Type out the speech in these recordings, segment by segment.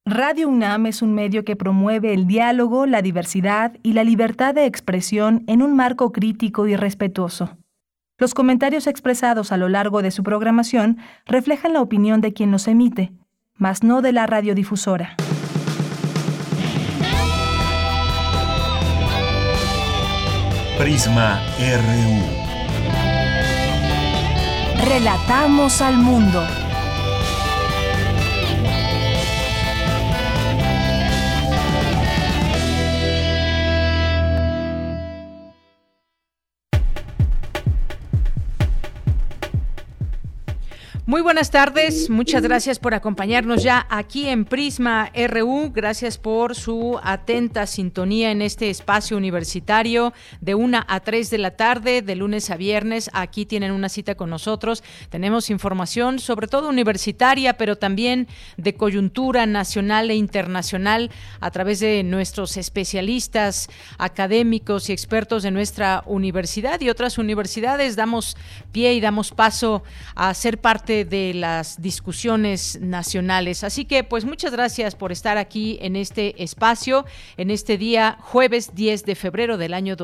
Radio UNAM es un medio que promueve el diálogo, la diversidad y la libertad de expresión en un marco crítico y respetuoso. Los comentarios expresados a lo largo de su programación reflejan la opinión de quien los emite, mas no de la radiodifusora. Prisma RU. Relatamos al mundo. Muy buenas tardes, muchas gracias por acompañarnos ya aquí en Prisma RU, gracias por su atenta sintonía en este espacio universitario de 1 a 3 de la tarde, de lunes a viernes. Aquí tienen una cita con nosotros, tenemos información sobre todo universitaria, pero también de coyuntura nacional e internacional a través de nuestros especialistas académicos y expertos de nuestra universidad y otras universidades. Damos pie y damos paso a ser parte de las discusiones nacionales. Así que pues muchas gracias por estar aquí en este espacio, en este día jueves 10 de febrero del año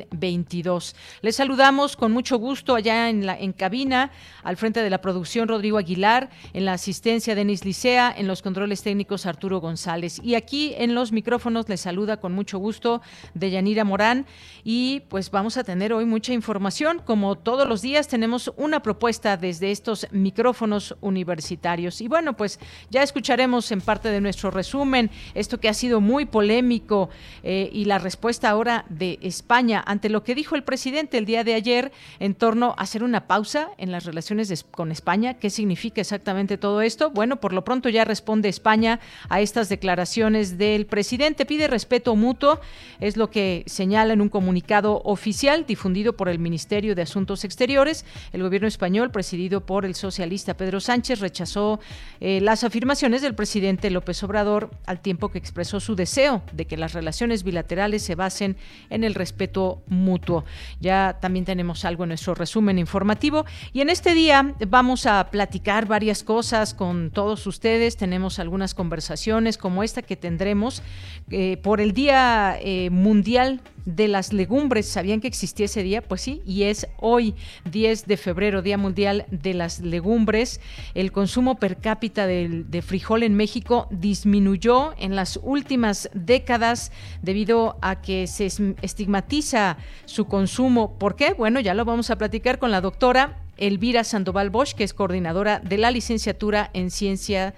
2022. Les saludamos con mucho gusto allá en cabina, al frente de la producción Rodrigo Aguilar, en la asistencia Denis Licea, en los controles técnicos Arturo González. Y aquí en los micrófonos les saluda con mucho gusto Deyanira Morán y pues vamos a tener hoy mucha información. Como todos los días tenemos una propuesta desde estos micrófonos universitarios. Y bueno, pues ya escucharemos en parte de nuestro resumen esto que ha sido muy polémico y la respuesta ahora de España ante lo que dijo el presidente el día de ayer en torno a hacer una pausa en las relaciones con España. ¿Qué significa exactamente todo esto? Bueno, por lo pronto ya responde España a estas declaraciones del presidente. Pide respeto mutuo, es lo que señala en un comunicado oficial difundido por el Ministerio de Asuntos Exteriores. El gobierno español, presidido por el socialista Pedro Sánchez, rechazó las afirmaciones del presidente López Obrador al tiempo que expresó su deseo de que las relaciones bilaterales se basen en el respeto mutuo. Ya también tenemos algo en nuestro resumen informativo y en este día vamos a platicar varias cosas con todos ustedes. Tenemos algunas conversaciones como esta que tendremos por el Día Mundial de las Legumbres. ¿Sabían que existía ese día? Pues sí, y es hoy 10 de febrero, Día Mundial de las Legumbres. El consumo per cápita de frijol en México disminuyó en las últimas décadas debido a que se estigmatiza su consumo. ¿Por qué? Bueno, ya lo vamos a platicar con la doctora Elvira Sandoval Bosch, que es coordinadora de la licenciatura en Ciencias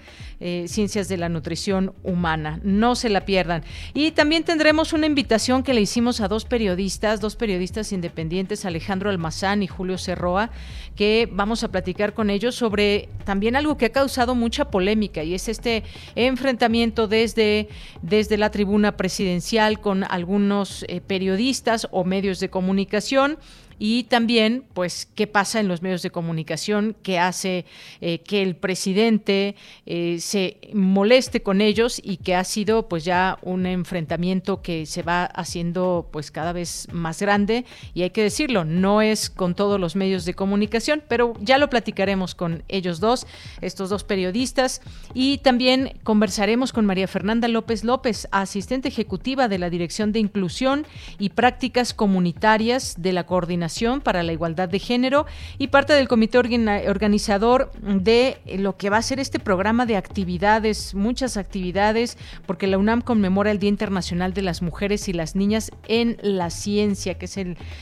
de la Nutrición Humana. No se la pierdan. Y también tendremos una invitación que le hicimos a dos periodistas independientes, Alejandro Almazán y Julio Cerroa, que vamos a platicar con ellos sobre también algo que ha causado mucha polémica y es este enfrentamiento desde la tribuna presidencial con algunos periodistas o medios de comunicación. Y también, pues, qué pasa en los medios de comunicación que hace que el presidente se moleste con ellos y que ha sido, pues, ya un enfrentamiento que se va haciendo, pues, cada vez más grande. Y hay que decirlo, no es con todos los medios de comunicación, pero ya lo platicaremos con ellos dos, estos dos periodistas. Y también conversaremos con María Fernanda López López, asistente ejecutiva de la Dirección de Inclusión y Prácticas Comunitarias de la Coordinación para la Igualdad de Género y parte del comité organizador de lo que va a ser este programa de actividades, muchas actividades, porque la UNAM conmemora el Día Internacional de las Mujeres y las Niñas en la Ciencia, que es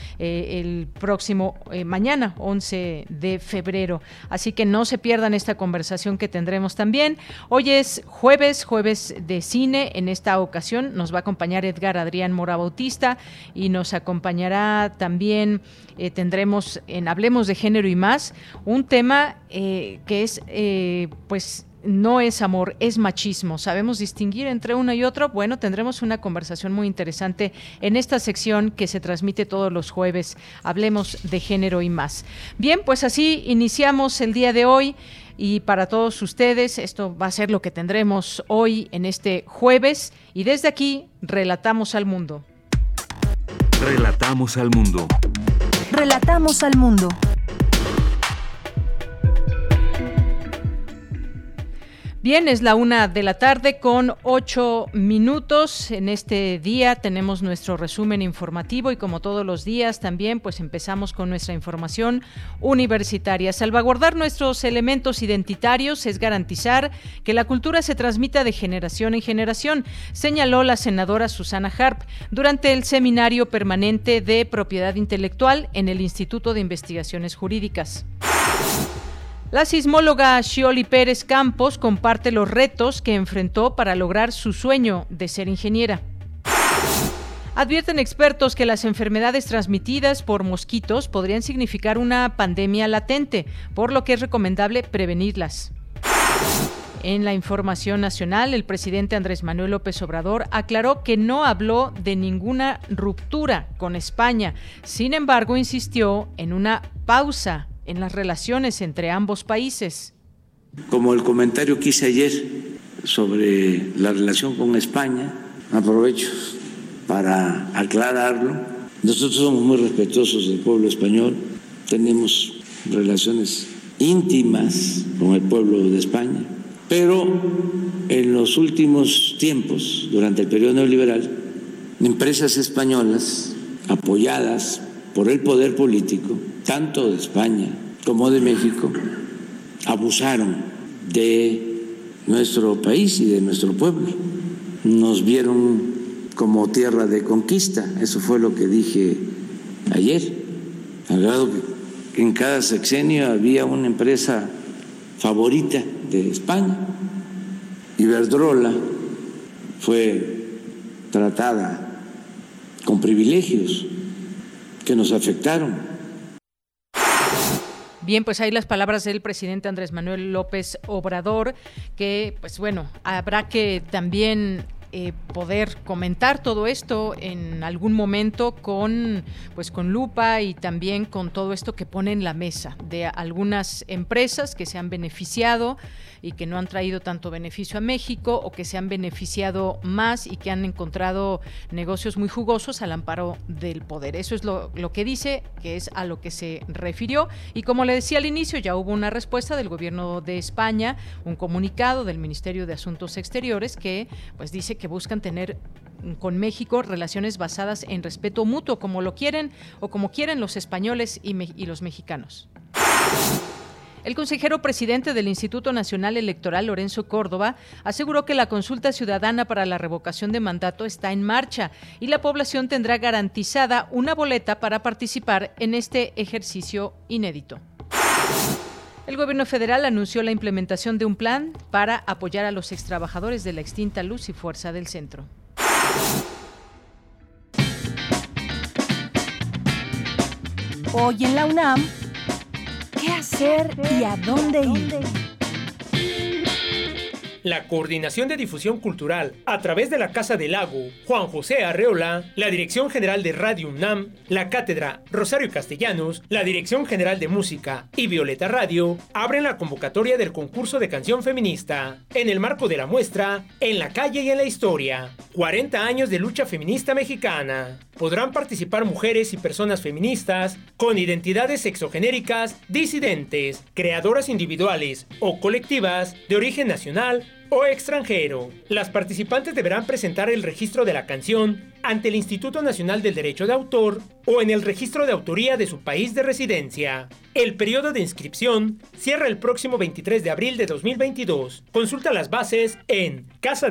el próximo mañana, 11 de febrero. Así que no se pierdan esta conversación que tendremos también. Hoy es jueves de cine. En esta ocasión nos va a acompañar Edgar Adrián Mora Bautista y nos acompañará también tendremos en Hablemos de Género y Más un tema que es pues no es amor, es machismo. ¿Sabemos distinguir entre uno y otro? Bueno, tendremos una conversación muy interesante en esta sección que se transmite todos los jueves. Hablemos de Género y Más. Bien, pues así iniciamos el día de hoy. Y para todos ustedes, esto va a ser lo que tendremos hoy en este jueves. Y desde aquí, relatamos al mundo. Relatamos al mundo. Relatamos al mundo. Bien, es la 1:00 con 8 minutos. En este día tenemos nuestro resumen informativo y como todos los días también pues empezamos con nuestra información universitaria. Salvaguardar nuestros elementos identitarios es garantizar que la cultura se transmita de generación en generación, señaló la senadora Susana Harp durante el seminario permanente de propiedad intelectual en el Instituto de Investigaciones Jurídicas. La sismóloga Xioli Pérez Campos comparte los retos que enfrentó para lograr su sueño de ser ingeniera. Advierten expertos que las enfermedades transmitidas por mosquitos podrían significar una pandemia latente, por lo que es recomendable prevenirlas. En la información nacional, el presidente Andrés Manuel López Obrador aclaró que no habló de ninguna ruptura con España. Sin embargo, insistió en una pausa en las relaciones entre ambos países. Como el comentario que hice ayer sobre la relación con España, aprovecho para aclararlo. Nosotros somos muy respetuosos del pueblo español, tenemos relaciones íntimas con el pueblo de España, pero en los últimos tiempos, durante el periodo neoliberal, empresas españolas apoyadas por el poder político, tanto de España como de México, abusaron de nuestro país y de nuestro pueblo. Nos vieron como tierra de conquista, eso fue lo que dije ayer, al grado que en cada sexenio había una empresa favorita de España. Iberdrola fue tratada con privilegios que nos afectaron. Bien, pues ahí las palabras del presidente Andrés Manuel López Obrador, que pues bueno, habrá que también poder comentar todo esto en algún momento con lupa y también con todo esto que pone en la mesa de algunas empresas que se han beneficiado y que no han traído tanto beneficio a México o que se han beneficiado más y que han encontrado negocios muy jugosos al amparo del poder. Eso es lo que dice, que es a lo que se refirió. Y como le decía al inicio, ya hubo una respuesta del gobierno de España, un comunicado del Ministerio de Asuntos Exteriores que pues dice que buscan tener con México relaciones basadas en respeto mutuo, como lo quieren o como quieren los españoles y los mexicanos. El consejero presidente del Instituto Nacional Electoral, Lorenzo Córdoba, aseguró que la consulta ciudadana para la revocación de mandato está en marcha y la población tendrá garantizada una boleta para participar en este ejercicio inédito. El gobierno federal anunció la implementación de un plan para apoyar a los extrabajadores de la extinta Luz y Fuerza del Centro. Hoy en la UNAM, ¿qué hacer y a dónde ir? La Coordinación de Difusión Cultural, a través de la Casa del Lago, Juan José Arreola, la Dirección General de Radio UNAM, la Cátedra Rosario Castellanos, la Dirección General de Música y Violeta Radio, abren la convocatoria del concurso de canción feminista, en el marco de la muestra En la calle y en la historia, 40 años de lucha feminista mexicana. Podrán participar mujeres y personas feministas con identidades sexogenéricas disidentes, creadoras individuales o colectivas de origen nacional o extranjero. Las participantes deberán presentar el registro de la canción ante el Instituto Nacional del Derecho de Autor o en el registro de autoría de su país de residencia. El periodo de inscripción cierra el próximo 23 de abril de 2022. Consulta las bases en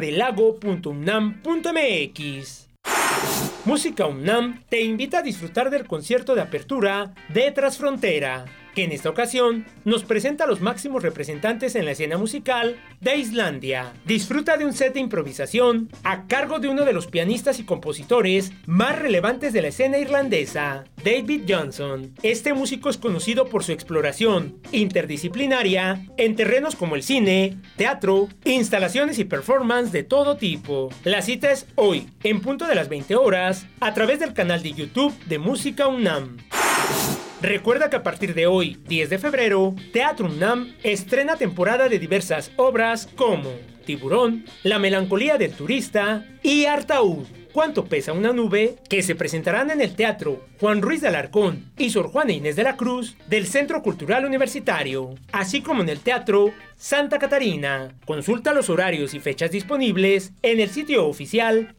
casadelago.unam.mx. Música UNAM te invita a disfrutar del concierto de apertura de Trasfrontera, que en esta ocasión nos presenta a los máximos representantes en la escena musical de Islandia. Disfruta de un set de improvisación a cargo de uno de los pianistas y compositores más relevantes de la escena irlandesa, David Johnson. Este músico es conocido por su exploración interdisciplinaria en terrenos como el cine, teatro, instalaciones y performance de todo tipo. La cita es hoy, en punto de las 20 horas, a través del canal de YouTube de Música UNAM. Recuerda que a partir de hoy, 10 de febrero, Teatro UNAM estrena temporada de diversas obras como Tiburón, La melancolía del turista y Artaud, ¿Cuánto pesa una nube?, que se presentarán en el Teatro Juan Ruiz de Alarcón y Sor Juana Inés de la Cruz del Centro Cultural Universitario, así como en el Teatro Santa Catarina. Consulta los horarios y fechas disponibles en el sitio oficial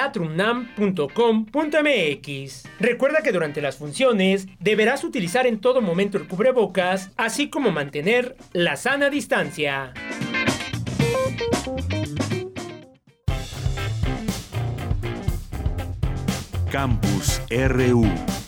teatrounam.com.mx. Recuerda que durante las funciones deberás utilizar en todo momento el cubrebocas, así como mantener la sana distancia. Campus RU.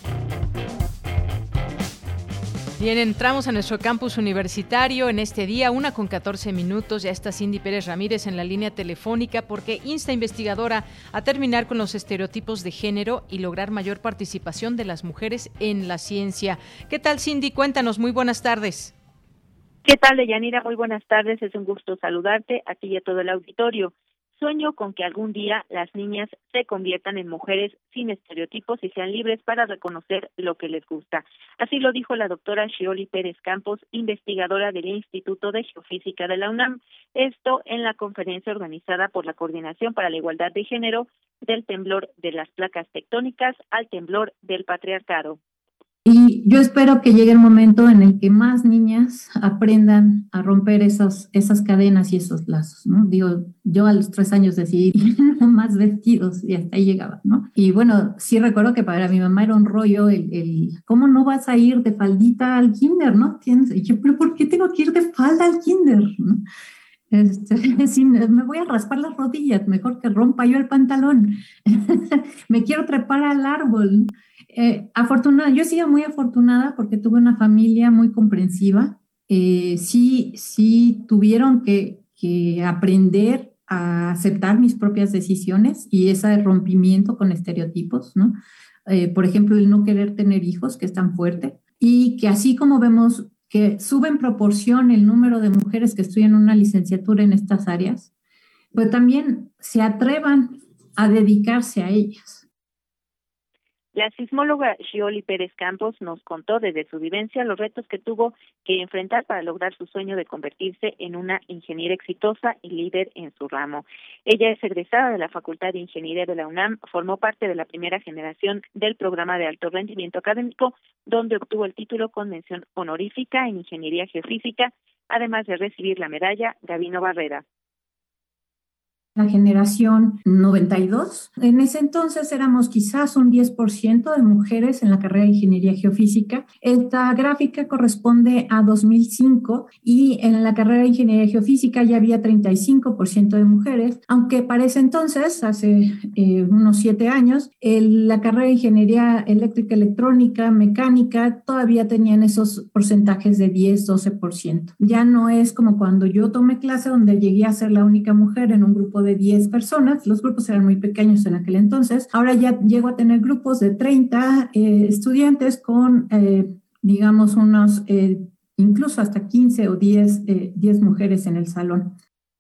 Bien, entramos a nuestro campus universitario en este día, 1:14. Ya está Cindy Pérez Ramírez en la línea telefónica porque insta investigadora a terminar con los estereotipos de género y lograr mayor participación de las mujeres en la ciencia. ¿Qué tal, Cindy? Cuéntanos, muy buenas tardes. ¿Qué tal, Deyanira? Muy buenas tardes, es un gusto saludarte a ti y a todo el auditorio. Sueño con que algún día las niñas se conviertan en mujeres sin estereotipos y sean libres para reconocer lo que les gusta. Así lo dijo la doctora Xioli Pérez Campos, investigadora del Instituto de Geofísica de la UNAM. Esto en la conferencia organizada por la Coordinación para la Igualdad de Género, del temblor de las placas tectónicas al temblor del patriarcado. Y yo espero que llegue el momento en el que más niñas aprendan a romper esas cadenas y esos lazos, ¿no? Digo, yo a los 3 años decidí más vestidos y hasta ahí llegaba, ¿no? Y bueno, sí recuerdo que para mi mamá era un rollo ¿cómo no vas a ir de faldita al kinder, no? Y yo, ¿pero por qué tengo que ir de falda al kinder, no? Sí, me voy a raspar las rodillas, mejor que rompa yo el pantalón. Me quiero trepar al árbol, ¿no? Yo he sido muy afortunada porque tuve una familia muy comprensiva. Sí tuvieron que aprender a aceptar mis propias decisiones y ese rompimiento con estereotipos, ¿no? Por ejemplo, el no querer tener hijos, que es tan fuerte, y que así como vemos que sube en proporción el número de mujeres que estudian una licenciatura en estas áreas, pues también se atrevan a dedicarse a ellas. La sismóloga Xioli Pérez Campos nos contó desde su vivencia los retos que tuvo que enfrentar para lograr su sueño de convertirse en una ingeniera exitosa y líder en su ramo. Ella es egresada de la Facultad de Ingeniería de la UNAM, formó parte de la primera generación del programa de alto rendimiento académico, donde obtuvo el título con mención honorífica en Ingeniería Geofísica, además de recibir la medalla Gabino Barrera. La generación 92. En ese entonces éramos quizás un 10% de mujeres en la carrera de Ingeniería Geofísica. Esta gráfica corresponde a 2005 y en la carrera de Ingeniería Geofísica ya había 35% de mujeres, aunque para ese entonces, hace unos 7 años, la carrera de Ingeniería Eléctrica, Electrónica, Mecánica todavía tenían esos porcentajes de 10-12%. Ya no es como cuando yo tomé clase donde llegué a ser la única mujer en un grupo de 10 personas, los grupos eran muy pequeños en aquel entonces, ahora ya llego a tener grupos de 30 estudiantes con, digamos, unos, incluso hasta 15 o 10 mujeres en el salón.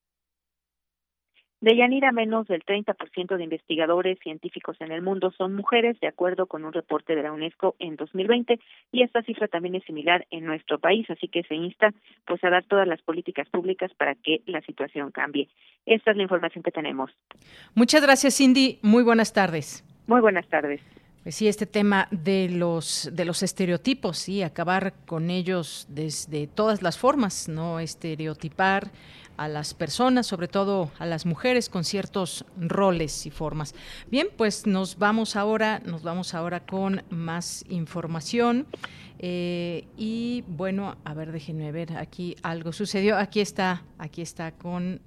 Deyanira, menos del 30% de investigadores científicos en el mundo son mujeres, de acuerdo con un reporte de la UNESCO en 2020, y esta cifra también es similar en nuestro país, así que se insta pues a dar todas las políticas públicas para que la situación cambie. Esta es la información que tenemos. Muchas gracias, Cindy. Muy buenas tardes. Muy buenas tardes. Pues sí, este tema de los estereotipos, sí, acabar con ellos desde todas las formas, no estereotipar a las personas, sobre todo a las mujeres, con ciertos roles y formas. Bien, pues nos vamos ahora con más información. Y bueno, a ver, déjenme ver, aquí algo sucedió. Aquí está con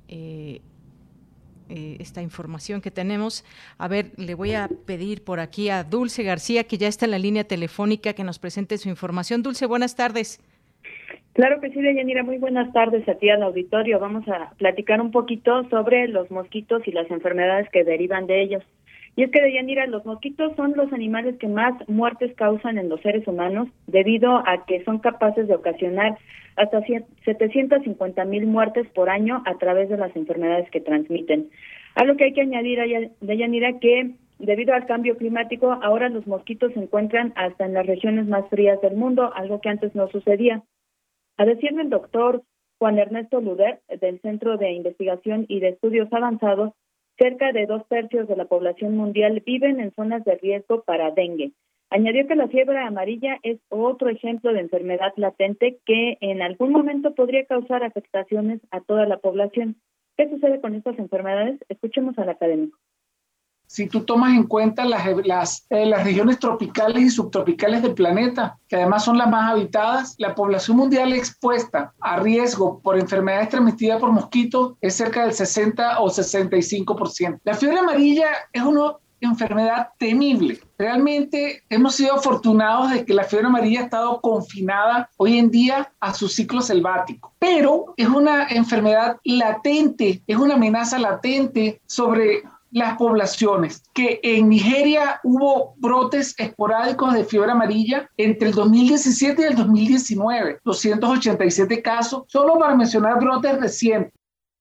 esta información que tenemos. A ver, le voy a pedir por aquí a Dulce García, que ya está en la línea telefónica, que nos presente su información. Dulce, buenas tardes. Claro que sí, Deyanira, muy buenas tardes a ti al auditorio. Vamos a platicar un poquito sobre los mosquitos y las enfermedades que derivan de ellos. Y es que, Deyanira, los mosquitos son los animales que más muertes causan en los seres humanos, debido a que son capaces de ocasionar hasta 750,000 muertes por año a través de las enfermedades que transmiten. A lo que hay que añadir, Deyanira, que debido al cambio climático, ahora los mosquitos se encuentran hasta en las regiones más frías del mundo, algo que antes no sucedía. A decir del doctor Juan Ernesto Luder, del Centro de Investigación y de Estudios Avanzados, cerca de 2/3 de la población mundial viven en zonas de riesgo para dengue. Añadió que la fiebre amarilla es otro ejemplo de enfermedad latente que en algún momento podría causar afectaciones a toda la población. ¿Qué sucede con estas enfermedades? Escuchemos al académico. Si tú tomas en cuenta las regiones tropicales y subtropicales del planeta, que además son las más habitadas, la población mundial expuesta a riesgo por enfermedades transmitidas por mosquitos es cerca del 60 o 65%. La fiebre amarilla es una enfermedad temible. Realmente hemos sido afortunados de que la fiebre amarilla ha estado confinada hoy en día a su ciclo selvático, pero es una enfermedad latente, es una amenaza latente sobre las poblaciones, que en Nigeria hubo brotes esporádicos de fiebre amarilla entre el 2017 y el 2019, 287 casos, solo para mencionar brotes recientes.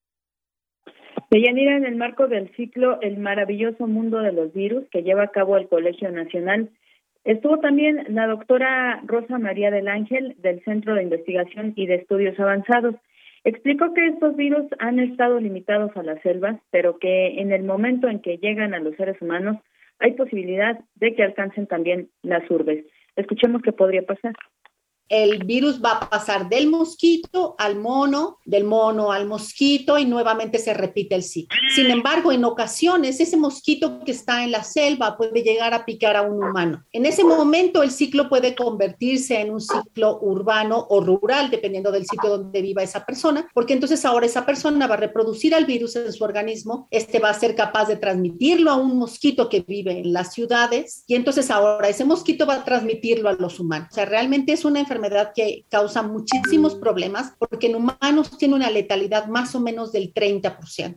Deyanira, en el marco del ciclo El maravilloso mundo de los virus que lleva a cabo el Colegio Nacional, estuvo también la doctora Rosa María del Ángel del Centro de Investigación y de Estudios Avanzados. Explicó que estos virus han estado limitados a las selvas, pero que en el momento en que llegan a los seres humanos hay posibilidad de que alcancen también las urbes. Escuchemos qué podría pasar. El virus va a pasar del mosquito al mono, del mono al mosquito y nuevamente se repite el ciclo. Sin embargo, en ocasiones ese mosquito que está en la selva puede llegar a picar a un humano. En ese momento el ciclo puede convertirse en un ciclo urbano o rural, dependiendo del sitio donde viva esa persona, porque entonces ahora esa persona va a reproducir al virus en su organismo, va a ser capaz de transmitirlo a un mosquito que vive en las ciudades y entonces ahora ese mosquito va a transmitirlo a los humanos. O sea, realmente es una enfermedad que causa muchísimos problemas porque en humanos tiene una letalidad más o menos del 30%.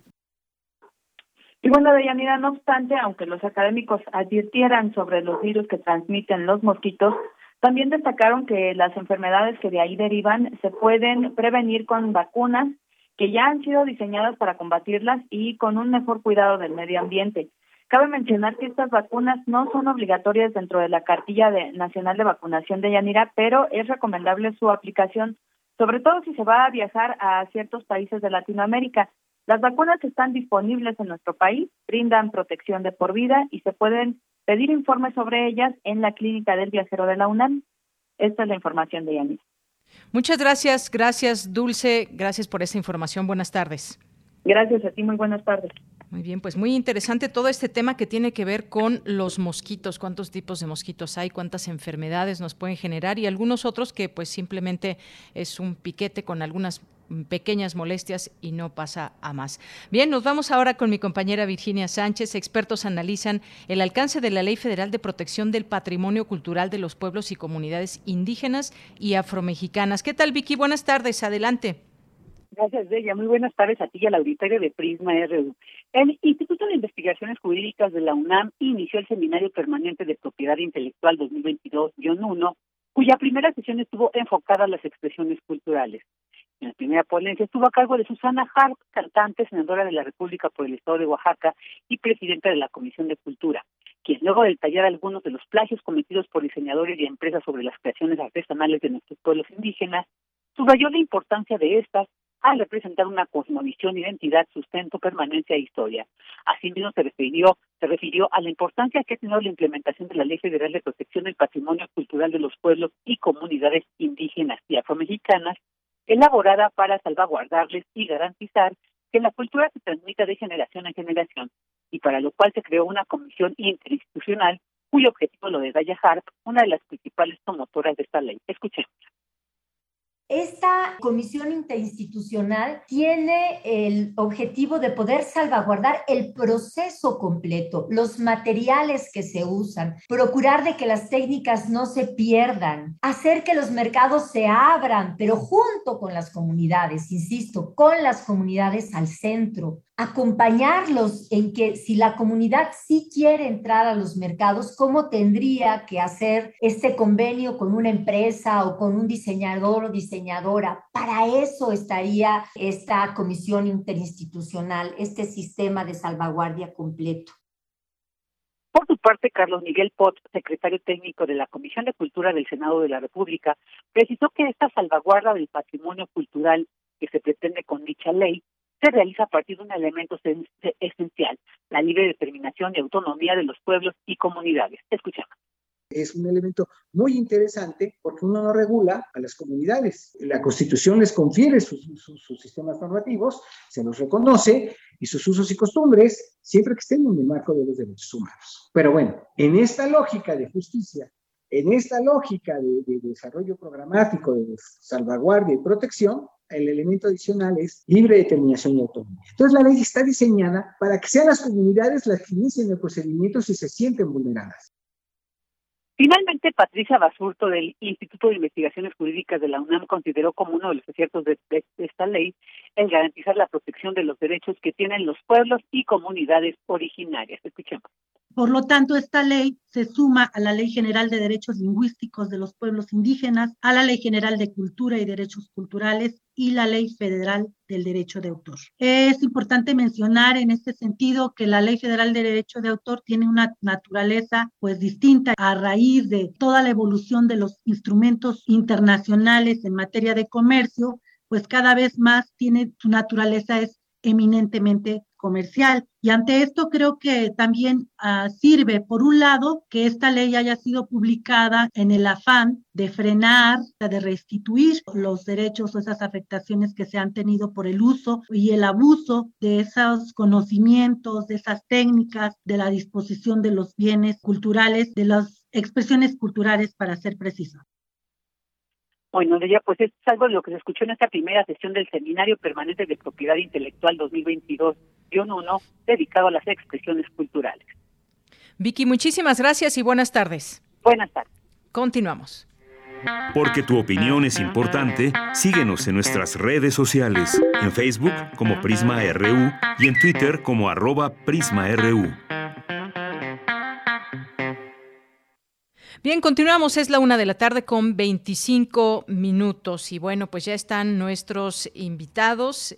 Y bueno, Deyanira, no obstante, aunque los académicos advirtieran sobre los virus que transmiten los mosquitos, también destacaron que las enfermedades que de ahí derivan se pueden prevenir con vacunas que ya han sido diseñadas para combatirlas y con un mejor cuidado del medio ambiente. Cabe mencionar que estas vacunas no son obligatorias dentro de la cartilla nacional de vacunación de Deyanira, pero es recomendable su aplicación, sobre todo si se va a viajar a ciertos países de Latinoamérica. Las vacunas están disponibles en nuestro país, brindan protección de por vida y se pueden pedir informes sobre ellas en la Clínica del Viajero de la UNAM. Esta es la información de Deyanira. Muchas gracias Dulce, gracias por esta información. Buenas tardes. Gracias a ti, muy buenas tardes. Muy bien, pues muy interesante todo este tema que tiene que ver con los mosquitos, cuántos tipos de mosquitos hay, cuántas enfermedades nos pueden generar y algunos otros que pues simplemente es un piquete con algunas pequeñas molestias y no pasa a más. Bien, nos vamos ahora con mi compañera Virginia Sánchez. Expertos analizan el alcance de la Ley Federal de Protección del Patrimonio Cultural de los Pueblos y Comunidades Indígenas y Afromexicanas. ¿Qué tal, Vicky? Buenas tardes, adelante. Gracias, Deya. Muy buenas tardes a ti y al auditorio de Prisma RU. El Instituto de Investigaciones Jurídicas de la UNAM inició el Seminario Permanente de Propiedad Intelectual 2022-1, cuya primera sesión estuvo enfocada a las expresiones culturales. En la primera ponencia estuvo a cargo de Susana Harp, cantante, senadora de la República por el Estado de Oaxaca y presidenta de la Comisión de Cultura, quien luego de detallar algunos de los plagios cometidos por diseñadores y empresas sobre las creaciones artesanales de nuestros pueblos indígenas, subrayó la importancia de estas al representar una cosmovisión, identidad, sustento, permanencia e historia. Asimismo, se refirió a la importancia que ha tenido la implementación de la Ley Federal de Protección del Patrimonio Cultural de los Pueblos y Comunidades Indígenas y Afromexicanas, elaborada para salvaguardarles y garantizar que la cultura se transmita de generación en generación, y para lo cual se creó una comisión interinstitucional cuyo objetivo lo detalla Harp, una de las principales promotoras de esta ley. Escuchemos. Esta comisión interinstitucional tiene el objetivo de poder salvaguardar el proceso completo, los materiales que se usan, procurar de que las técnicas no se pierdan, hacer que los mercados se abran, pero junto con las comunidades, insisto, con las comunidades al centro, acompañarlos en que si la comunidad sí quiere entrar a los mercados, ¿cómo tendría que hacer este convenio con una empresa o con un diseñador o diseñadora? Para eso estaría esta comisión interinstitucional, este sistema de salvaguardia completo. Por su parte, Carlos Miguel Pot, secretario técnico de la Comisión de Cultura del Senado de la República, precisó que esta salvaguarda del patrimonio cultural que se pretende con dicha ley se realiza a partir de un elemento esencial, la libre determinación y autonomía de los pueblos y comunidades. Escuchamos. Es un elemento muy interesante porque uno no regula a las comunidades. La Constitución les confiere sus sistemas normativos, se los reconoce y sus usos y costumbres, siempre que estén en el marco de los derechos humanos. Pero bueno, en esta lógica de justicia, en esta lógica de desarrollo programático, de salvaguardia y protección, el elemento adicional es libre determinación y autonomía. Entonces la ley está diseñada para que sean las comunidades las que inicien el procedimiento si se sienten vulneradas. Finalmente, Patricia Basurto, del Instituto de Investigaciones Jurídicas de la UNAM, consideró como uno de los aciertos de esta ley el garantizar la protección de los derechos que tienen los pueblos y comunidades originarias. Escuchemos. Por lo tanto, esta ley se suma a la Ley General de Derechos Lingüísticos de los Pueblos Indígenas, a la Ley General de Cultura y Derechos Culturales y la Ley Federal del Derecho de Autor. Es importante mencionar en este sentido que la Ley Federal de Derecho de Autor tiene una naturaleza pues distinta a raíz de toda la evolución de los instrumentos internacionales en materia de comercio, pues cada vez más tiene su naturaleza es eminentemente comercial. Y ante esto creo que también sirve, por un lado, que esta ley haya sido publicada en el afán de frenar, de restituir los derechos o esas afectaciones que se han tenido por el uso y el abuso de esos conocimientos, de esas técnicas, de la disposición de los bienes culturales, de las expresiones culturales, para ser preciso. Bueno, ya pues esto es algo de lo que se escuchó en esta primera sesión del Seminario Permanente de Propiedad Intelectual 2022-1, dedicado a las expresiones culturales. Vicky, muchísimas gracias y buenas tardes. Buenas tardes. Continuamos. Porque tu opinión es importante, síguenos en nuestras redes sociales, en Facebook como Prisma RU y en Twitter como @PrismaRU. Bien, continuamos, es la 1:00 con 25 minutos y bueno, pues ya están nuestros invitados,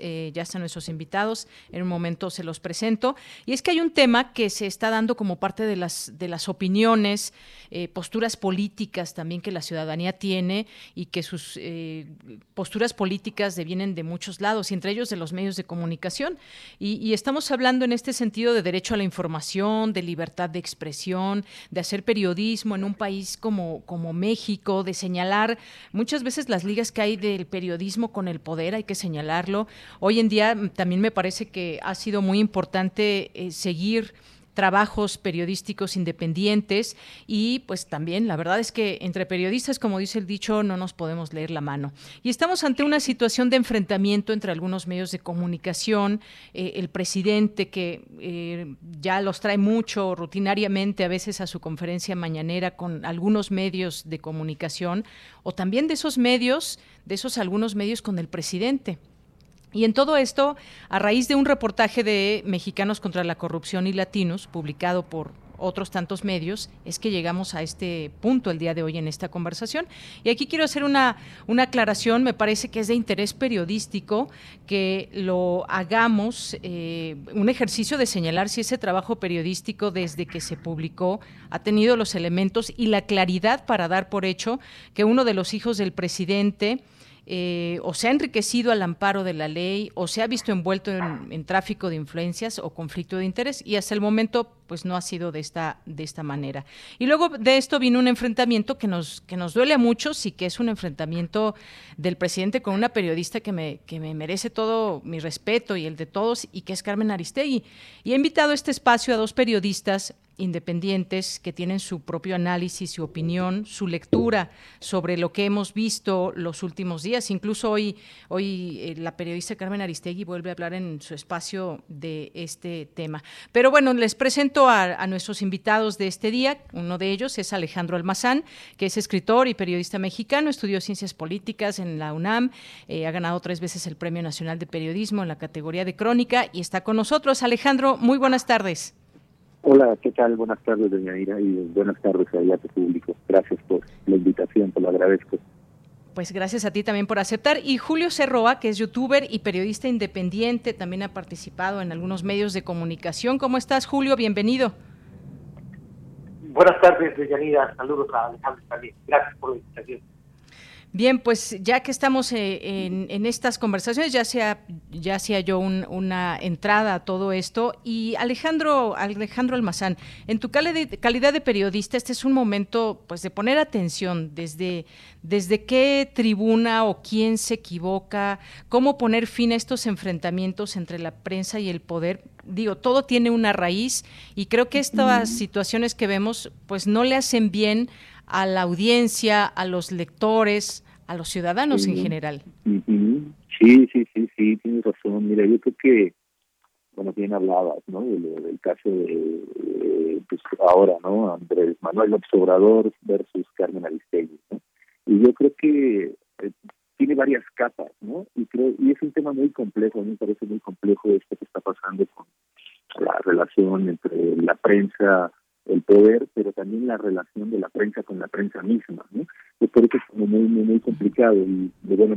en un momento se los presento, y es que hay un tema que se está dando como parte de las opiniones, posturas políticas también que la ciudadanía tiene y que sus posturas políticas devienen de muchos lados y entre ellos de los medios de comunicación y estamos hablando en este sentido de derecho a la información, de libertad de expresión, de hacer periodismo en un país como México, de señalar muchas veces las ligas que hay del periodismo con el poder, hay que señalarlo. Hoy en día también me parece que ha sido muy importante seguir trabajos periodísticos independientes y pues también la verdad es que entre periodistas, como dice el dicho, no nos podemos leer la mano. Y estamos ante una situación de enfrentamiento entre algunos medios de comunicación, el presidente que ya los trae mucho rutinariamente a veces a su conferencia mañanera con algunos medios de comunicación o también de esos algunos medios con el presidente. Y en todo esto, a raíz de un reportaje de Mexicanos contra la Corrupción y Latinos, publicado por otros tantos medios, es que llegamos a este punto el día de hoy en esta conversación. Y aquí quiero hacer una aclaración, me parece que es de interés periodístico que lo hagamos, un ejercicio de señalar si ese trabajo periodístico desde que se publicó ha tenido los elementos y la claridad para dar por hecho que uno de los hijos del presidente o se ha enriquecido al amparo de la ley o se ha visto envuelto en tráfico de influencias o conflicto de interés y hasta el momento pues no ha sido de esta manera. Y luego de esto vino un enfrentamiento que nos duele a muchos y que es un enfrentamiento del presidente con una periodista que me merece todo mi respeto y el de todos y que es Carmen Aristegui. Y he invitado a este espacio a dos periodistas independientes que tienen su propio análisis, su opinión, su lectura sobre lo que hemos visto los últimos días. Incluso hoy la periodista Carmen Aristegui vuelve a hablar en su espacio de este tema. Pero bueno, les presento a nuestros invitados de este día. Uno de ellos es Alejandro Almazán, que es escritor y periodista mexicano, estudió Ciencias Políticas en la UNAM, ha ganado 3 veces el Premio Nacional de Periodismo en la categoría de Crónica y está con nosotros. Alejandro, muy buenas tardes. Hola, ¿qué tal? Buenas tardes, doña Ira, y buenas tardes a tu público. Gracias por la invitación, te lo agradezco. Pues gracias a ti también por aceptar. Y Julio Cerroa, que es youtuber y periodista independiente, también ha participado en algunos medios de comunicación. ¿Cómo estás, Julio? Bienvenido. Buenas tardes, doña Ira. Saludos a Alejandro también. Gracias por la invitación. Bien, pues ya que estamos en estas conversaciones, ya hacía yo una entrada a todo esto. Y Alejandro Almazán, en tu calidad de periodista, este es un momento pues de poner atención desde qué tribuna o quién se equivoca, cómo poner fin a estos enfrentamientos entre la prensa y el poder. Digo, todo tiene una raíz y creo que estas situaciones que vemos pues no le hacen bien a la audiencia, a los lectores, a los ciudadanos en general. Sí, tienes razón. Mira, yo creo que, bueno, bien hablabas, ¿no? Del caso de pues ahora, ¿no? Andrés Manuel López Obrador versus Carmen Aristegui, ¿no? Y yo creo que tiene varias capas, ¿no? Y es un tema muy complejo. A mí me parece muy complejo esto que está pasando con la relación entre la prensa, el poder, pero también la relación de la prensa con la prensa misma, ¿no? Yo creo que es como muy complicado y bueno,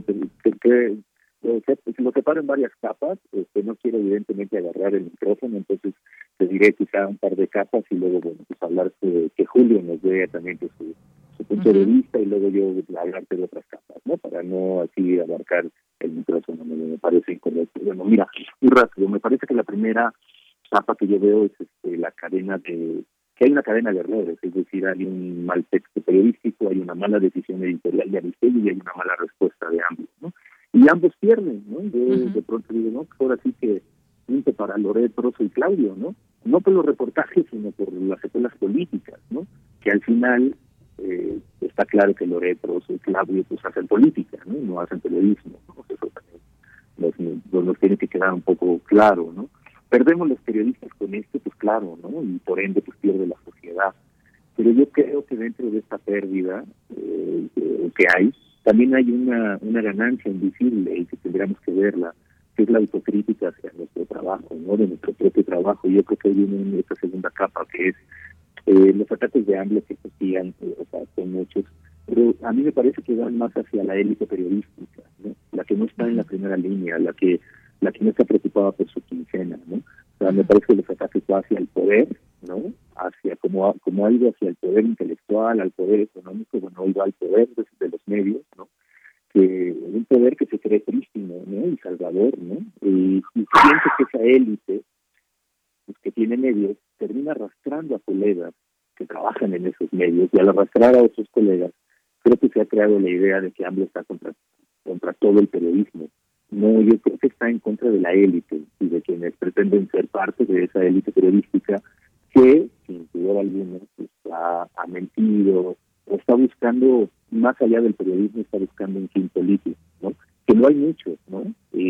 lo separo en varias capas. No quiero evidentemente agarrar el micrófono, entonces te diré quizá un par de capas y luego, bueno, pues hablar que Julio nos dé también pues, su punto de vista y luego yo hablarte de otras capas, ¿no? Para no así abarcar el micrófono, me parece incorrecto. Bueno, mira, muy rápido, me parece que la primera capa que yo veo es la cadena que hay una cadena de errores, es decir, hay un mal texto periodístico, hay una mala decisión editorial de Aristegui y hay una mala respuesta de ambos, ¿no? Y ambos pierden, ¿no? Yo de pronto digo, no, pues ahora sí que punto para Loret, Proso y Claudio, ¿no? No por los reportajes, sino por las secuelas políticas, ¿no? Que al final está claro que Loret, Proso y Claudio pues hacen política, ¿no? No hacen periodismo, ¿no? Eso también nos tiene que quedar un poco claro, ¿no? Perdemos los periodistas con esto, pues claro, ¿no? Y por ende pues pierde la sociedad. Pero yo creo que dentro de esta pérdida que hay, también hay una ganancia invisible y que tendríamos que verla, que es la autocrítica hacia nuestro trabajo, ¿no? De nuestro propio trabajo. Yo creo que hay viene esta segunda capa, que es los ataques de AMLO que existían, son muchos, pero a mí me parece que van más hacia la élite periodística, ¿no? La que no está en la primera línea, la que no está preocupada por su quincena, ¿no? O sea, me parece que los ataques van hacia el poder, ¿no? Hacia como ha ido hacia el poder intelectual, al poder económico, bueno, hoy va al poder de los medios, ¿no? Que un poder que se cree prístino, ¿no? Y salvador, ¿no? Y siento que esa élite pues, que tiene medios termina arrastrando a colegas que trabajan en esos medios, y al arrastrar a otros colegas creo que se ha creado la idea de que AMLO está contra todo el periodismo. No, yo creo que está en contra de la élite y de quienes pretenden ser parte de esa élite periodística que, sin duda alguna, pues, ha mentido o está buscando, más allá del periodismo, está buscando un fin político, ¿no? Que no hay muchos, ¿no?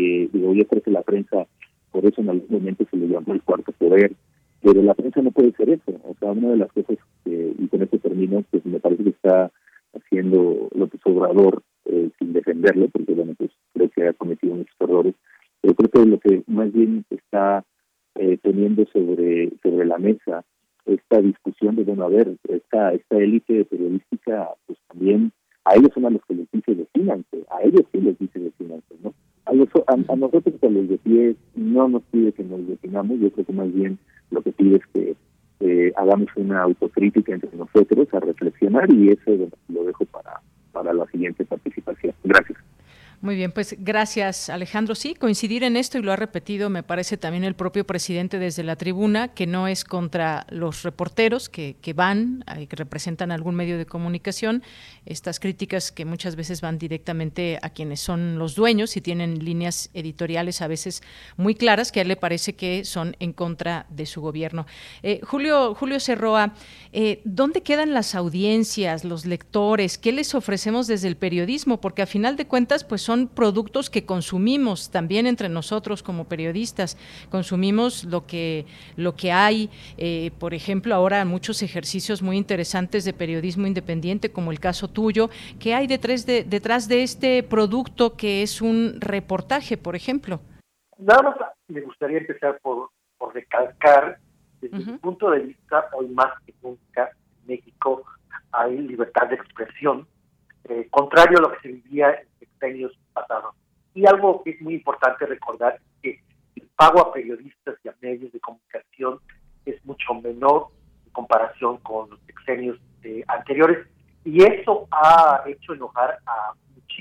Yo creo que la prensa, por eso en algún momento se le llamó el cuarto poder, pero la prensa no puede ser eso. O sea, una de las cosas, y con esto termino, pues me parece que está haciendo López Obrador, sin defenderlo, porque bueno, pues creo que ha cometido muchos errores, pero creo que lo que más bien está poniendo sobre la mesa esta discusión de, bueno, a ver, esta élite periodística, pues también a ellos son a los que les dice defínanse, a ellos sí les dice defínanse, ¿no? A nosotros que los de pie no nos pide que nos definamos, yo creo que más bien lo que pide es que hagamos una autocrítica entre nosotros, a reflexionar, y eso lo dejo para la siguiente participación. Gracias. Muy bien, pues gracias, Alejandro. Sí, coincidir en esto, y lo ha repetido, me parece también el propio presidente desde la tribuna, que no es contra los reporteros que van, que representan algún medio de comunicación, estas críticas que muchas veces van directamente a quienes son los dueños y tienen líneas editoriales a veces muy claras, que a él le parece que son en contra de su gobierno. Julio Cerroa, ¿dónde quedan las audiencias, los lectores? ¿Qué les ofrecemos desde el periodismo? Porque a final de cuentas, pues son productos que consumimos también entre nosotros como periodistas, consumimos lo que hay, por ejemplo, ahora muchos ejercicios muy interesantes de periodismo independiente, como el caso tuyo. ¿Qué hay detrás de este producto que es un reportaje, por ejemplo? Nada más me gustaría empezar por recalcar, desde mi punto de vista, hoy más que nunca en México hay libertad de expresión, contrario a lo que se vivía en sexenios pasados. Y algo que es muy importante recordar es que el pago a periodistas y a medios de comunicación es mucho menor en comparación con los sexenios anteriores, y eso ha hecho enojar a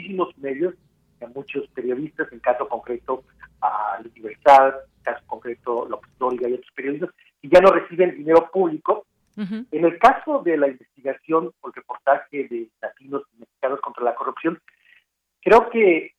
muchísimos medios, a muchos periodistas, en caso concreto a Universal, en caso concreto López Dóriga y otros periodistas, que ya no reciben dinero público. En el caso de la investigación o el reportaje de Latinos y Mexicanos contra la Corrupción, creo que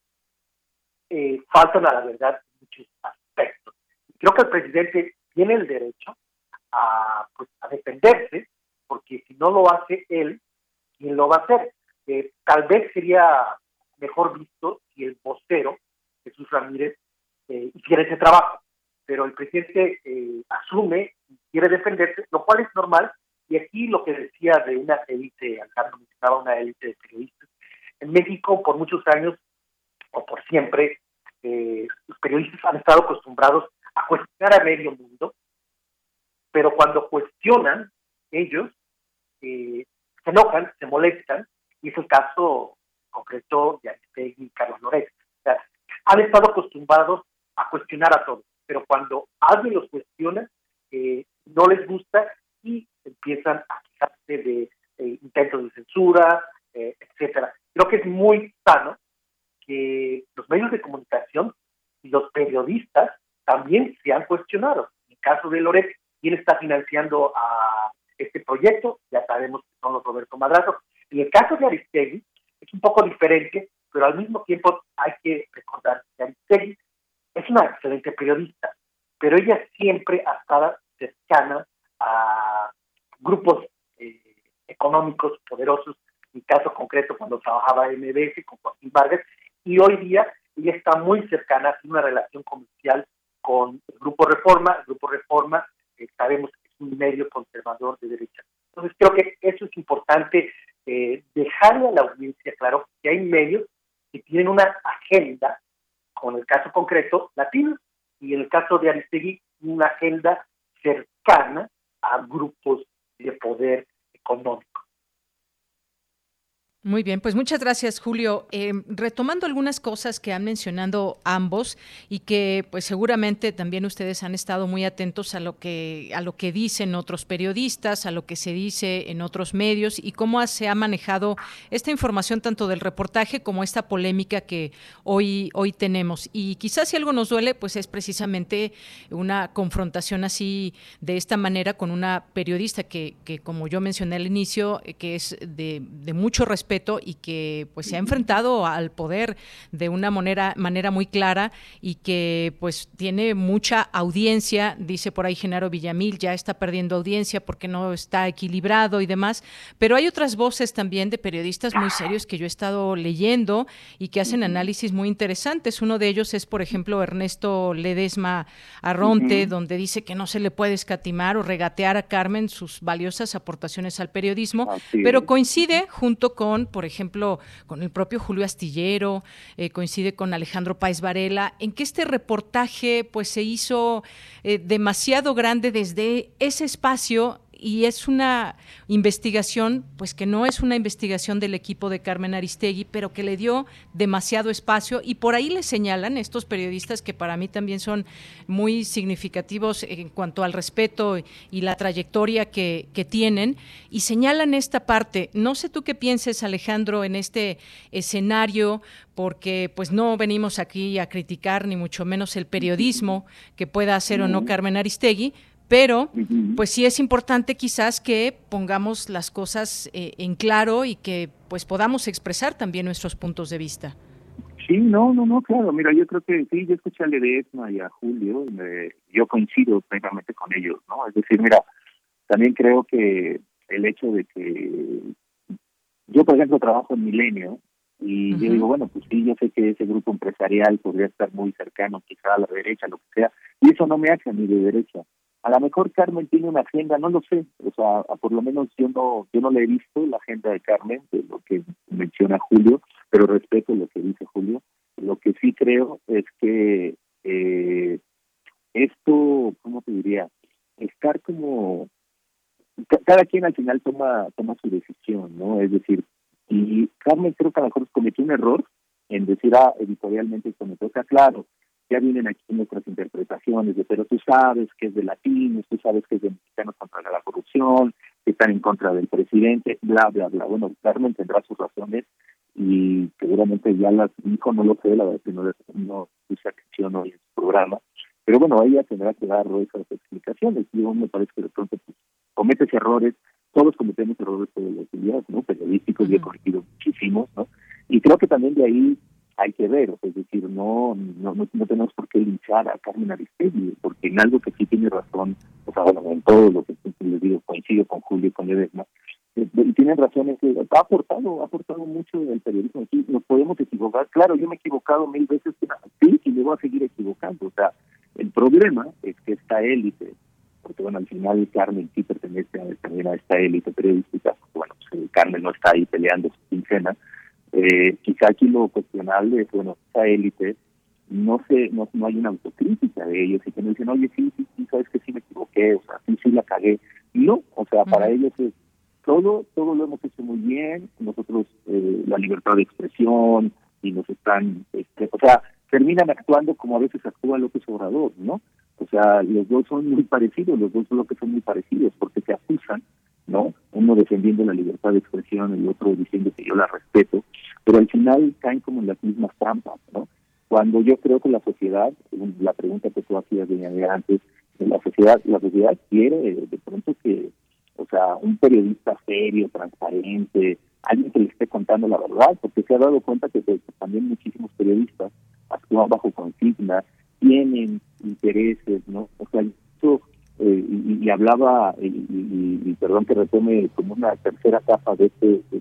faltan a la verdad muchos aspectos. Creo que el presidente tiene el derecho a defenderse, porque si no lo hace él, ¿quién lo va a hacer? Tal vez sería mejor visto si el vocero, Jesús Ramírez, hiciera ese trabajo, pero el presidente asume y quiere defenderse, lo cual es normal, y aquí lo que decía de una élite, Alejandro mencionaba una élite de periodistas, en México por muchos años, o por siempre, los periodistas han estado acostumbrados a cuestionar a medio mundo, pero cuando cuestionan, ellos se enojan, se molestan, y es el caso concreto de Aristegui y Carlos Loret. O sea, han estado acostumbrados a cuestionar a todos, pero cuando alguien los cuestiona, no les gusta y empiezan a quejarse de intentos de censura, etcétera. Creo que es muy sano que los medios de comunicación y los periodistas también se han cuestionado. En el caso de Loret, ¿quién está financiando a este proyecto? Ya sabemos que son los Roberto Madrazo. En el caso de Aristegui, es un poco diferente, pero al mismo tiempo hay que recordar que Aristegui es una excelente periodista, pero ella siempre ha estado cercana a grupos económicos poderosos, en caso concreto cuando trabajaba en MBS con Joaquín Vargas, y hoy día ella está muy cercana, tiene una relación comercial con el Grupo Reforma. El Grupo Reforma sabemos que es un medio conservador de derecha. Entonces creo que eso es importante, dejarle a la audiencia claro que hay medios que tienen una agenda, como en el caso concreto latino, y en el caso de Aristegui, una agenda cercana a grupos de poder económico. Muy bien, pues muchas gracias, Julio. Retomando algunas cosas que han mencionado ambos y que pues seguramente también ustedes han estado muy atentos a lo que dicen otros periodistas, a lo que se dice en otros medios y cómo se ha manejado esta información tanto del reportaje como esta polémica que hoy tenemos. Y quizás si algo nos duele, pues es precisamente una confrontación así de esta manera con una periodista que como yo mencioné al inicio, que es de mucho respeto y que pues se ha enfrentado al poder de una manera muy clara y que pues tiene mucha audiencia. Dice por ahí Genaro Villamil, ya está perdiendo audiencia porque no está equilibrado y demás, pero hay otras voces también de periodistas muy serios que yo he estado leyendo y que hacen análisis muy interesantes. Uno de ellos es, por ejemplo, Ernesto Ledesma Arronte, donde dice que no se le puede escatimar o regatear a Carmen sus valiosas aportaciones al periodismo, pero coincide junto con, por ejemplo, con el propio Julio Astillero, coincide con Alejandro Páez Varela, en que este reportaje pues se hizo demasiado grande desde ese espacio y es una investigación, pues que no es una investigación del equipo de Carmen Aristegui, pero que le dio demasiado espacio y por ahí le señalan estos periodistas que para mí también son muy significativos en cuanto al respeto y la trayectoria que tienen y señalan esta parte. No sé tú qué pienses, Alejandro, en este escenario, porque pues no venimos aquí a criticar ni mucho menos el periodismo que pueda hacer o no Carmen Aristegui, pero pues sí es importante quizás que pongamos las cosas en claro y que pues podamos expresar también nuestros puntos de vista. Sí, no, claro, mira, yo creo que sí, yo escuché a Ledesma y a Julio, yo coincido plenamente con ellos, ¿no? Es decir, mira, también creo que el hecho de que yo, por ejemplo, trabajo en Milenio y yo digo, bueno, pues sí, yo sé que ese grupo empresarial podría estar muy cercano quizá a la derecha, lo que sea, y eso no me hace a mí de derecha. A lo mejor Carmen tiene una agenda, no lo sé, o sea, por lo menos yo no le he visto la agenda de Carmen, de lo que menciona Julio, pero respeto lo que dice Julio. Lo que sí creo es que esto, ¿cómo te diría? Estar como... Cada quien al final toma su decisión, ¿no? Es decir, y Carmen creo que a lo mejor cometió un error en decir, editorialmente esto me toca, claro, ya vienen aquí nuestras interpretaciones pero tú sabes que es de latinos, tú sabes que es de mexicanos contra la corrupción, que están en contra del presidente, bla, bla, bla. Bueno, Carmen tendrá sus razones y seguramente ya mi hijo no lo sé, la verdad que no puse atención hoy en su programa, pero bueno, ella tendrá que dar esas explicaciones. Yo me parece que de pronto cometes errores, todos cometemos errores todos los días, ¿no? Periodísticos, y he cometido muchísimos, ¿no? Y creo que también de ahí hay que ver, es decir, no tenemos por qué linchar a Carmen Aristegui, porque en algo que sí tiene razón, o sea, bueno, en todo lo que les digo, coincido con Julio y con Ledesma, y tienen razón en que ha aportado mucho el periodismo. Aquí nos podemos equivocar, claro, yo me he equivocado 1000 veces, sí, y me voy a seguir equivocando, o sea, el problema es que esta élite, porque bueno, al final Carmen sí pertenece también a esta élite periodística, bueno, pues, Carmen no está ahí peleando su quincena. Quizá aquí lo cuestionable es, bueno, esa élite no hay una autocrítica de ellos y que no dicen, oye, sí, sabes que sí me equivoqué, o sea, sí la cagué. No, o sea, para ellos es todo lo hemos hecho muy bien, nosotros la libertad de expresión y nos están, o sea, terminan actuando como a veces actúa López Obrador, ¿no? O sea, los dos son muy parecidos, los dos bloques son muy parecidos porque se acusan, ¿no? Uno defendiendo la libertad de expresión, el otro diciendo que yo la respeto, pero al final caen como en las mismas trampas, ¿no? Cuando yo creo que la sociedad, la pregunta que tú hacías de antes, la sociedad quiere de pronto que, o sea, un periodista serio, transparente, alguien que le esté contando la verdad, porque se ha dado cuenta que también muchísimos periodistas actúan bajo consigna, tienen intereses, ¿no? O sea, eso, y hablaba, y perdón que retome como una tercera capa de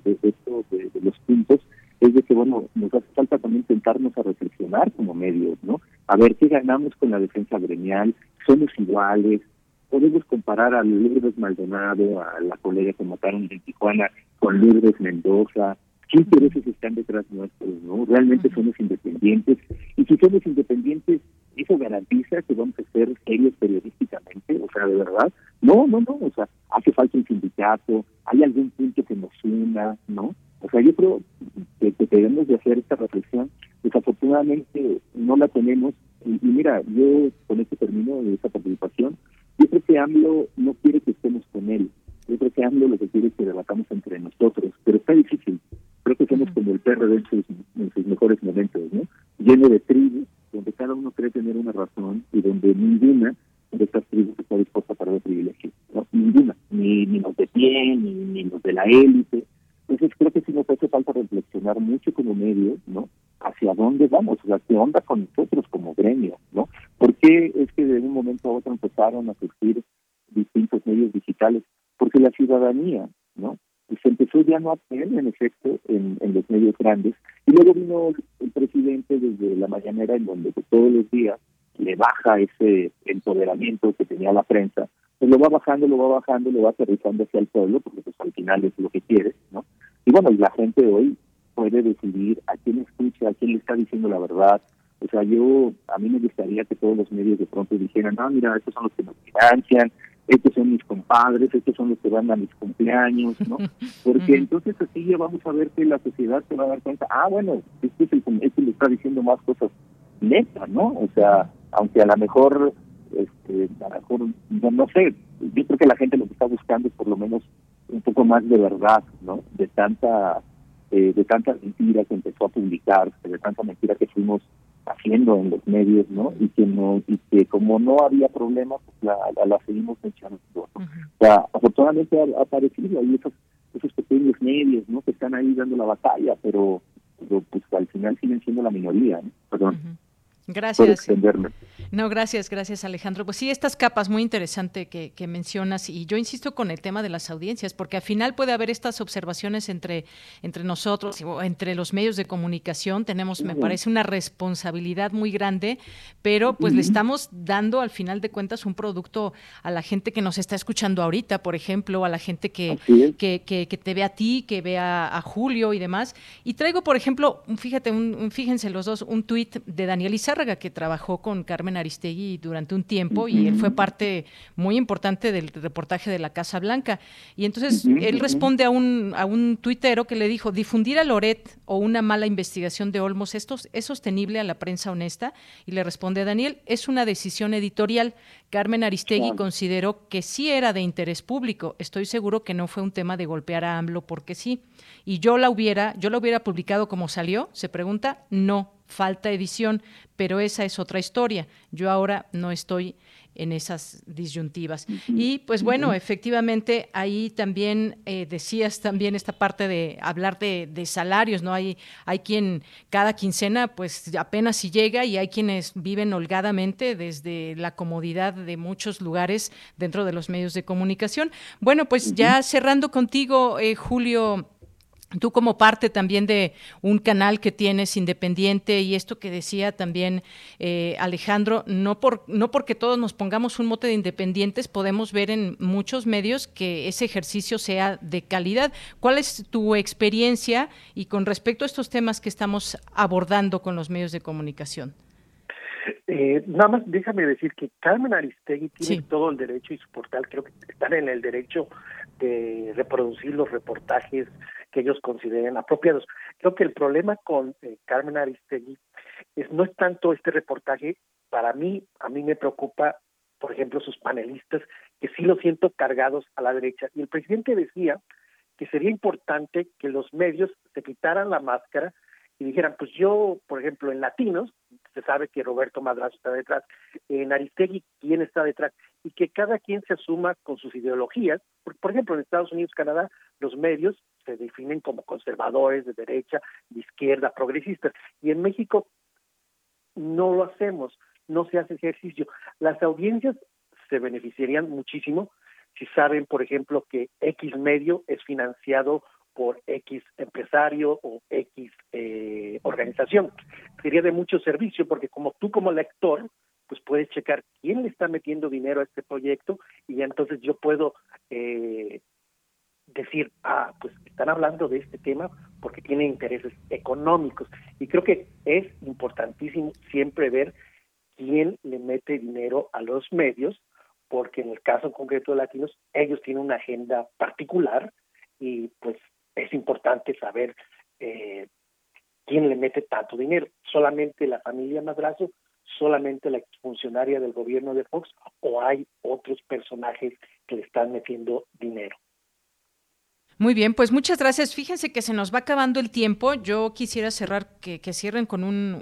los puntos, es de que, bueno, nos hace falta también sentarnos a reflexionar como medios, ¿no? A ver qué ganamos con la defensa gremial, somos iguales, podemos comparar a Lourdes Maldonado, a la colega que mataron en Tijuana, con Lourdes Mendoza. ¿Qué intereses están detrás nuestros, no? ¿Realmente somos independientes? Y si somos independientes, ¿eso garantiza que vamos a ser serios periodísticamente? O sea, ¿de verdad? No, o sea, hace falta un sindicato, hay algún punto que nos una, ¿no? O sea, yo creo que debemos de hacer esta reflexión. Desafortunadamente no la tenemos, y mira, yo con este término de esta participación, yo creo que AMLO no quiere que estemos con él. Yo creo que AMLO lo que quiere es que debatamos entre nosotros, pero está difícil. Creo que somos como el PRD en sus mejores momentos, ¿no? Lleno de tribus, donde cada uno cree tener una razón y donde ninguna de estas tribus está dispuesta a perder privilegios, ¿no? Ninguna, ni los de pie, ni los de la élite. Entonces creo que sí nos hace falta reflexionar mucho como medio, ¿no? Hacia dónde vamos, o sea, qué onda con nosotros como gremio, ¿no? ¿Por qué es que de un momento a otro empezaron a surgir distintos medios digitales? Porque la ciudadanía, ¿no? Y se empezó ya no a tener en efecto en los medios grandes, y luego vino el presidente desde la mañanera, en donde pues, todos los días le baja ese empoderamiento que tenía la prensa, pues lo va bajando, lo va aterrizando hacia el pueblo, porque pues al final es lo que quiere, ¿no? Y bueno, y la gente hoy puede decidir a quién escucha, a quién le está diciendo la verdad. O sea, a mí me gustaría que todos los medios de pronto dijeran, mira, estos son los que nos financian, estos son mis compadres, estos son los que van a mis cumpleaños, ¿no? Porque entonces así ya vamos a ver que la sociedad se va a dar cuenta, bueno, este le está diciendo más cosas netas, ¿no? O sea, aunque a lo mejor, no sé, yo creo que la gente lo que está buscando es por lo menos un poco más de verdad, ¿no? De tantas mentiras que empezó a publicar, de tanta mentira que fuimos haciendo en los medios, ¿no? Y que como no había problema, pues la seguimos echando. O sea, afortunadamente ha aparecido ahí esos pequeños medios, ¿no? Que están ahí dando la batalla, pero pues al final siguen siendo la minoría, ¿no? Perdón. Gracias. No, gracias Alejandro. Pues sí, estas capas muy interesante que mencionas, y yo insisto con el tema de las audiencias, porque al final puede haber estas observaciones entre nosotros, entre los medios de comunicación, tenemos, me parece, una responsabilidad muy grande, pero pues le estamos dando al final de cuentas un producto a la gente que nos está escuchando ahorita, por ejemplo, a la gente que te ve a ti, que ve a Julio y demás. Y traigo, por ejemplo, fíjense los dos, un tuit de Daniel Izárraga, que trabajó con Carmen Carmen Aristegui durante un tiempo y él fue parte muy importante del reportaje de la Casa Blanca. Y entonces él responde a un tuitero que le dijo: difundir a Loret o una mala investigación de Olmos, ¿es sostenible a la prensa honesta? Y le responde a Daniel: es una decisión editorial. Carmen Aristegui consideró que sí era de interés público. Estoy seguro que no fue un tema de golpear a AMLO porque sí. Y yo la hubiera publicado como salió, se pregunta. No, falta edición, pero esa es otra historia. Yo ahora no estoy en esas disyuntivas. Y pues bueno, efectivamente ahí también decías también esta parte de hablar de salarios, ¿no? Hay quien cada quincena pues apenas si llega, y hay quienes viven holgadamente desde la comodidad de muchos lugares dentro de los medios de comunicación. Bueno, pues ya cerrando contigo, Julio, tú como parte también de un canal que tienes independiente, y esto que decía también Alejandro, no porque todos nos pongamos un mote de independientes, podemos ver en muchos medios que ese ejercicio sea de calidad. ¿Cuál es tu experiencia y con respecto a estos temas que estamos abordando con los medios de comunicación? Nada más déjame decir que Carmen Aristegui tiene todo el derecho, y su portal creo que están en el derecho de reproducir los reportajes que ellos consideren apropiados. Creo que el problema con Carmen Aristegui no es tanto este reportaje. A mí me preocupa, por ejemplo, sus panelistas, que sí lo siento cargados a la derecha. Y el presidente decía que sería importante que los medios se quitaran la máscara y dijeran, pues yo, por ejemplo, en Latinos, se sabe que Roberto Madrazo está detrás, en Aristegui, ¿quién está detrás? Y que cada quien se asuma con sus ideologías. Por ejemplo, en Estados Unidos, Canadá, los medios se definen como conservadores, de derecha, de izquierda, progresistas. Y en México no lo hacemos, no se hace ejercicio. Las audiencias se beneficiarían muchísimo si saben, por ejemplo, que X medio es financiado por X empresario o X organización. Sería de mucho servicio, porque como lector, pues puedes checar quién le está metiendo dinero a este proyecto, y ya entonces yo puedo decir, pues están hablando de este tema porque tiene intereses económicos. Y creo que es importantísimo siempre ver quién le mete dinero a los medios, porque en el caso concreto de Latinos, ellos tienen una agenda particular, y pues es importante saber quién le mete tanto dinero. ¿Solamente la familia Madrazo? ¿Solamente la exfuncionaria del gobierno de Fox? ¿O hay otros personajes que le están metiendo dinero? Muy bien, pues muchas gracias. Fíjense que se nos va acabando el tiempo. Yo quisiera cerrar, que cierren con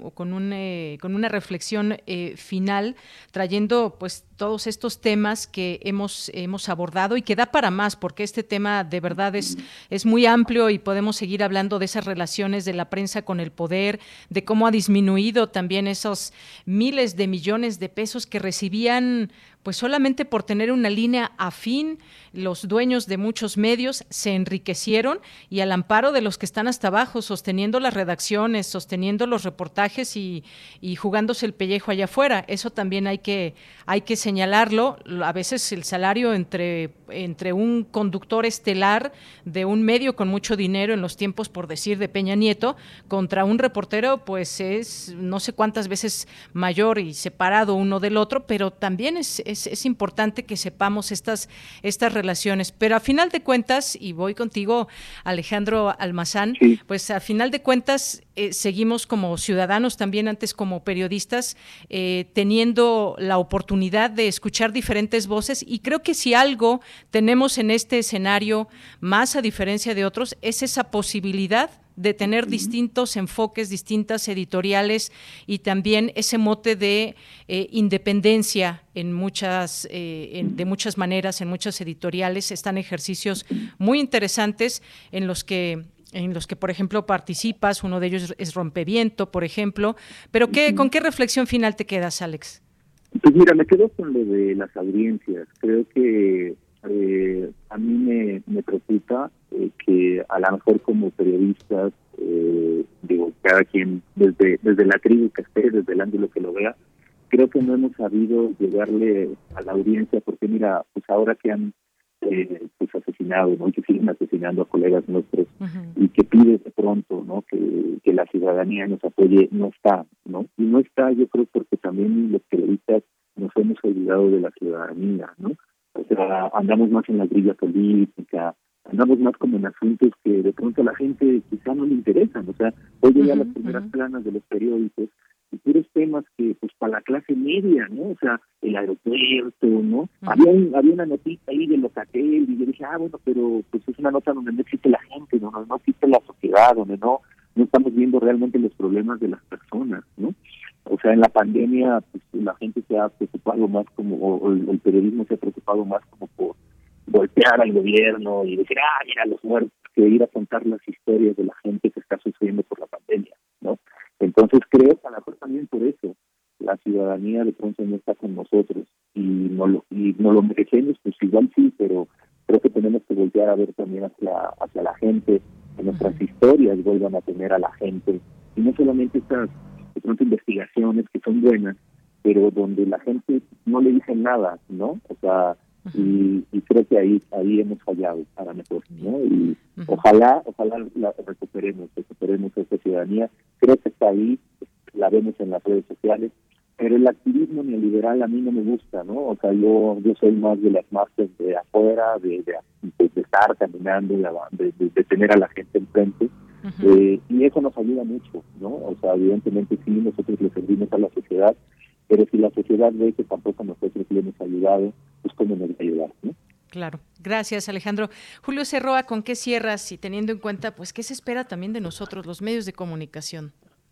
una reflexión final, trayendo pues todos estos temas que hemos abordado y que da para más, porque este tema de verdad es muy amplio y podemos seguir hablando de esas relaciones de la prensa con el poder, de cómo ha disminuido también esos miles de millones de pesos que recibían pues solamente por tener una línea afín. Los dueños de muchos medios se enriquecieron, y al amparo de los que están hasta abajo, sosteniendo las redacciones, sosteniendo los reportajes y jugándose el pellejo allá afuera. Eso también hay que señalarlo. A veces el salario entre un conductor estelar de un medio con mucho dinero en los tiempos, por decir, de Peña Nieto, contra un reportero, pues es no sé cuántas veces mayor y separado uno del otro, pero también es importante que sepamos estas relaciones. Pero a final de cuentas, y voy contigo, Alejandro Almazán, pues a final de cuentas seguimos como ciudadanos, también antes como periodistas, teniendo la oportunidad de escuchar diferentes voces, y creo que si algo tenemos en este escenario, más a diferencia de otros, es esa posibilidad de tener distintos enfoques, distintas editoriales, y también ese mote de independencia de muchas maneras, en muchas editoriales. Están ejercicios muy interesantes en los que, por ejemplo, participas. Uno de ellos es Rompeviento, por ejemplo. Pero ¿con qué reflexión final te quedas, Alex? Pues mira, me quedo con lo de las audiencias. Creo que a mí me preocupa que a lo mejor como periodistas, cada quien desde la tribu que esté, desde el ángulo que lo vea, creo que no hemos sabido llegarle a la audiencia, porque mira, pues ahora que han pues asesinado, ¿no? Y que siguen asesinando a colegas nuestros, y que pide de pronto, ¿no? Que la ciudadanía nos apoye, no está, ¿no? Y no está, yo creo, porque también los periodistas nos hemos olvidado de la ciudadanía, ¿no? O sea, andamos más en la grilla política, andamos más como en asuntos que de pronto a la gente quizá no le interesan. O sea, hoy llegan las primeras planas de los periódicos y puros temas que, pues, para la clase media, ¿no? O sea, el aeropuerto, ¿no? Había una notita ahí de Locatel y yo dije, bueno, pero pues es una nota donde no existe la gente, no existe la sociedad, donde no estamos viendo realmente los problemas de las personas, ¿no? O sea, en la pandemia, pues la gente se ha preocupado más o el periodismo se ha preocupado más como por golpear al gobierno y decir, mira los muertos, que ir a contar las historias de la gente que está sufriendo por la pandemia, ¿no? Entonces creo que a lo mejor también por eso la ciudadanía de pronto no está con nosotros y no lo merecemos, pues igual sí, pero creo que tenemos que voltear a ver también hacia la gente, que nuestras historias vuelvan a tener a la gente, y no solamente estas de pronto investigaciones que son buenas, pero donde la gente no le dice nada, ¿no? O sea, y creo que ahí hemos fallado para mejor, ¿no? Y ojalá la recuperemos esta ciudadanía. Creo que está ahí, la vemos en las redes sociales, pero el activismo neoliberal a mí no me gusta, ¿no? O sea, yo soy más de las marchas de afuera, de estar caminando, de tener a la gente enfrente. Y eso nos ayuda mucho, ¿no? O sea, evidentemente sí, nosotros le servimos a la sociedad, pero si la sociedad ve que tampoco nosotros le hemos ayudado, pues cómo nos va a ayudar, ¿no? Claro. Gracias, Alejandro. Julio C. Roa, ¿con qué cierras? Y teniendo en cuenta, pues, ¿qué se espera también de nosotros, los medios de comunicación?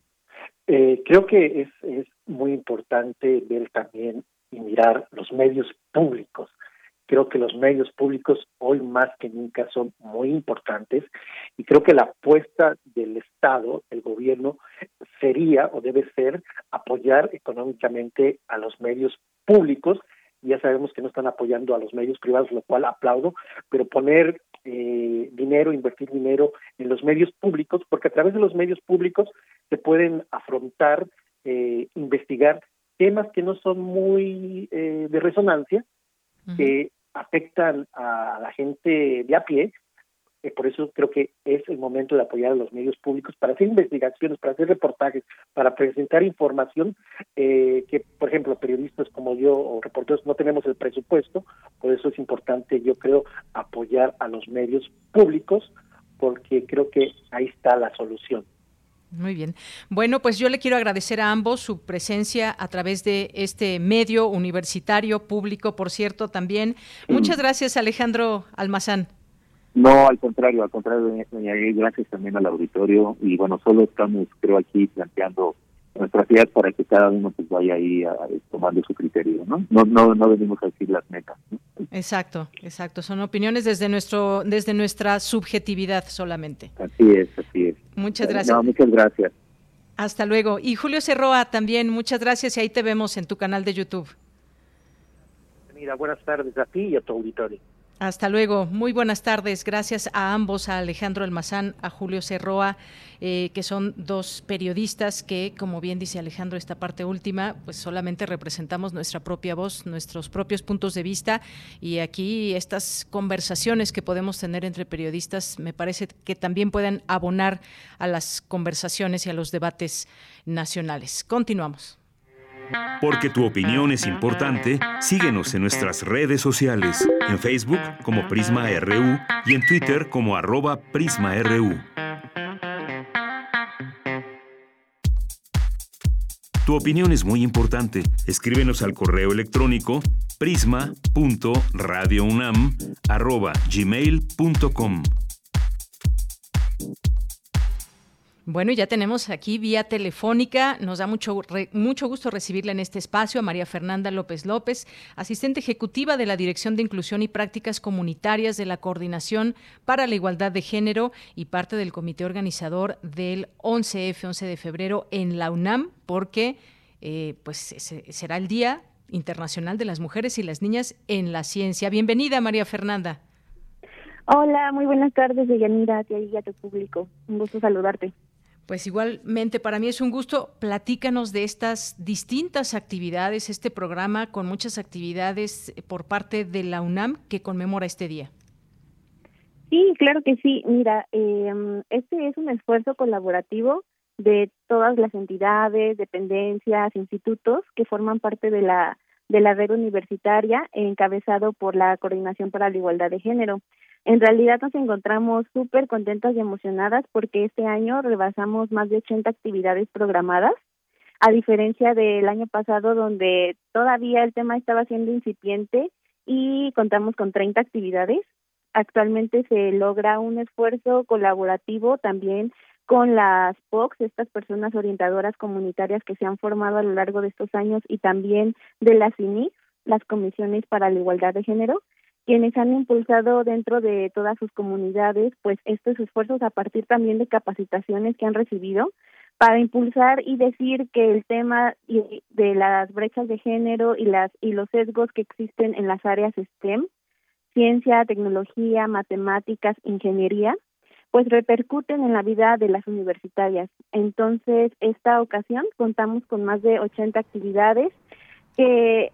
Creo que es muy importante ver también y mirar los medios públicos. Creo que los medios públicos hoy más que nunca son muy importantes, y creo que la apuesta del Estado, el gobierno, sería o debe ser apoyar económicamente a los medios públicos. Ya sabemos que no están apoyando a los medios privados, lo cual aplaudo, pero poner invertir dinero en los medios públicos, porque a través de los medios públicos se pueden afrontar, investigar temas que no son muy de resonancia, que afectan a la gente de a pie. Por eso creo que es el momento de apoyar a los medios públicos para hacer investigaciones, para hacer reportajes, para presentar información que, por ejemplo, periodistas como yo o reporteros no tenemos el presupuesto. Por eso es importante, yo creo, apoyar a los medios públicos, porque creo que ahí está la solución. Muy bien. Bueno, pues yo le quiero agradecer a ambos su presencia a través de este medio universitario, público, por cierto, también. Muchas gracias, Alejandro Almazán. No, al contrario, doña Gaby, gracias también al auditorio, y bueno, solo estamos, creo, aquí planteando nuestras ideas para que cada uno pues vaya ahí tomando su criterio, ¿no? No venimos a decir las metas, ¿no? Exacto, son opiniones desde nuestra subjetividad solamente. Así es. Muchas gracias. No, muchas gracias. Hasta luego. Y Julio C. Roa también, muchas gracias, y ahí te vemos en tu canal de YouTube. Mira, buenas tardes a ti y a tu auditorio. Hasta luego, muy buenas tardes, gracias a ambos, a Alejandro Almazán, a Julio C. Roa, que son dos periodistas que, como bien dice Alejandro, esta parte última, pues solamente representamos nuestra propia voz, nuestros propios puntos de vista, y aquí estas conversaciones que podemos tener entre periodistas me parece que también pueden abonar a las conversaciones y a los debates nacionales. Continuamos. Porque tu opinión es importante, síguenos en nuestras redes sociales, en Facebook como Prisma RU y en Twitter como @PrismaRU. Tu opinión es muy importante. Escríbenos al correo electrónico prisma.radiounam@gmail.com. Bueno, ya tenemos aquí vía telefónica, nos da mucho gusto recibirla en este espacio a María Fernanda López López, asistente ejecutiva de la Dirección de Inclusión y Prácticas Comunitarias de la Coordinación para la Igualdad de Género y parte del comité organizador del 11 de febrero en la UNAM, porque pues será el Día Internacional de las Mujeres y las Niñas en la Ciencia. Bienvenida, María Fernanda. Hola, muy buenas tardes, Deyanira, a ti y a tu público. Un gusto saludarte. Pues igualmente, para mí es un gusto. Platícanos de estas distintas actividades, este programa con muchas actividades por parte de la UNAM que conmemora este día. Sí, claro que sí. Mira, este es un esfuerzo colaborativo de todas las entidades, dependencias, institutos que forman parte de la red universitaria, encabezado por la Coordinación para la Igualdad de Género. En realidad nos encontramos súper contentas y emocionadas porque este año rebasamos más de 80 actividades programadas, a diferencia del año pasado donde todavía el tema estaba siendo incipiente y contamos con 30 actividades. Actualmente se logra un esfuerzo colaborativo también con las POCs, estas personas orientadoras comunitarias que se han formado a lo largo de estos años, y también de las CINIC, las Comisiones para la Igualdad de Género, quienes han impulsado dentro de todas sus comunidades pues estos esfuerzos a partir también de capacitaciones que han recibido para impulsar y decir que el tema de las brechas de género y los sesgos que existen en las áreas STEM, ciencia, tecnología, matemáticas, ingeniería, pues repercuten en la vida de las universitarias. Entonces, esta ocasión contamos con más de 80 actividades que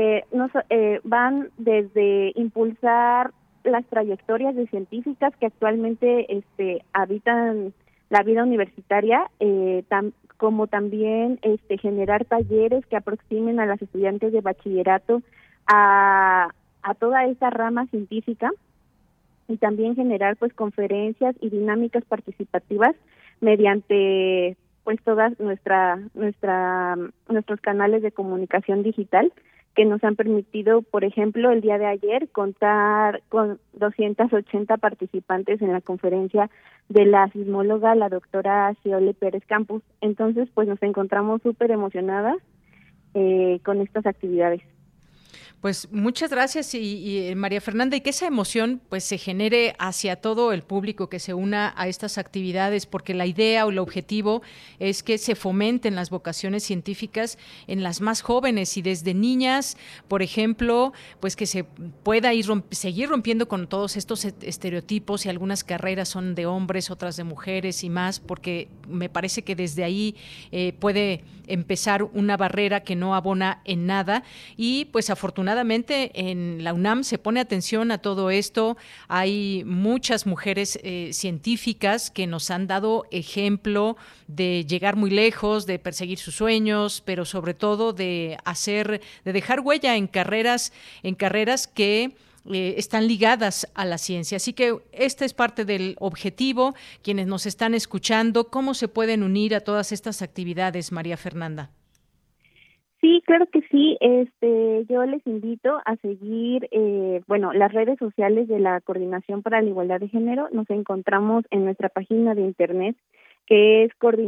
van desde impulsar las trayectorias de científicas que actualmente habitan la vida universitaria, como también generar talleres que aproximen a las estudiantes de bachillerato a toda esta rama científica, y también generar pues conferencias y dinámicas participativas mediante pues todas nuestros canales de comunicación digital, que nos han permitido, por ejemplo, el día de ayer contar con 280 participantes en la conferencia de la sismóloga, la doctora Xiole Pérez Campos. Entonces, pues nos encontramos súper emocionadas con estas actividades. Pues muchas gracias y María Fernanda, y que esa emoción pues se genere hacia todo el público que se una a estas actividades, porque la idea o el objetivo es que se fomenten las vocaciones científicas en las más jóvenes y desde niñas, por ejemplo, pues que se pueda seguir rompiendo con todos estos estereotipos, y algunas carreras son de hombres, otras de mujeres y más, porque me parece que desde ahí puede empezar una barrera que no abona en nada. Y pues afortunadamente en la UNAM se pone atención a todo esto. Hay muchas mujeres científicas que nos han dado ejemplo de llegar muy lejos, de perseguir sus sueños, pero sobre todo de dejar huella en carreras que están ligadas a la ciencia. Así que este es parte del objetivo. Quienes nos están escuchando, ¿cómo se pueden unir a todas estas actividades, María Fernanda? Sí, claro que sí. Yo les invito a seguir, las redes sociales de la Coordinación para la Igualdad de Género. Nos encontramos en nuestra página de internet, que es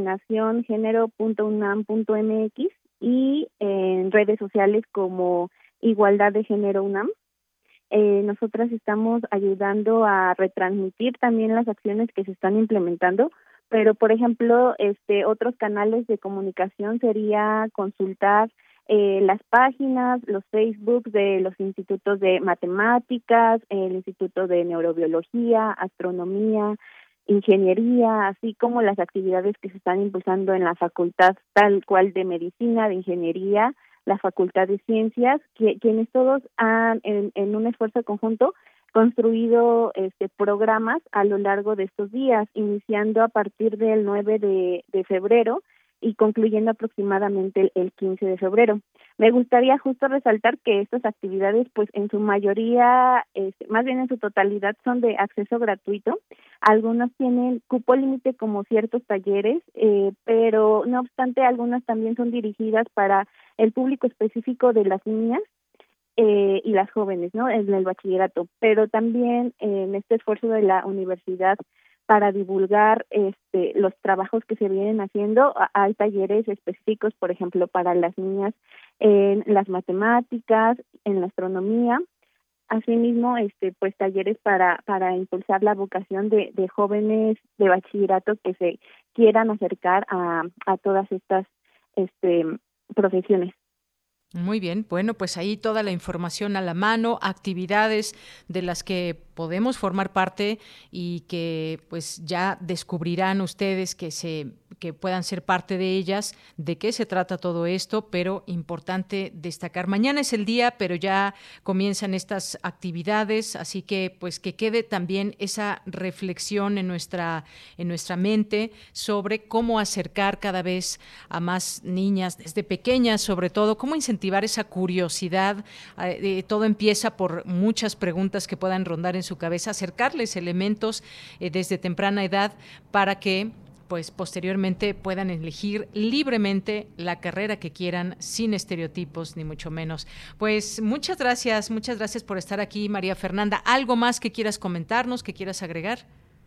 coordinaciongénero.unam.mx, y en redes sociales como Igualdad de Género UNAM. Nosotras estamos ayudando a retransmitir también las acciones que se están implementando, pero por ejemplo, otros canales de comunicación sería consultar las páginas, los Facebook de los institutos de matemáticas, el Instituto de Neurobiología, Astronomía, Ingeniería, así como las actividades que se están impulsando en la facultad tal cual de Medicina, de Ingeniería, la Facultad de Ciencias, quienes todos han, en un esfuerzo conjunto, construido programas a lo largo de estos días, iniciando a partir del 9 de febrero y concluyendo aproximadamente el 15 de febrero. Me gustaría justo resaltar que estas actividades, pues en su mayoría, más bien en su totalidad, son de acceso gratuito. Algunas tienen cupo límite como ciertos talleres, pero no obstante, algunas también son dirigidas para el público específico de las niñas y las jóvenes, ¿no?, en el bachillerato, pero también en este esfuerzo de la universidad para divulgar los trabajos que se vienen haciendo, hay talleres específicos, por ejemplo, para las niñas en las matemáticas, en la astronomía. Asimismo, pues talleres para impulsar la vocación de jóvenes de bachillerato que se quieran acercar a todas estas profesiones. Muy bien, bueno, pues ahí toda la información a la mano, actividades de las que podemos formar parte y que pues ya descubrirán ustedes que puedan ser parte de ellas, de qué se trata todo esto, pero importante destacar. Mañana es el día, pero ya comienzan estas actividades, así que pues que quede también esa reflexión en nuestra mente sobre cómo acercar cada vez a más niñas desde pequeñas, sobre todo, cómo incentivar esa curiosidad. Todo empieza por muchas preguntas que puedan rondar en su cabeza, acercarles elementos desde temprana edad para que pues posteriormente puedan elegir libremente la carrera que quieran, sin estereotipos ni mucho menos. Pues muchas gracias por estar aquí, María Fernanda. ¿Algo más que quieras comentarnos, que quieras agregar?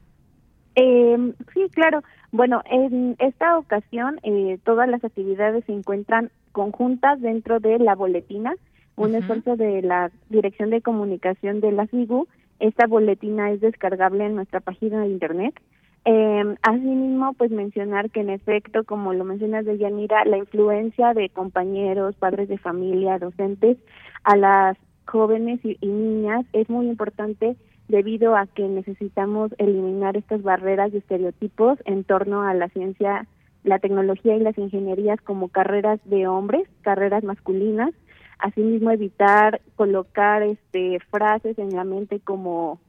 Sí, claro. Bueno, en esta ocasión todas las actividades se encuentran conjuntas dentro de la boletina, un esfuerzo de la Dirección de Comunicación de la SIGU. Esta boletina es descargable en nuestra página de internet. Asimismo, pues mencionar que en efecto, como lo mencionas Deyanira, la influencia de compañeros, padres de familia, docentes a las jóvenes y niñas es muy importante, debido a que necesitamos eliminar estas barreras de estereotipos en torno a la ciencia, la tecnología y las ingenierías como carreras de hombres, carreras masculinas. Asimismo, evitar colocar frases en la mente como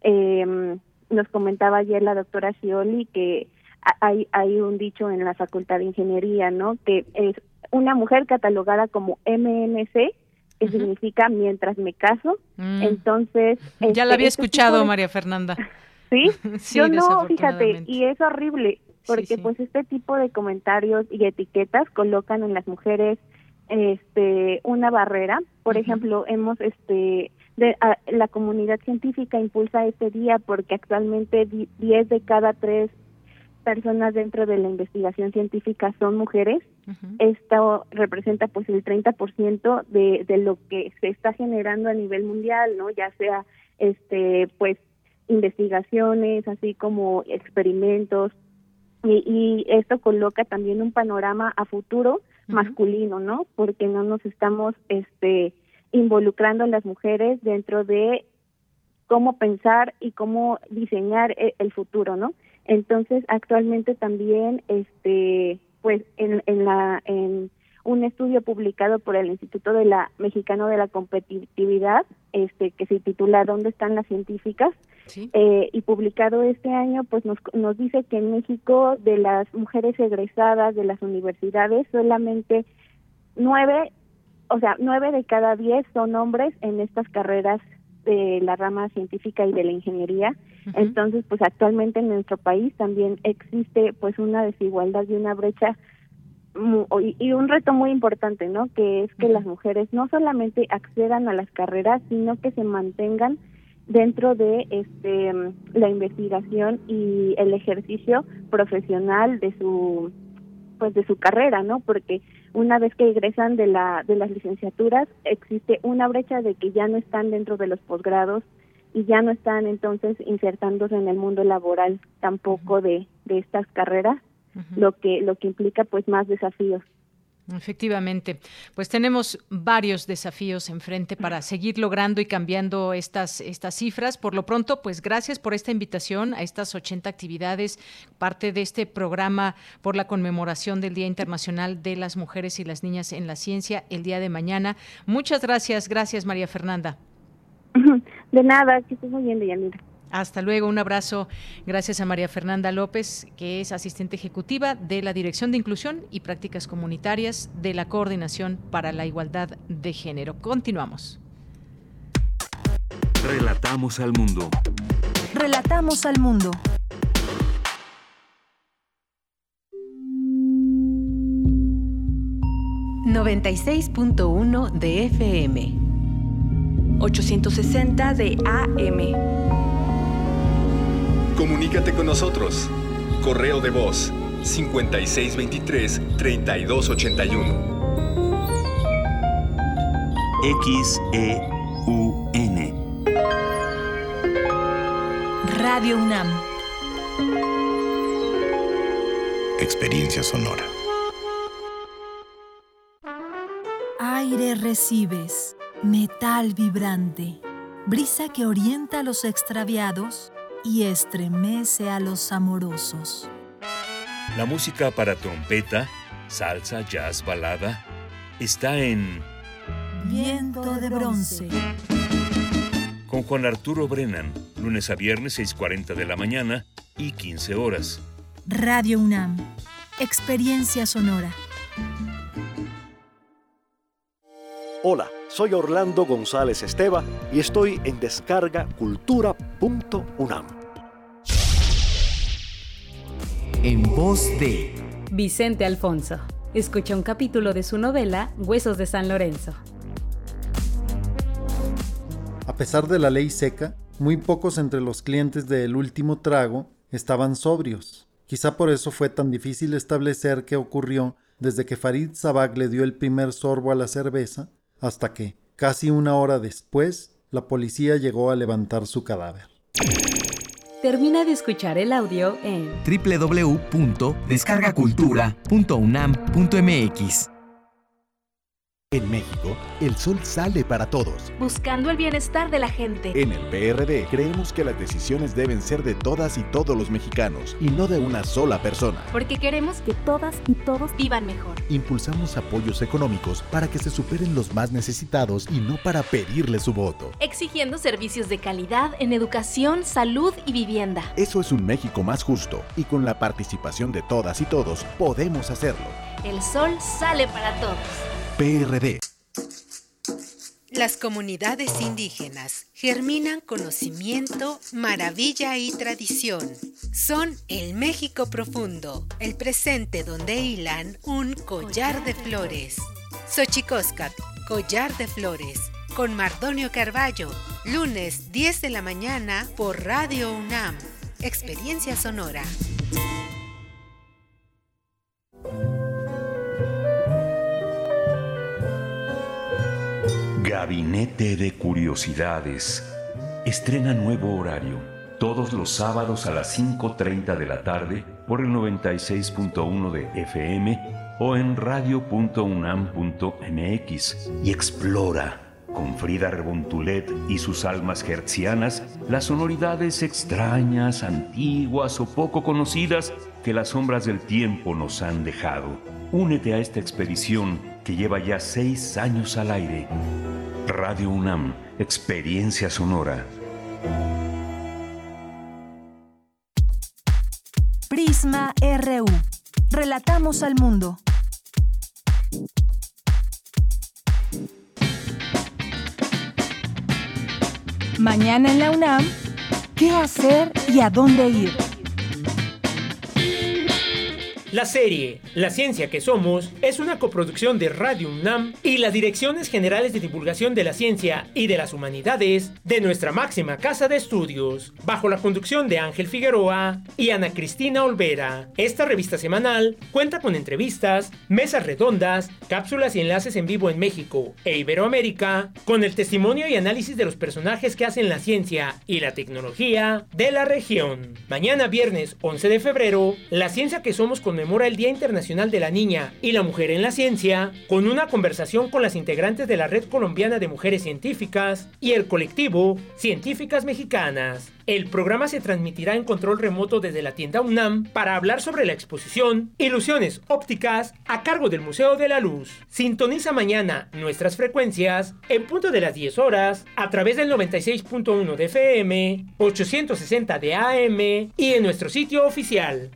nos comentaba ayer la doctora Scioli, que hay un dicho en la Facultad de Ingeniería, ¿no?, que es una mujer catalogada como MNC, que significa mientras me caso. Entonces ya la había escuchado, María Fernanda. ¿Sí? Sí, yo no, fíjate, y es horrible porque Sí. pues este tipo de comentarios y etiquetas colocan en las mujeres una barrera. Por ejemplo, hemos la comunidad científica impulsa este día porque actualmente 10 de cada 3 personas dentro de la investigación científica son mujeres. Esto representa pues el 30% de lo que se está generando a nivel mundial, ¿no? Ya sea pues investigaciones, así como experimentos, y esto coloca también un panorama a futuro masculino, ¿no? Porque no nos estamos involucrando a las mujeres dentro de cómo pensar y cómo diseñar el futuro, ¿no? Entonces, actualmente también pues en un estudio publicado por el Instituto Mexicano de la Competitividad, que se titula ¿Dónde están las científicas? Sí. Y publicado este año, pues nos dice que en México, de las mujeres egresadas de las universidades, solamente 9 de cada 10 son hombres en estas carreras de la rama científica y de la ingeniería. Entonces, pues actualmente en nuestro país también existe pues una desigualdad y una brecha y un reto muy importante, ¿no?, que es que las mujeres no solamente accedan a las carreras, sino que se mantengan dentro de la investigación y el ejercicio profesional de su carrera, ¿no? Porque una vez que egresan de las licenciaturas, existe una brecha de que ya no están dentro de los posgrados y ya no están entonces insertándose en el mundo laboral tampoco de estas carreras, lo que implica pues más desafíos. Efectivamente, pues tenemos varios desafíos enfrente para seguir logrando y cambiando estas cifras. Por lo pronto, pues gracias por esta invitación a estas 80 actividades, parte de este programa por la conmemoración del Día Internacional de las Mujeres y las Niñas en la Ciencia el día de mañana. Muchas gracias, María Fernanda. De nada, que estés muy bien, Deyanira. Hasta luego, un abrazo. Gracias a María Fernanda López, que es asistente ejecutiva de la Dirección de Inclusión y Prácticas Comunitarias de la Coordinación para la Igualdad de Género. Continuamos. Relatamos al mundo. Relatamos al mundo. ...96.1 de FM... ...860 de AM... Comunícate con nosotros. Correo de voz 5623-3281. XEUN. Radio UNAM. Experiencia sonora. Aire. aire recibes, metal vibrante, brisa que orienta a los extraviados y estremece a los amorosos. La música para trompeta, salsa, jazz, balada, está en Viento de bronce. Con Juan Arturo Brennan, lunes a viernes 6:40 de la mañana y 15 horas. Radio UNAM, experiencia sonora. Hola, soy Orlando González Esteva y estoy en descargacultura.unam. En voz de Vicente Alfonso. Escucha un capítulo de su novela Huesos de San Lorenzo. A pesar de la ley seca, muy pocos entre los clientes de El Último Trago estaban sobrios. Quizá por eso fue tan difícil establecer qué ocurrió desde que Farid Sabag le dio el primer sorbo a la cerveza hasta que, casi una hora después, la policía llegó a levantar su cadáver. Termina de escuchar el audio en www.descargacultura.unam.mx. En México, el sol sale para todos. Buscando el bienestar de la gente. En el PRD creemos que las decisiones deben ser de todas y todos los mexicanos y no de una sola persona. Porque queremos que todas y todos vivan mejor. Impulsamos apoyos económicos para que se superen los más necesitados y no para pedirle su voto. Exigiendo servicios de calidad en educación, salud y vivienda. Eso es un México más justo y con la participación de todas y todos podemos hacerlo. El sol sale para todos. PRD. Las comunidades indígenas germinan conocimiento, maravilla y tradición. Son el México profundo, el presente donde hilan un collar de flores. Xochicóscat, collar de flores, con Mardonio Carballo, lunes 10 de la mañana por Radio UNAM. Experiencia sonora. Gabinete de Curiosidades. Estrena nuevo horario. Todos los sábados a las 5:30 de la tarde por el 96.1 de FM o en radio.unam.mx. Y explora, con Frida Rebontulet y sus almas hertzianas, las sonoridades extrañas, antiguas o poco conocidas que las sombras del tiempo nos han dejado. Únete a esta expedición que lleva ya 6 años al aire. Radio UNAM, experiencia sonora. Prisma RU. Relatamos al mundo. Mañana en la UNAM, ¿qué hacer y a dónde ir? La serie La Ciencia que Somos es una coproducción de Radio UNAM y las Direcciones Generales de Divulgación de la Ciencia y de las Humanidades de nuestra máxima casa de estudios, bajo la conducción de Ángel Figueroa y Ana Cristina Olvera. Esta revista semanal cuenta con entrevistas, mesas redondas, cápsulas y enlaces en vivo en México e Iberoamérica, con el testimonio y análisis de los personajes que hacen la ciencia y la tecnología de la región. Mañana viernes 11 de febrero, La Ciencia que Somos conmemora el Día Internacional de la Niña y la Mujer en la Ciencia, con una conversación con las integrantes de la Red Colombiana de Mujeres Científicas y el colectivo Científicas Mexicanas. El programa se transmitirá en control remoto desde la tienda UNAM para hablar sobre la exposición Ilusiones Ópticas a cargo del Museo de la Luz. Sintoniza mañana nuestras frecuencias en punto de las 10 horas a través del 96.1 de FM, 860 de AM y en nuestro sitio oficial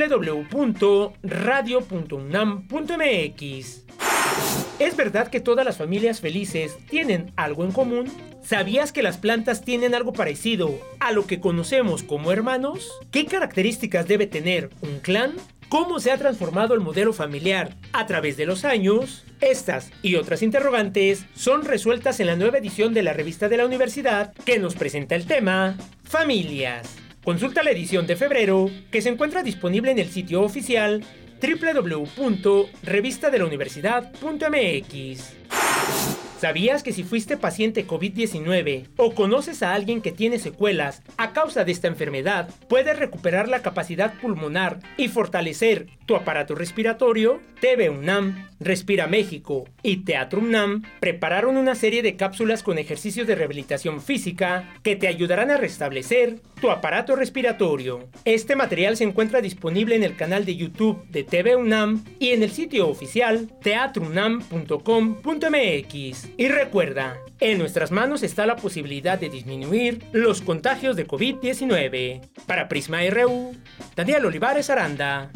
www.radio.unam.mx. ¿Es verdad que todas las familias felices tienen algo en común? ¿Sabías que las plantas tienen algo parecido a lo que conocemos como hermanos? ¿Qué características debe tener un clan? ¿Cómo se ha transformado el modelo familiar a través de los años? Estas y otras interrogantes son resueltas en la nueva edición de la revista de la universidad que nos presenta el tema Familias. Consulta la edición de febrero que se encuentra disponible en el sitio oficial www.revistadelauniversidad.mx. ¿Sabías que si fuiste paciente COVID-19 o conoces a alguien que tiene secuelas a causa de esta enfermedad, puedes recuperar la capacidad pulmonar y fortalecer tu aparato respiratorio? TV UNAM Respira México y Teatro UNAM prepararon una serie de cápsulas con ejercicios de rehabilitación física que te ayudarán a restablecer tu aparato respiratorio. Este material se encuentra disponible en el canal de YouTube de TV UNAM y en el sitio oficial teatrounam.com.mx. Y recuerda, en nuestras manos está la posibilidad de disminuir los contagios de COVID-19. Para Prisma RU, Daniel Olivares Aranda.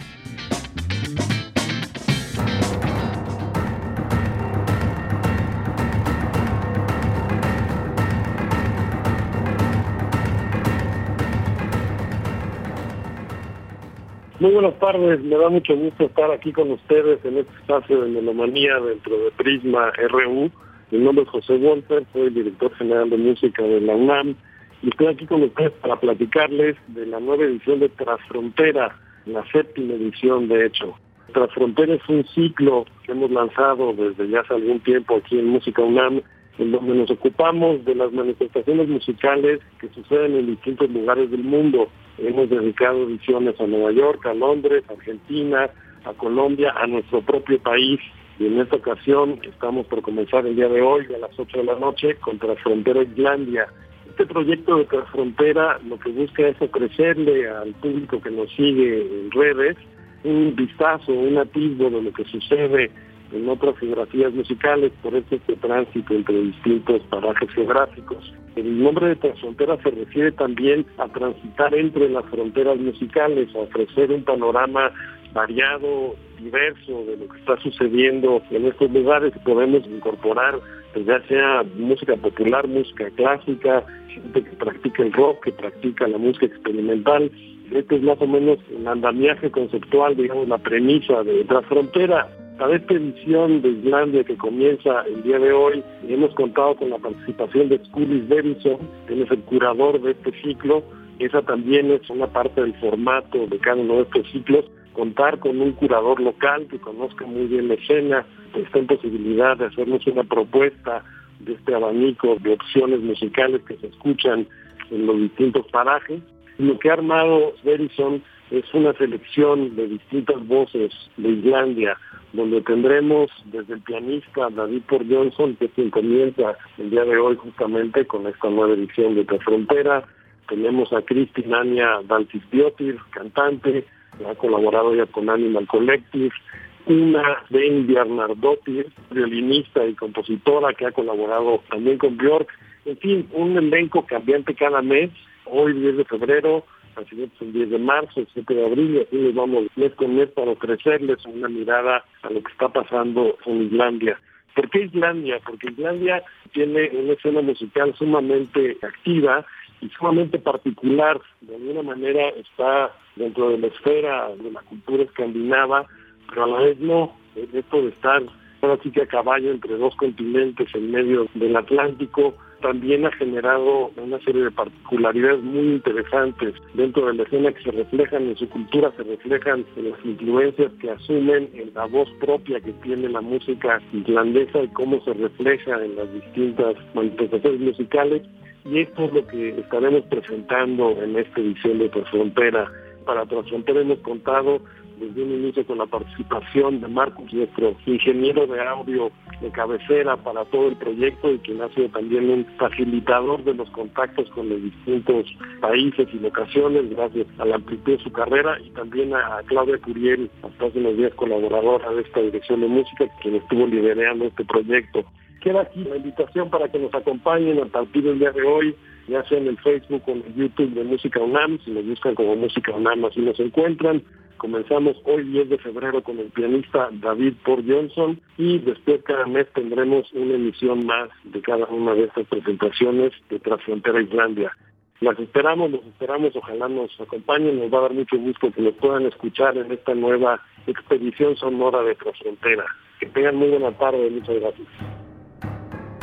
Muy buenas tardes, me da mucho gusto estar aquí con ustedes en este espacio de Melomanía dentro de Prisma RU. Mi nombre es José Wolfer, soy el director general de música de la UNAM y estoy aquí con ustedes para platicarles de la nueva edición de Transfrontera, la 7ª edición de hecho. Transfrontera es un ciclo que hemos lanzado desde ya hace algún tiempo aquí en Música UNAM, en donde nos ocupamos de las manifestaciones musicales que suceden en distintos lugares del mundo. Hemos dedicado ediciones a Nueva York, a Londres, a Argentina, a Colombia, a nuestro propio país. Y en esta ocasión estamos por comenzar el día de hoy a las 8 de la noche con Transfrontera Islandia. Este proyecto de Transfrontera lo que busca es ofrecerle al público que nos sigue en redes un vistazo, un atisbo de lo que sucede en otras geografías musicales por este tránsito entre distintos parajes geográficos. El nombre de Transfrontera se refiere también a transitar entre las fronteras musicales, a ofrecer un panorama variado, diverso de lo que está sucediendo en estos lugares. Podemos incorporar, pues ya sea música popular, música clásica, gente que practica el rock, que practica la música experimental. Este es más o menos el andamiaje conceptual, digamos, la premisa de Transfrontera. Para esta edición de Islandia que comienza el día de hoy, hemos contado con la participación de Skullis Bergson, que es el curador de este ciclo. Esa también es una parte del formato de cada uno de estos ciclos, contar con un curador local que conozca muy bien la escena, que esté en posibilidad de hacernos una propuesta de este abanico de opciones musicales que se escuchan en los distintos parajes. Lo que ha armado Bergson es una selección de distintas voces de Islandia, donde tendremos desde el pianista David Por Johnson, que es quien comienza el día de hoy justamente con esta nueva edición de Transfrontera. Tenemos a Kristín Anja Dalsisdóttir, cantante, que ha colaborado ya con Animal Collective, una Ben Bjarnardóttir, violinista y compositora que ha colaborado también con Björk. En fin, un elenco cambiante cada mes. Hoy 10 de febrero, al siguiente el 10 de marzo, el 7 de abril, y así nos vamos mes con mes para ofrecerles una mirada a lo que está pasando en Islandia. ¿Por qué Islandia? Porque Islandia tiene una escena musical sumamente activa y sumamente particular. De alguna manera está dentro de la esfera de la cultura escandinava, pero a la vez no. Esto de estar ahora sí que a caballo entre dos continentes en medio del Atlántico también ha generado una serie de particularidades muy interesantes dentro de la escena que se reflejan en su cultura, se reflejan en las influencias que asumen, en la voz propia que tiene la música islandesa y cómo se refleja en las distintas manifestaciones musicales. Y esto es lo que estaremos presentando en esta edición de Transfrontera. Para Transfrontera hemos contado desde un inicio con la participación de Marcus, nuestro ingeniero de audio de cabecera para todo el proyecto y quien ha sido también un facilitador de los contactos con los distintos países y locaciones gracias a la amplitud de su carrera, y también a Claudia Curiel, hasta hace unos días colaboradora de esta dirección de música, quien estuvo liderando este proyecto. Queda aquí la invitación para que nos acompañen a partir del día de hoy, ya sea en el Facebook o en el YouTube de Música UNAM. Si nos buscan como Música UNAM, así nos encuentran. Comenzamos hoy 10 de febrero con el pianista David Por Johnson y después cada mes tendremos una emisión más de cada una de estas presentaciones de Transfrontera Islandia. Los esperamos, ojalá nos acompañen, nos va a dar mucho gusto que nos puedan escuchar en esta nueva expedición sonora de Transfrontera. Que tengan muy buena tarde, muchas gracias.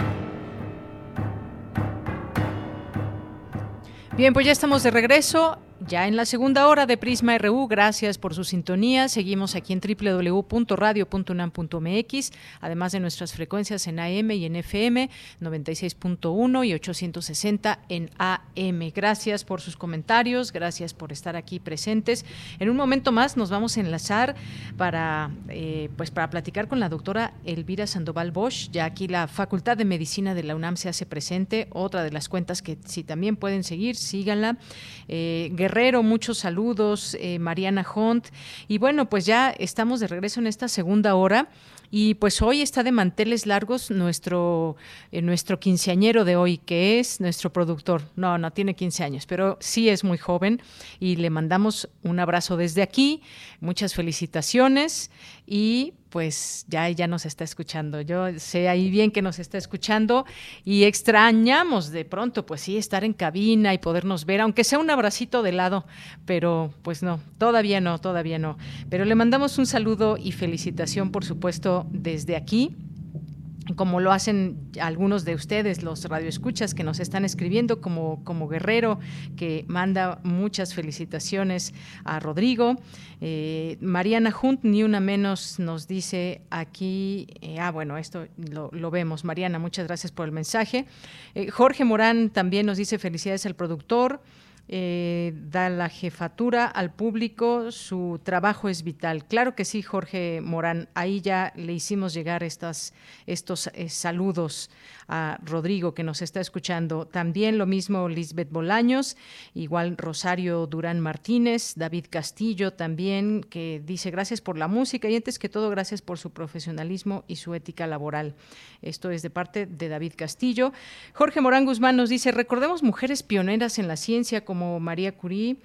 Bien, pues ya estamos de regreso. ya en la segunda hora de Prisma RU. Gracias por su sintonía. Seguimos aquí en www.radio.unam.mx, además de nuestras frecuencias en AM y en FM, 96.1 y 860 en AM. Gracias por sus comentarios, gracias por estar aquí presentes. En un momento más nos vamos a enlazar para platicar con la doctora Elvira Sandoval Bosch. Ya aquí la Facultad de Medicina de la UNAM se hace presente, otra de las cuentas que si también pueden seguir, síganla. Guerrero, muchos saludos, Mariana Hunt, y bueno, pues ya estamos de regreso en esta segunda hora. Y pues hoy está de manteles largos nuestro quinceañero de hoy, que es nuestro productor. No tiene 15 años, pero sí es muy joven y le mandamos un abrazo desde aquí, muchas felicitaciones y pues ya nos está escuchando. Yo sé ahí bien que nos está escuchando y extrañamos de pronto, pues sí, estar en cabina y podernos ver, aunque sea un abracito de lado, pero pues no, todavía no. Pero le mandamos un saludo y felicitación, por supuesto, desde aquí, como lo hacen algunos de ustedes, los radioescuchas que nos están escribiendo, como Guerrero, que manda muchas felicitaciones a Rodrigo. Mariana Hunt, ni una menos, nos dice aquí, bueno, esto lo vemos. Mariana, muchas gracias por el mensaje. Jorge Morán también nos dice felicidades al productor. Da la jefatura al público, su trabajo es vital. Claro que sí, Jorge Morán, ahí ya le hicimos llegar estos saludos a Rodrigo, que nos está escuchando. También lo mismo Lisbeth Bolaños, igual Rosario Durán Martínez, David Castillo también, que dice gracias por la música y antes que todo gracias por su profesionalismo y su ética laboral. Esto es de parte de David Castillo. Jorge Morán Guzmán nos dice, recordemos mujeres pioneras en la ciencia como Marie Curie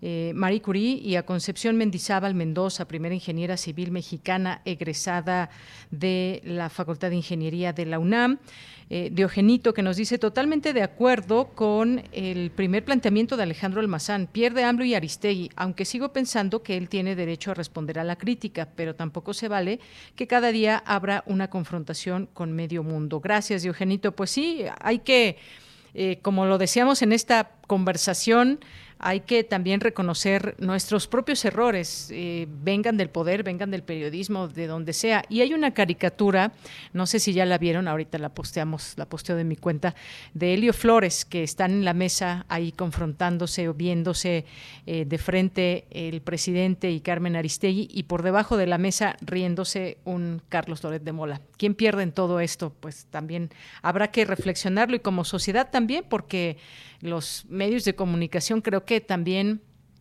y a Concepción Mendizábal Mendoza, primera ingeniera civil mexicana egresada de la Facultad de Ingeniería de la UNAM. Diogenito, que nos dice totalmente de acuerdo con el primer planteamiento de Alejandro Almazán, pierde AMLO y Aristegui, aunque sigo pensando que él tiene derecho a responder a la crítica, pero tampoco se vale que cada día habrá una confrontación con medio mundo. Gracias, Diogenito. Pues sí, hay que, como lo decíamos en esta conversación, hay que también reconocer nuestros propios errores, vengan del poder, vengan del periodismo, de donde sea. Y hay una caricatura, no sé si ya la vieron, ahorita la posteo de mi cuenta, de Helio Flores, que están en la mesa ahí confrontándose o viéndose de frente el presidente y Carmen Aristegui, y por debajo de la mesa riéndose un Carlos Loret de Mola. ¿Quién pierde en todo esto? Pues también habrá que reflexionarlo, y como sociedad también, porque los medios de comunicación creo que también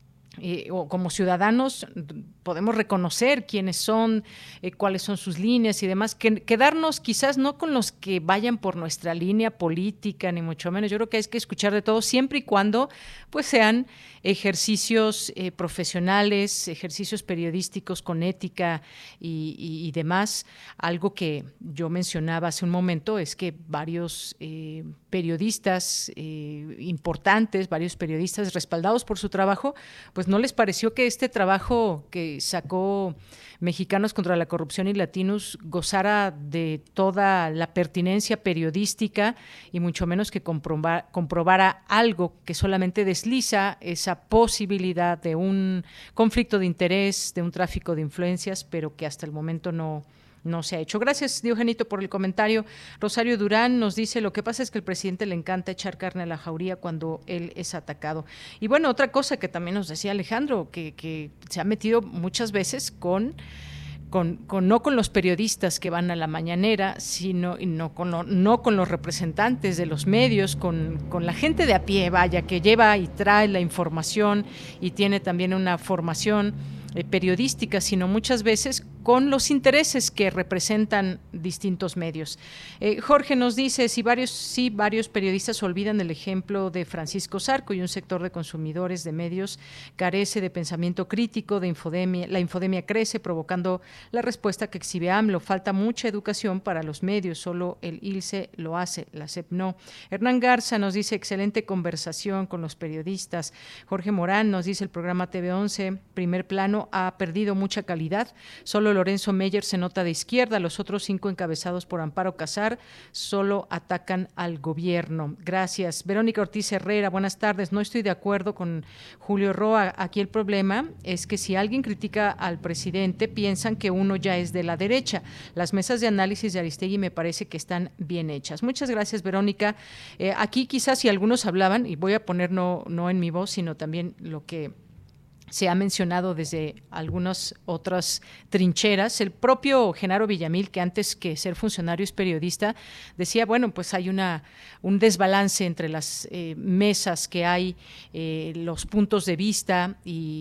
o como ciudadanos podemos reconocer quiénes son, cuáles son sus líneas y demás, quedarnos quizás no con los que vayan por nuestra línea política, ni mucho menos. Yo creo que hay que escuchar de todo, siempre y cuando pues sean ejercicios profesionales, ejercicios periodísticos con ética y demás. Algo que yo mencionaba hace un momento es que varios periodistas importantes, varios periodistas respaldados por su trabajo, pues no les pareció que este trabajo que sacó Mexicanos contra la Corrupción y Latinos gozara de toda la pertinencia periodística y mucho menos que comprobara algo que solamente desliza esa posibilidad de un conflicto de interés, de un tráfico de influencias, pero que hasta el momento no se ha hecho. Gracias, Diogenito, por el comentario. Rosario Durán nos dice, lo que pasa es que al presidente le encanta echar carne a la jauría cuando él es atacado. Y bueno, otra cosa que también nos decía Alejandro, que se ha metido muchas veces no con los periodistas que van a la mañanera, sino no con los representantes de los medios, con la gente de a pie, vaya, que lleva y trae la información y tiene también una formación periodística, sino muchas veces con los intereses que representan distintos medios. Jorge nos dice, varios periodistas olvidan el ejemplo de Francisco Zarco y un sector de consumidores de medios carece de pensamiento crítico, de infodemia. La infodemia crece, provocando la respuesta que exhibe AMLO. Falta mucha educación para los medios, solo el ILCE lo hace, la SEP no. Hernán Garza nos dice, excelente conversación con los periodistas. Jorge Morán nos dice, el programa TV11, primer plano, gobierno ha perdido mucha calidad. Solo Lorenzo Meyer se nota de izquierda, los otros 5 encabezados por Amparo Casar solo atacan al gobierno. Gracias. Verónica Ortiz Herrera, buenas tardes. No estoy de acuerdo con Julio Roa. Aquí el problema es que si alguien critica al presidente, piensan que uno ya es de la derecha. Las mesas de análisis de Aristegui me parece que están bien hechas. Muchas gracias, Verónica. Aquí quizás si algunos hablaban, y voy a poner no en mi voz, sino también lo que se ha mencionado desde algunas otras trincheras. El propio Genaro Villamil, que antes que ser funcionario es periodista, decía, bueno, pues hay un desbalance entre las mesas que hay, los puntos de vista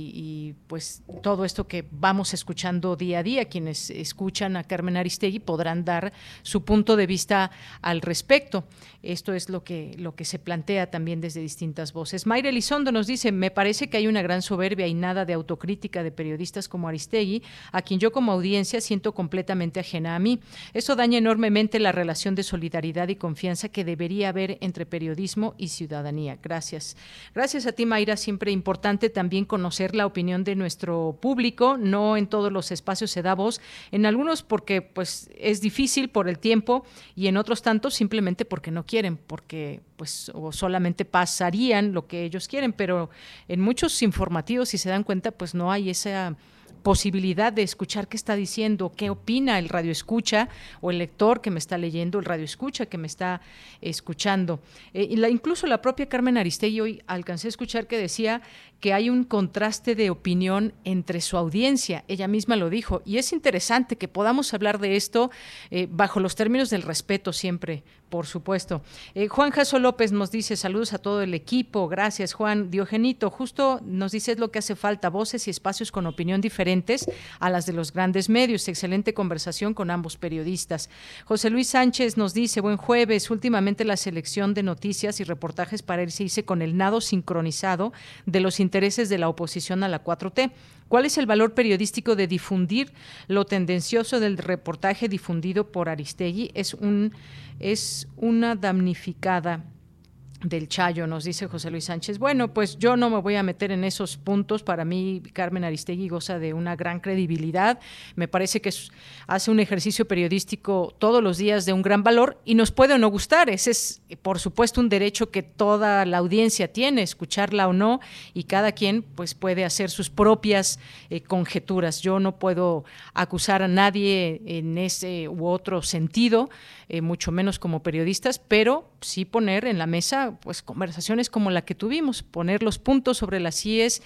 y pues todo esto que vamos escuchando día a día. Quienes escuchan a Carmen Aristegui podrán dar su punto de vista al respecto. Esto es lo que se plantea también desde distintas voces. Mayra Elizondo nos dice, me parece que hay una gran soberbia y nada de autocrítica de periodistas como Aristegui, a quien yo como audiencia siento completamente ajena a mí. Eso daña enormemente la relación de solidaridad y confianza que debería haber entre periodismo y ciudadanía. Gracias. Gracias a ti, Mayra. Siempre importante también conocer la opinión de nuestro público. No en todos los espacios se da voz, en algunos porque pues es difícil por el tiempo y en otros tantos simplemente porque no quieren, porque pues o solamente pasarían lo que ellos quieren, pero en muchos informativos, si se dan cuenta, pues no hay esa posibilidad de escuchar qué está diciendo, qué opina el radioescucha o el lector que me está leyendo, el radioescucha que me está escuchando. Incluso la propia Carmen Aristegui hoy alcancé a escuchar que decía que hay un contraste de opinión entre su audiencia, ella misma lo dijo, y es interesante que podamos hablar de esto bajo los términos del respeto siempre, por supuesto. Juan Jaso López nos dice, saludos a todo el equipo, gracias Juan. Diogenito, justo nos dice es lo que hace falta, voces y espacios con opinión diferentes a las de los grandes medios, excelente conversación con ambos periodistas. José Luis Sánchez nos dice, buen jueves, últimamente la selección de noticias y reportajes para él se hizo con el nado sincronizado de los intereses de la oposición a la 4T. ¿Cuál es el valor periodístico de difundir lo tendencioso del reportaje difundido por Aristegui? Es una damnificada del Chayo, nos dice José Luis Sánchez. Bueno, pues yo no me voy a meter en esos puntos. Para mí, Carmen Aristegui goza de una gran credibilidad. Me parece que hace un ejercicio periodístico todos los días de un gran valor y nos puede o no gustar. Ese es, por supuesto, un derecho que toda la audiencia tiene, escucharla o no, y cada quien pues puede hacer sus propias conjeturas. Yo no puedo acusar a nadie en ese u otro sentido, mucho menos como periodistas, pero sí poner en la mesa pues conversaciones como la que tuvimos, poner los puntos sobre las IES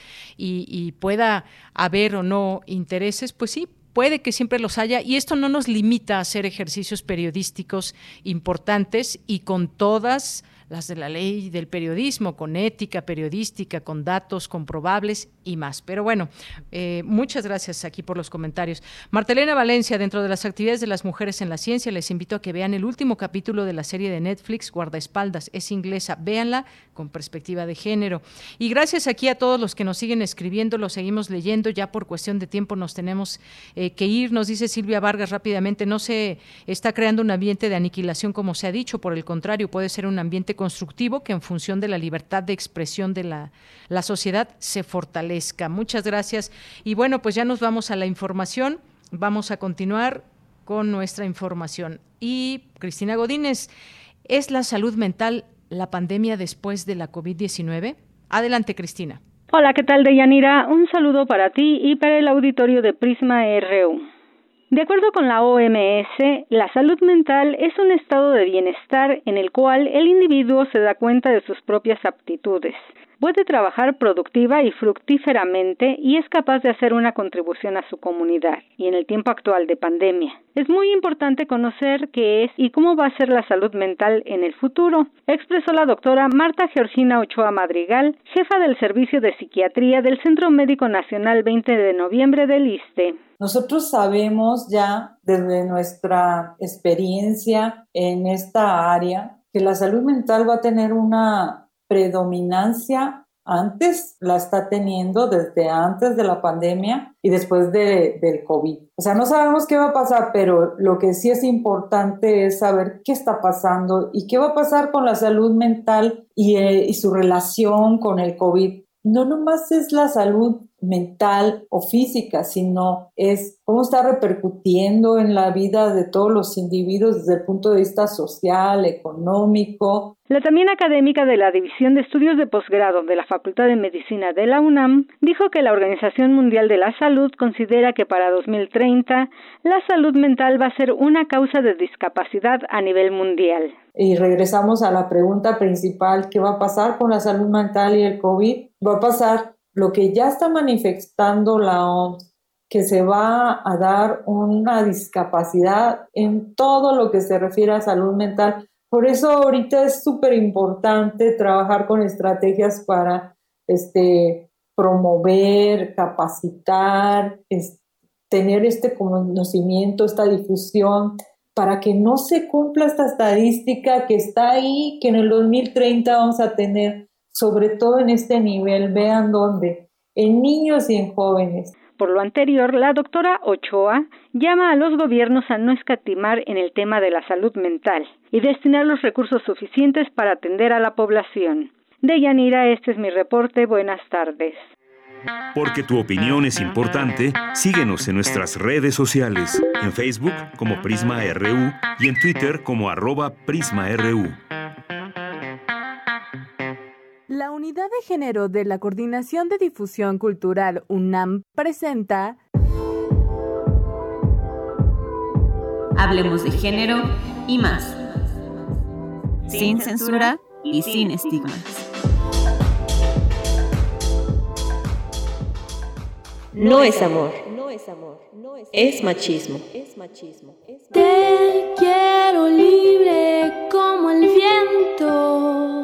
y pueda haber o no intereses, pues sí, puede que siempre los haya, y esto no nos limita a hacer ejercicios periodísticos importantes y con todas las de la ley del periodismo, con ética periodística, con datos comprobables y más. Pero bueno, muchas gracias aquí por los comentarios. Martelena Valencia, dentro de las actividades de las mujeres en la ciencia, les invito a que vean el último capítulo de la serie de Netflix, Guardaespaldas, es inglesa, véanla con perspectiva de género. Y gracias aquí a todos los que nos siguen escribiendo, los seguimos leyendo, ya por cuestión de tiempo nos tenemos que ir. Nos dice Silvia Vargas rápidamente, no se está creando un ambiente de aniquilación como se ha dicho, por el contrario, puede ser un ambiente constructivo que en función de la libertad de expresión de la sociedad se fortalezca. Muchas gracias. Y bueno, pues ya nos vamos a la información. Vamos a continuar con nuestra información. Y Cristina Godínez, ¿es la salud mental la pandemia después de la COVID-19? Adelante, Cristina. Hola, ¿qué tal, Deyanira? Un saludo para ti y para el auditorio de Prisma RU. De acuerdo con la OMS, la salud mental es un estado de bienestar en el cual el individuo se da cuenta de sus propias aptitudes, puede trabajar productiva y fructíferamente y es capaz de hacer una contribución a su comunidad. Y en el tiempo actual de pandemia, es muy importante conocer qué es y cómo va a ser la salud mental en el futuro, expresó la doctora Marta Georgina Ochoa Madrigal, jefa del Servicio de Psiquiatría del Centro Médico Nacional 20 de noviembre del ISSSTE. Nosotros sabemos ya desde nuestra experiencia en esta área que la salud mental va a tener una predominancia. Antes la está teniendo desde antes de la pandemia y después del COVID. O sea, no sabemos qué va a pasar, pero lo que sí es importante es saber qué está pasando y qué va a pasar con la salud mental y su relación con el COVID. No nomás es la salud mental o física, sino es cómo está repercutiendo en la vida de todos los individuos desde el punto de vista social, económico. La también académica de la División de Estudios de Posgrado de la Facultad de Medicina de la UNAM dijo que la Organización Mundial de la Salud considera que para 2030 la salud mental va a ser una causa de discapacidad a nivel mundial. Y regresamos a la pregunta principal, ¿qué va a pasar con la salud mental y el COVID? Va a pasar lo que ya está manifestando la OMS, que se va a dar una discapacidad en todo lo que se refiere a salud mental. Por eso ahorita es súper importante trabajar con estrategias para promover, capacitar, tener este conocimiento, esta difusión, para que no se cumpla esta estadística que está ahí, que en el 2030 vamos a tener, sobre todo en este nivel, vean dónde, en niños y en jóvenes. Por lo anterior, la doctora Ochoa llama a los gobiernos a no escatimar en el tema de la salud mental y destinar los recursos suficientes para atender a la población. Deyanira, este es mi reporte. Buenas tardes. Porque tu opinión es importante, síguenos en nuestras redes sociales, en Facebook como Prisma RU y en Twitter como @PrismaRU. La Unidad de Género de la Coordinación de Difusión Cultural UNAM presenta Hablemos de género y más. Sin censura y sin estigmas. No es amor, es machismo. Te quiero libre como el viento.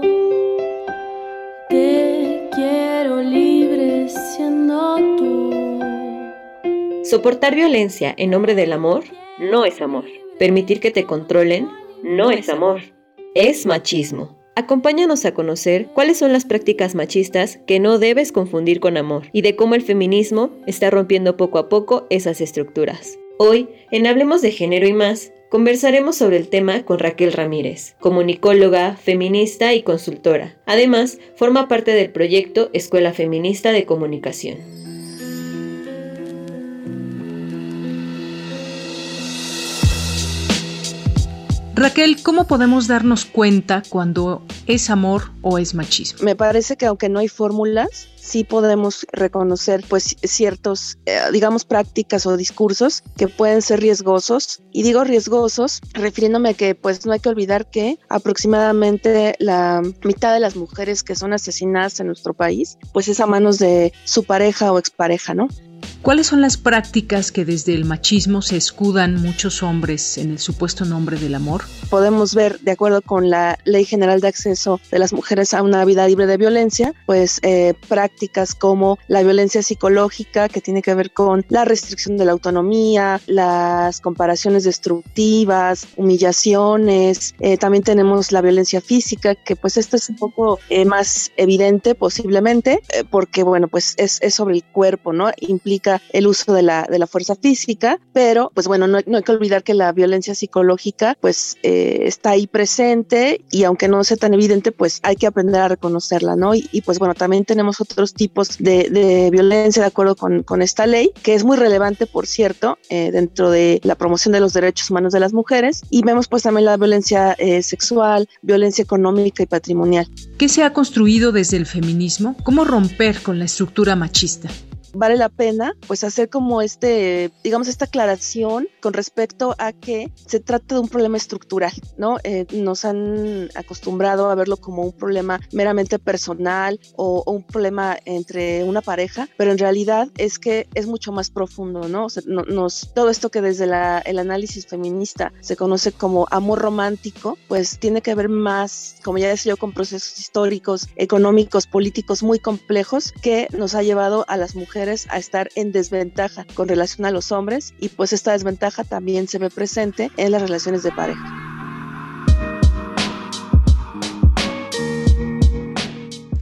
Te quiero libre siendo tú. Soportar violencia en nombre del amor no es amor. Permitir que te controlen no es amor, es machismo. Acompáñanos a conocer cuáles son las prácticas machistas que no debes confundir con amor y de cómo el feminismo está rompiendo poco a poco esas estructuras. Hoy, en Hablemos de Género y más, conversaremos sobre el tema con Raquel Ramírez, comunicóloga, feminista y consultora. Además, forma parte del proyecto Escuela Feminista de Comunicación. Raquel, ¿cómo podemos darnos cuenta cuando es amor o es machismo? Me parece que aunque no hay fórmulas, sí podemos reconocer pues ciertos, digamos, prácticas o discursos que pueden ser riesgosos. Y digo riesgosos refiriéndome a que pues no hay que olvidar que aproximadamente la mitad de las mujeres que son asesinadas en nuestro país pues es a manos de su pareja o expareja, ¿no? ¿Cuáles son las prácticas que desde el machismo se escudan muchos hombres en el supuesto nombre del amor? Podemos ver, de acuerdo con la Ley General de Acceso de las Mujeres a una Vida Libre de Violencia, pues prácticas como la violencia psicológica, que tiene que ver con la restricción de la autonomía, las comparaciones destructivas, humillaciones. También tenemos la violencia física, que pues esto es un poco más evidente posiblemente, porque bueno, pues es sobre el cuerpo, ¿no? Implica el uso de la fuerza física, pero pues bueno, no hay que olvidar que la violencia psicológica pues está ahí presente y aunque no sea tan evidente, pues hay que aprender a reconocerla, ¿no? Y pues bueno, también tenemos otros tipos de violencia de acuerdo con esta ley, que es muy relevante, por cierto, dentro de la promoción de los derechos humanos de las mujeres, y vemos pues también la violencia sexual, violencia económica y patrimonial. ¿Qué se ha construido desde el feminismo? ¿Cómo romper con la estructura machista? Vale la pena pues hacer como digamos esta aclaración con respecto a que se trata de un problema estructural, ¿no? Nos han acostumbrado a verlo como un problema meramente personal o un problema entre una pareja, pero en realidad es que es mucho más profundo, ¿no? O sea, todo esto que desde el análisis feminista se conoce como amor romántico, pues tiene que ver más, como ya decía yo, con procesos históricos, económicos, políticos muy complejos que nos ha llevado a las mujeres a estar en desventaja con relación a los hombres, y pues esta desventaja también se ve presente en las relaciones de pareja.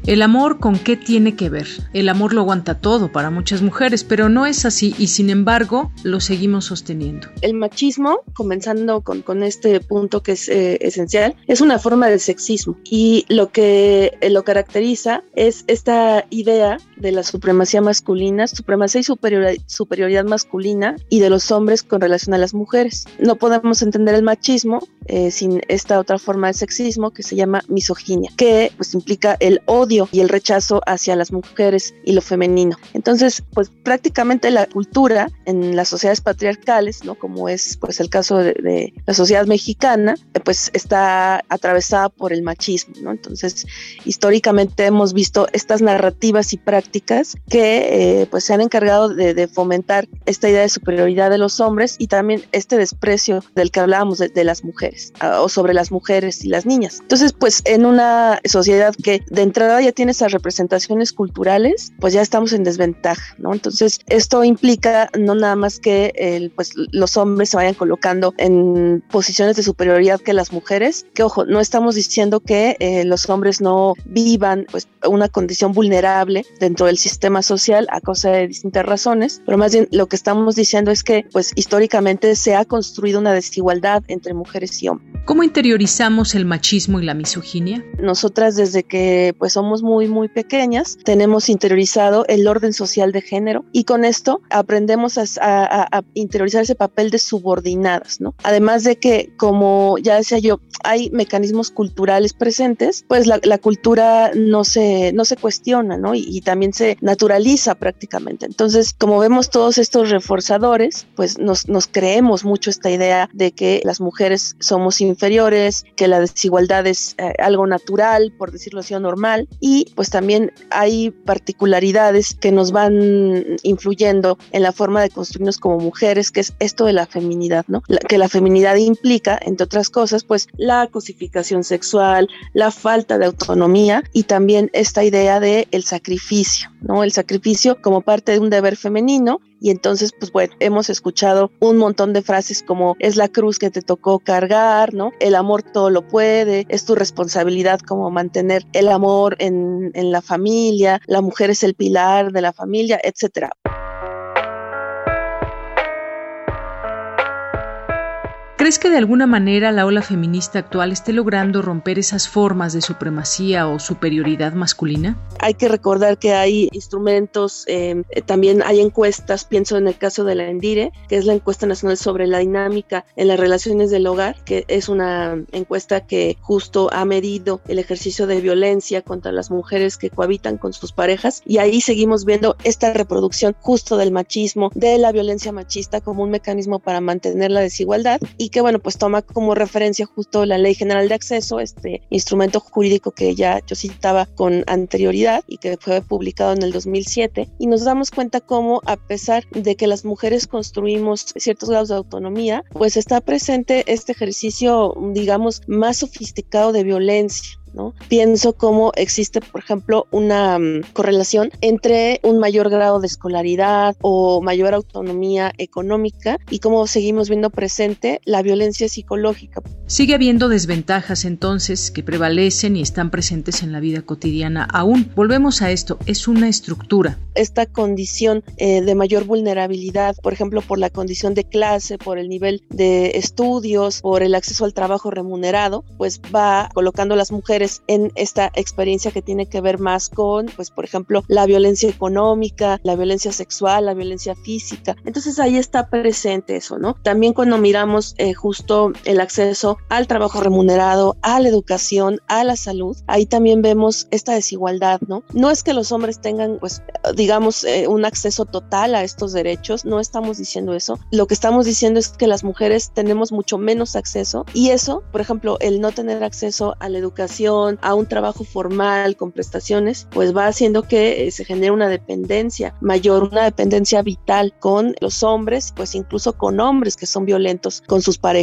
¿El amor con qué tiene que ver? El amor lo aguanta todo para muchas mujeres, pero no es así y sin embargo lo seguimos sosteniendo. El machismo, comenzando con este punto que es esencial, es una forma de sexismo y lo que lo caracteriza es esta idea de la supremacía masculina, supremacía y superioridad masculina y de los hombres con relación a las mujeres. No podemos entender el machismo sin esta otra forma de sexismo que se llama misoginia, que pues implica el odio y el rechazo hacia las mujeres y lo femenino. Entonces, pues prácticamente la cultura en las sociedades patriarcales, ¿no? Como es pues el caso de la sociedad mexicana, pues está atravesada por el machismo, ¿no? Entonces, históricamente hemos visto estas narrativas y prácticas que pues se han encargado de fomentar esta idea de superioridad de los hombres y también este desprecio del que hablábamos de las mujeres o sobre las mujeres y las niñas. Entonces, pues en una sociedad que de entrada ya tiene esas representaciones culturales, pues ya estamos en desventaja, ¿no? Entonces, esto implica no nada más que pues los hombres se vayan colocando en posiciones de superioridad que las mujeres, que ojo, no estamos diciendo que los hombres no vivan pues una condición vulnerable dentro del sistema social a causa de distintas razones, pero más bien lo que estamos diciendo es que pues históricamente se ha construido una desigualdad entre mujeres y hombres. ¿Cómo interiorizamos el machismo y la misoginia? Nosotras desde que pues somos muy pequeñas tenemos interiorizado el orden social de género y con esto aprendemos a interiorizar ese papel de subordinadas, ¿no? Además de que, como ya decía yo, hay mecanismos culturales presentes, pues la cultura no se cuestiona, ¿no? Y también se naturaliza prácticamente. Entonces, como vemos todos estos reforzadores, pues nos creemos mucho esta idea de que las mujeres somos inferiores, que la desigualdad es algo natural, por decirlo así, o normal, y pues también hay particularidades que nos van influyendo en la forma de construirnos como mujeres, que es esto de la feminidad, ¿no? Que la feminidad implica, entre otras cosas, pues la cosificación sexual, la falta de autonomía y también esta idea de el sacrificio, ¿no? El sacrificio como parte de un deber femenino. Y entonces, pues bueno, hemos escuchado un montón de frases como es la cruz que te tocó cargar, ¿no? El amor todo lo puede, es tu responsabilidad como mantener el amor en la familia, la mujer es el pilar de la familia, etcétera. ¿Crees que de alguna manera la ola feminista actual esté logrando romper esas formas de supremacía o superioridad masculina? Hay que recordar que hay instrumentos, también hay encuestas, pienso en el caso de la ENDIRE, que es la encuesta nacional sobre la dinámica en las relaciones del hogar, que es una encuesta que justo ha medido el ejercicio de violencia contra las mujeres que cohabitan con sus parejas, y ahí seguimos viendo esta reproducción justo del machismo, de la violencia machista como un mecanismo para mantener la desigualdad, y que bueno, pues toma como referencia justo la Ley General de Acceso, este instrumento jurídico que ya yo citaba con anterioridad y que fue publicado en el 2007, y nos damos cuenta cómo a pesar de que las mujeres construimos ciertos grados de autonomía, pues está presente este ejercicio, digamos, más sofisticado de violencia, ¿no? Pienso cómo existe, por ejemplo, una correlación entre un mayor grado de escolaridad o mayor autonomía económica y cómo seguimos viendo presente la violencia psicológica. Sigue habiendo desventajas entonces que prevalecen y están presentes en la vida cotidiana aún. Volvemos a esto, es una estructura. Esta condición de mayor vulnerabilidad, por ejemplo, por la condición de clase, por el nivel de estudios, por el acceso al trabajo remunerado, pues va colocando a las mujeres en esta experiencia que tiene que ver más con, pues por ejemplo, la violencia económica, la violencia sexual, la violencia física. Entonces ahí está presente eso, ¿no? También cuando miramos justo el acceso al trabajo remunerado, a la educación, a la salud, ahí también vemos esta desigualdad, ¿no? No es que los hombres tengan, pues, digamos, un acceso total a estos derechos, no estamos diciendo eso. Lo que estamos diciendo es que las mujeres tenemos mucho menos acceso, y eso, por ejemplo, el no tener acceso a la educación, a un trabajo formal con prestaciones, pues va haciendo que se genere una dependencia mayor, una dependencia vital con los hombres, pues incluso con hombres que son violentos con sus parejas.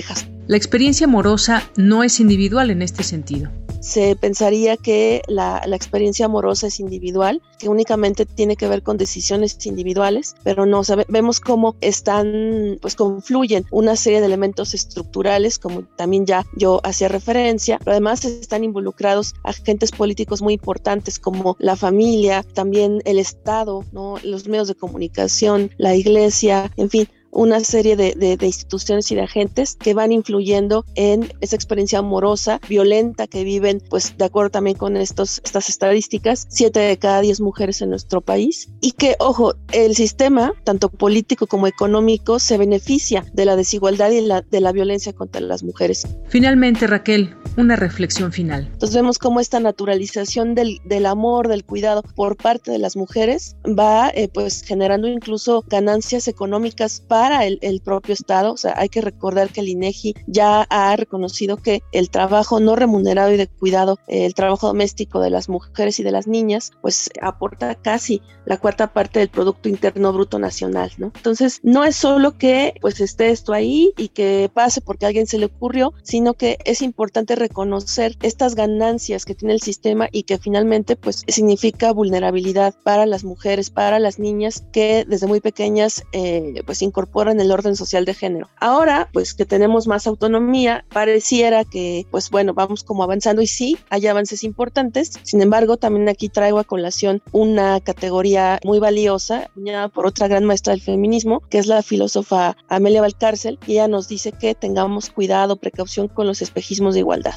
La experiencia amorosa no es individual en este sentido. Se pensaría que la experiencia amorosa es individual, que únicamente tiene que ver con decisiones individuales, pero no, vemos cómo pues confluyen una serie de elementos estructurales, como también ya yo hacía referencia, pero además están involucrados agentes políticos muy importantes como la familia, también el Estado, ¿no? Los medios de comunicación, la iglesia, en fin, una serie de instituciones y de agentes que van influyendo en esa experiencia amorosa, violenta que viven, pues de acuerdo también con estas estadísticas, 7 de cada 10 mujeres en nuestro país, y que, ojo, el sistema, tanto político como económico, se beneficia de la desigualdad y de la violencia contra las mujeres. Finalmente, Raquel, una reflexión final. Entonces vemos cómo esta naturalización del amor, del cuidado por parte de las mujeres va pues generando incluso ganancias económicas para el propio Estado. O sea, hay que recordar que el INEGI ya ha reconocido que el trabajo no remunerado y de cuidado, el trabajo doméstico de las mujeres y de las niñas, pues aporta casi la 1/4 parte del Producto Interno Bruto Nacional, ¿no? Entonces, no es solo que pues esté esto ahí y que pase porque a alguien se le ocurrió, sino que es importante reconocer estas ganancias que tiene el sistema y que finalmente pues significa vulnerabilidad para las mujeres, para las niñas que desde muy pequeñas pues incorporan el orden social de género. Ahora, pues que tenemos más autonomía, pareciera que, pues bueno, vamos como avanzando y sí, hay avances importantes. Sin embargo, también aquí traigo a colación una categoría muy valiosa, acuñada por otra gran maestra del feminismo, que es la filósofa Amelia Valcárcel, y ella nos dice que tengamos cuidado, precaución con los espejismos de igualdad.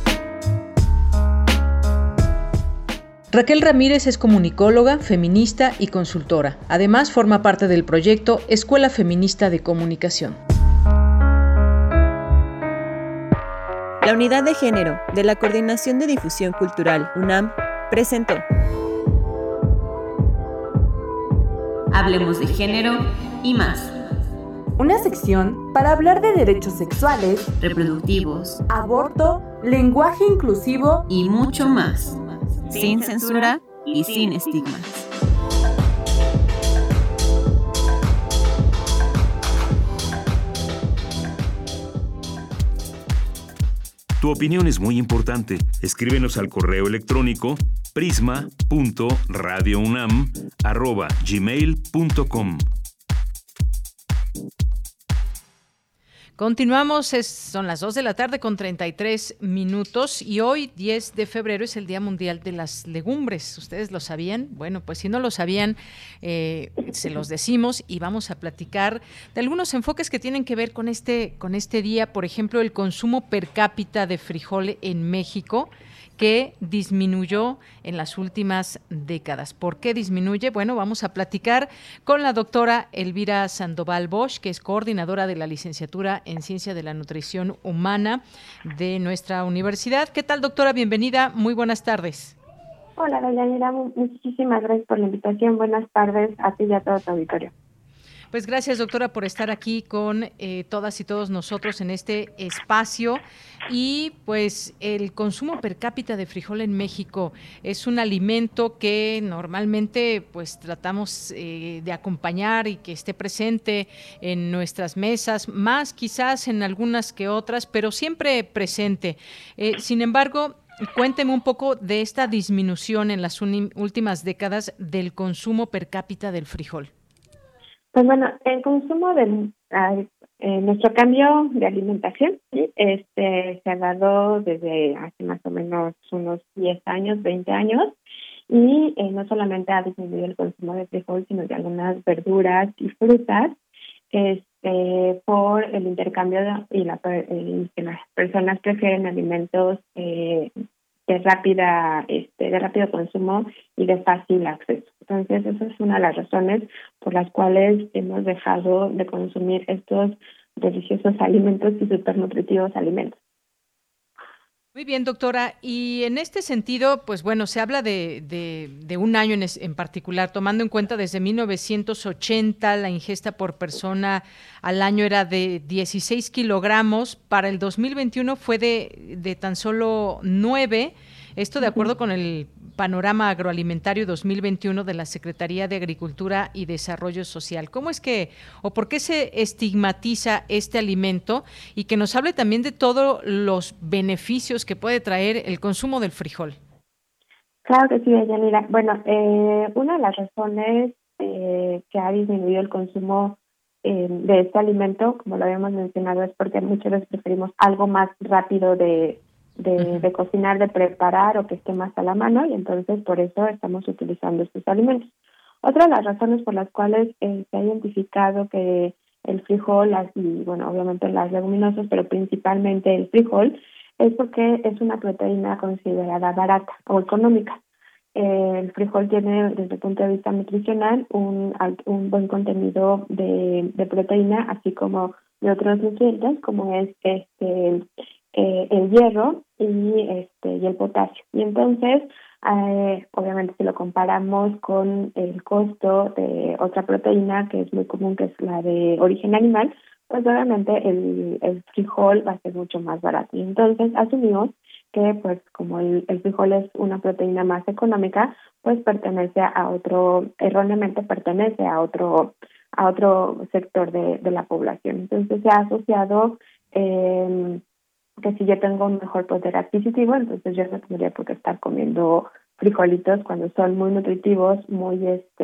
Raquel Ramírez es comunicóloga, feminista y consultora. Además, forma parte del proyecto Escuela Feminista de Comunicación. La Unidad de Género de la Coordinación de Difusión Cultural UNAM presentó Hablemos de género y más. Una sección para hablar de derechos sexuales, reproductivos, aborto, lenguaje inclusivo y mucho más. Sin censura y sin estigmas. Tu opinión es muy importante. Escríbenos al correo electrónico prisma.radiounam@gmail.com. Continuamos, son las 2:33 p.m. y hoy, 10 de febrero, es el Día Mundial de las Legumbres. ¿Ustedes lo sabían? Bueno, pues si no lo sabían, se los decimos y vamos a platicar de algunos enfoques que tienen que ver con este día. Por ejemplo, el consumo per cápita de frijol en México, que disminuyó en las últimas décadas. ¿Por qué disminuye? Bueno, vamos a platicar con la doctora Elvira Sandoval Bosch, que es coordinadora de la licenciatura en Ciencia de la Nutrición Humana de nuestra universidad. ¿Qué tal, doctora? Bienvenida. Muy buenas tardes. Hola, Deyanira. Muchísimas gracias por la invitación. Buenas tardes a ti y a todo tu auditorio. Pues gracias, doctora, por estar aquí con todas y todos nosotros en este espacio. Y pues el consumo per cápita de frijol en México es un alimento que normalmente pues tratamos de acompañar y que esté presente en nuestras mesas, más quizás en algunas que otras, pero siempre presente. Sin embargo, cuénteme un poco de esta disminución en las últimas décadas del consumo per cápita del frijol. Pues bueno, el consumo nuestro cambio de alimentación, ¿sí? Se ha dado desde hace más o menos unos 10 años, 20 años, y no solamente ha disminuido el consumo de frijol, sino de algunas verduras y frutas, por el intercambio y que las personas prefieren alimentos de rápido consumo y de fácil acceso. Entonces, esa es una de las razones por las cuales hemos dejado de consumir estos deliciosos alimentos y supernutritivos alimentos. Muy bien, doctora. Y en este sentido, pues bueno, se habla de un año en particular, tomando en cuenta desde 1980 la ingesta por persona al año era de 16 kilogramos, para el 2021 fue de tan solo 9, Esto de acuerdo con el Panorama Agroalimentario 2021 de la Secretaría de Agricultura y Desarrollo Social. ¿Cómo es que o por qué se estigmatiza este alimento? Y que nos hable también de todos los beneficios que puede traer el consumo del frijol. Claro que sí, Yanira. Bueno, una de las razones que ha disminuido el consumo de este alimento, como lo habíamos mencionado, es porque muchas veces preferimos algo más rápido de cocinar, de preparar o que esté más a la mano, y entonces por eso estamos utilizando estos alimentos. Otra de las razones por las cuales se ha identificado que el frijol, y bueno, obviamente las leguminosas, pero principalmente el frijol, es porque es una proteína considerada barata o económica. El frijol tiene, desde el punto de vista nutricional, un buen contenido de proteína, así como de otros nutrientes, como es el hierro y el potasio. Y entonces, obviamente, si lo comparamos con el costo de otra proteína que es muy común, que es la de origen animal, pues obviamente el frijol va a ser mucho más barato. Y entonces asumimos que, pues, como el frijol es una proteína más económica, pues erróneamente pertenece a otro sector de la población. Entonces se ha asociado que si yo tengo un mejor poder adquisitivo, entonces yo no tendría por qué estar comiendo frijolitos cuando son muy nutritivos, muy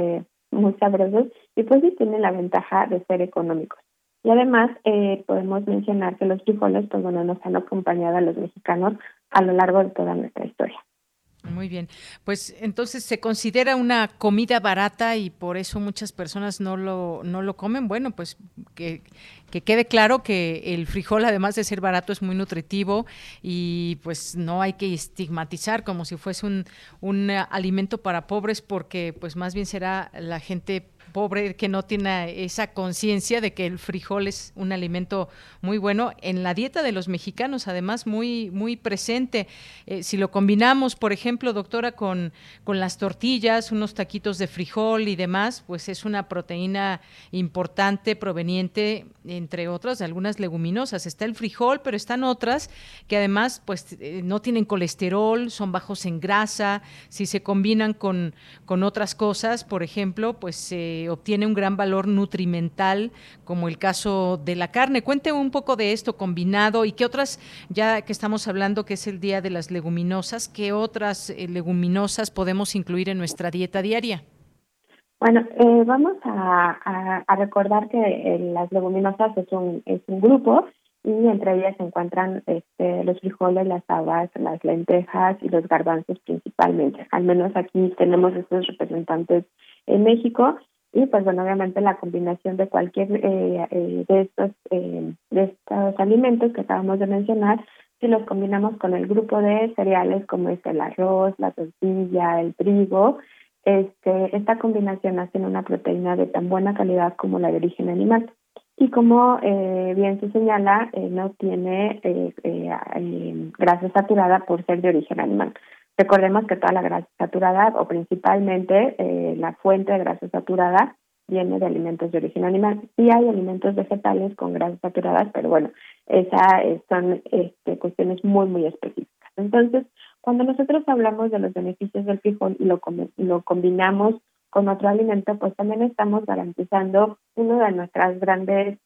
sabrosos, y pues sí tienen la ventaja de ser económicos. Y además podemos mencionar que los frijoles, pues bueno, nos han acompañado a los mexicanos a lo largo de toda nuestra historia. Muy bien, pues entonces se considera una comida barata y por eso muchas personas no lo comen. Bueno, pues que quede claro que el frijol, además de ser barato, es muy nutritivo y pues no hay que estigmatizar como si fuese un alimento para pobres, porque pues más bien será la gente pobre que no tiene esa conciencia de que el frijol es un alimento muy bueno en la dieta de los mexicanos, además muy muy presente. Si lo combinamos, por ejemplo, doctora, con las tortillas, unos taquitos de frijol y demás, pues es una proteína importante proveniente, entre otras, de algunas leguminosas. Está el frijol, pero están otras que además pues no tienen colesterol, son bajos en grasa. Si se combinan con otras cosas, por ejemplo, pues se obtiene un gran valor nutrimental, como el caso de la carne. Cuente un poco de esto combinado y qué otras, ya que estamos hablando que es el Día de las Leguminosas, qué otras leguminosas podemos incluir en nuestra dieta diaria. Bueno, vamos a recordar que las leguminosas es un grupo, y entre ellas se encuentran los frijoles, las habas, las lentejas y los garbanzos principalmente. Al menos aquí tenemos estos representantes en México. Y pues bueno, obviamente la combinación de cualquier de estos alimentos que acabamos de mencionar, si los combinamos con el grupo de cereales como es el arroz, la tortilla, el trigo, esta combinación hace una proteína de tan buena calidad como la de origen animal. Y como bien se señala, no tiene grasa saturada por ser de origen animal. Recordemos que toda la grasa saturada, o principalmente la fuente de grasa saturada, viene de alimentos de origen animal. Sí hay alimentos vegetales con grasas saturadas, pero bueno, esas son cuestiones muy, muy específicas. Entonces, cuando nosotros hablamos de los beneficios del frijol y lo combinamos con otro alimento, pues también estamos garantizando una de nuestras grandes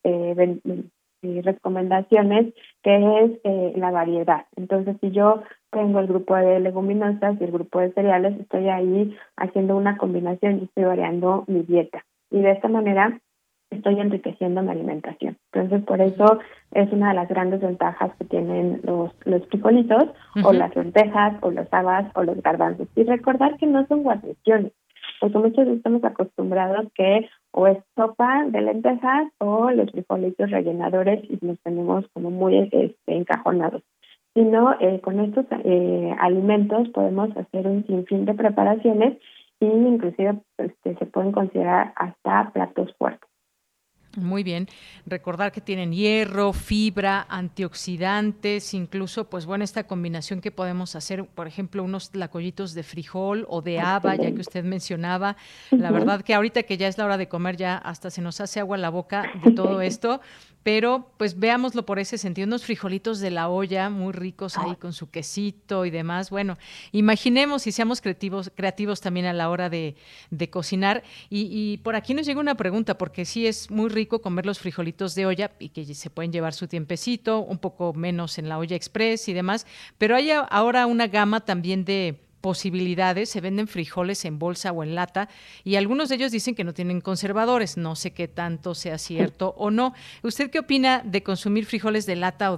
recomendaciones, que es la variedad. Entonces, si yo tengo el grupo de leguminosas y el grupo de cereales, estoy ahí haciendo una combinación y estoy variando mi dieta. Y de esta manera estoy enriqueciendo mi alimentación. Entonces, por eso es una de las grandes ventajas que tienen los frijolitos, o las lentejas, o las habas, o los garbanzos. Y recordar que no son guarniciones, porque muchos veces estamos acostumbrados que o es sopa de lentejas o los frijolitos rellenadores y los tenemos como muy encajonados. Sino con estos alimentos podemos hacer un sinfín de preparaciones y inclusive se pueden considerar hasta platos fuertes. Muy bien, recordar que tienen hierro, fibra, antioxidantes, incluso, pues bueno, esta combinación que podemos hacer, por ejemplo, unos tlacoyitos de frijol o de haba, ya que usted mencionaba. La verdad que ahorita que ya es la hora de comer, ya hasta se nos hace agua en la boca de todo esto, pero pues veámoslo por ese sentido, unos frijolitos de la olla muy ricos ahí con su quesito y demás. Bueno, imaginemos y seamos creativos también a la hora de cocinar. Y por aquí nos llega una pregunta, porque sí es muy rico comer los frijolitos de olla y que se pueden llevar su tiempecito, un poco menos en la olla express y demás, pero hay ahora una gama también de posibilidades. Se venden frijoles en bolsa o en lata y algunos de ellos dicen que no tienen conservadores. No sé qué tanto sea cierto o no. ¿Usted qué opina de consumir frijoles de lata o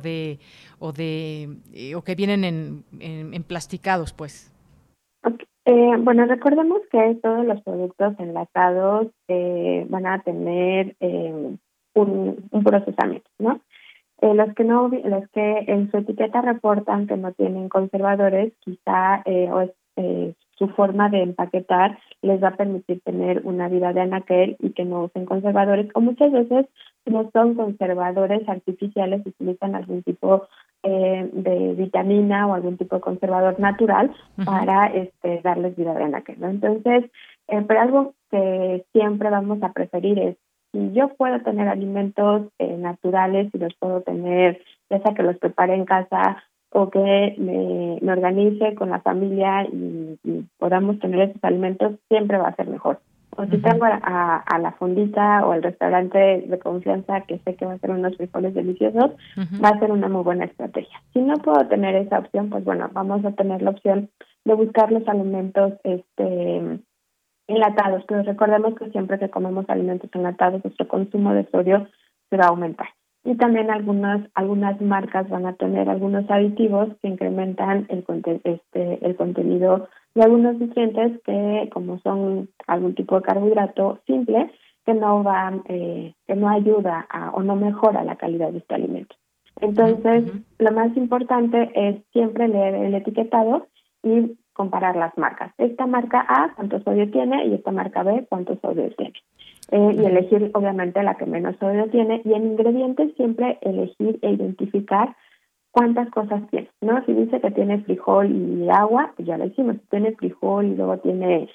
que vienen en plasticados, pues? Bueno, recordemos que todos los productos enlatados van a tener un procesamiento, ¿no? Los que en su etiqueta reportan que no tienen conservadores, quizá su forma de empaquetar les va a permitir tener una vida de anaquel y que no usen conservadores, o muchas veces no son conservadores artificiales, utilizan algún tipo de vitamina o algún tipo de conservador natural para darles vida de anaquel, ¿no? Entonces, pero algo que siempre vamos a preferir es, si yo puedo tener alimentos naturales y los puedo tener, ya sea que los prepare en casa o que me organice con la familia y podamos tener esos alimentos, siempre va a ser mejor. O si tengo a la fondita o al restaurante de confianza que sé que va a ser unos frijoles deliciosos, va a ser una muy buena estrategia. Si no puedo tener esa opción, pues bueno, vamos a tener la opción de buscar los alimentos enlatados, pero recordemos que siempre que comemos alimentos enlatados, nuestro consumo de sodio se va a aumentar. Y también algunas marcas van a tener algunos aditivos que incrementan el contenido de algunos nutrientes que, como son algún tipo de carbohidrato simple, que no ayuda o no mejora la calidad de este alimento. Entonces, lo más importante es siempre leer el etiquetado y comparar las marcas. Esta marca A, ¿cuánto sodio tiene? Y esta marca B, ¿cuánto sodio tiene? Y elegir, obviamente, la que menos sodio tiene. Y en ingredientes siempre elegir e identificar cuántas cosas tiene, ¿no? Si dice que tiene frijol y agua, pues ya lo hicimos. Si tiene frijol y luego tiene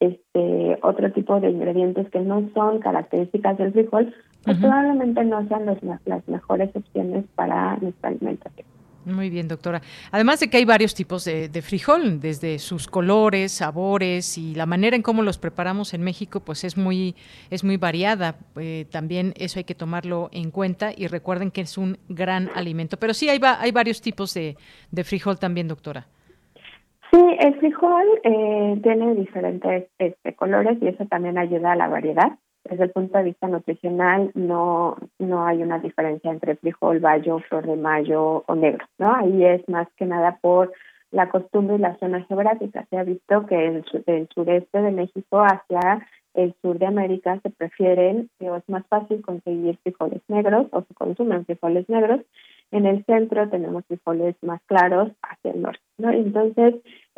otro tipo de ingredientes que no son características del frijol, pues probablemente no sean las mejores opciones para nuestra alimentación. Muy bien, doctora. Además de que hay varios tipos de frijol, desde sus colores, sabores y la manera en cómo los preparamos en México, pues es muy variada. También eso hay que tomarlo en cuenta y recuerden que es un gran alimento. Pero sí hay varios tipos de frijol también, doctora. Sí, el frijol tiene diferentes colores y eso también ayuda a la variedad. Desde el punto de vista nutricional, no hay una diferencia entre frijol, bayo, flor de mayo o negro, ¿no? Ahí es más que nada por la costumbre y la zona geográfica. Se ha visto que del sureste de México hacia el sur de América se prefieren, es más fácil conseguir frijoles negros o se consumen frijoles negros. En el centro tenemos frijoles más claros hacia el norte, ¿no? Entonces,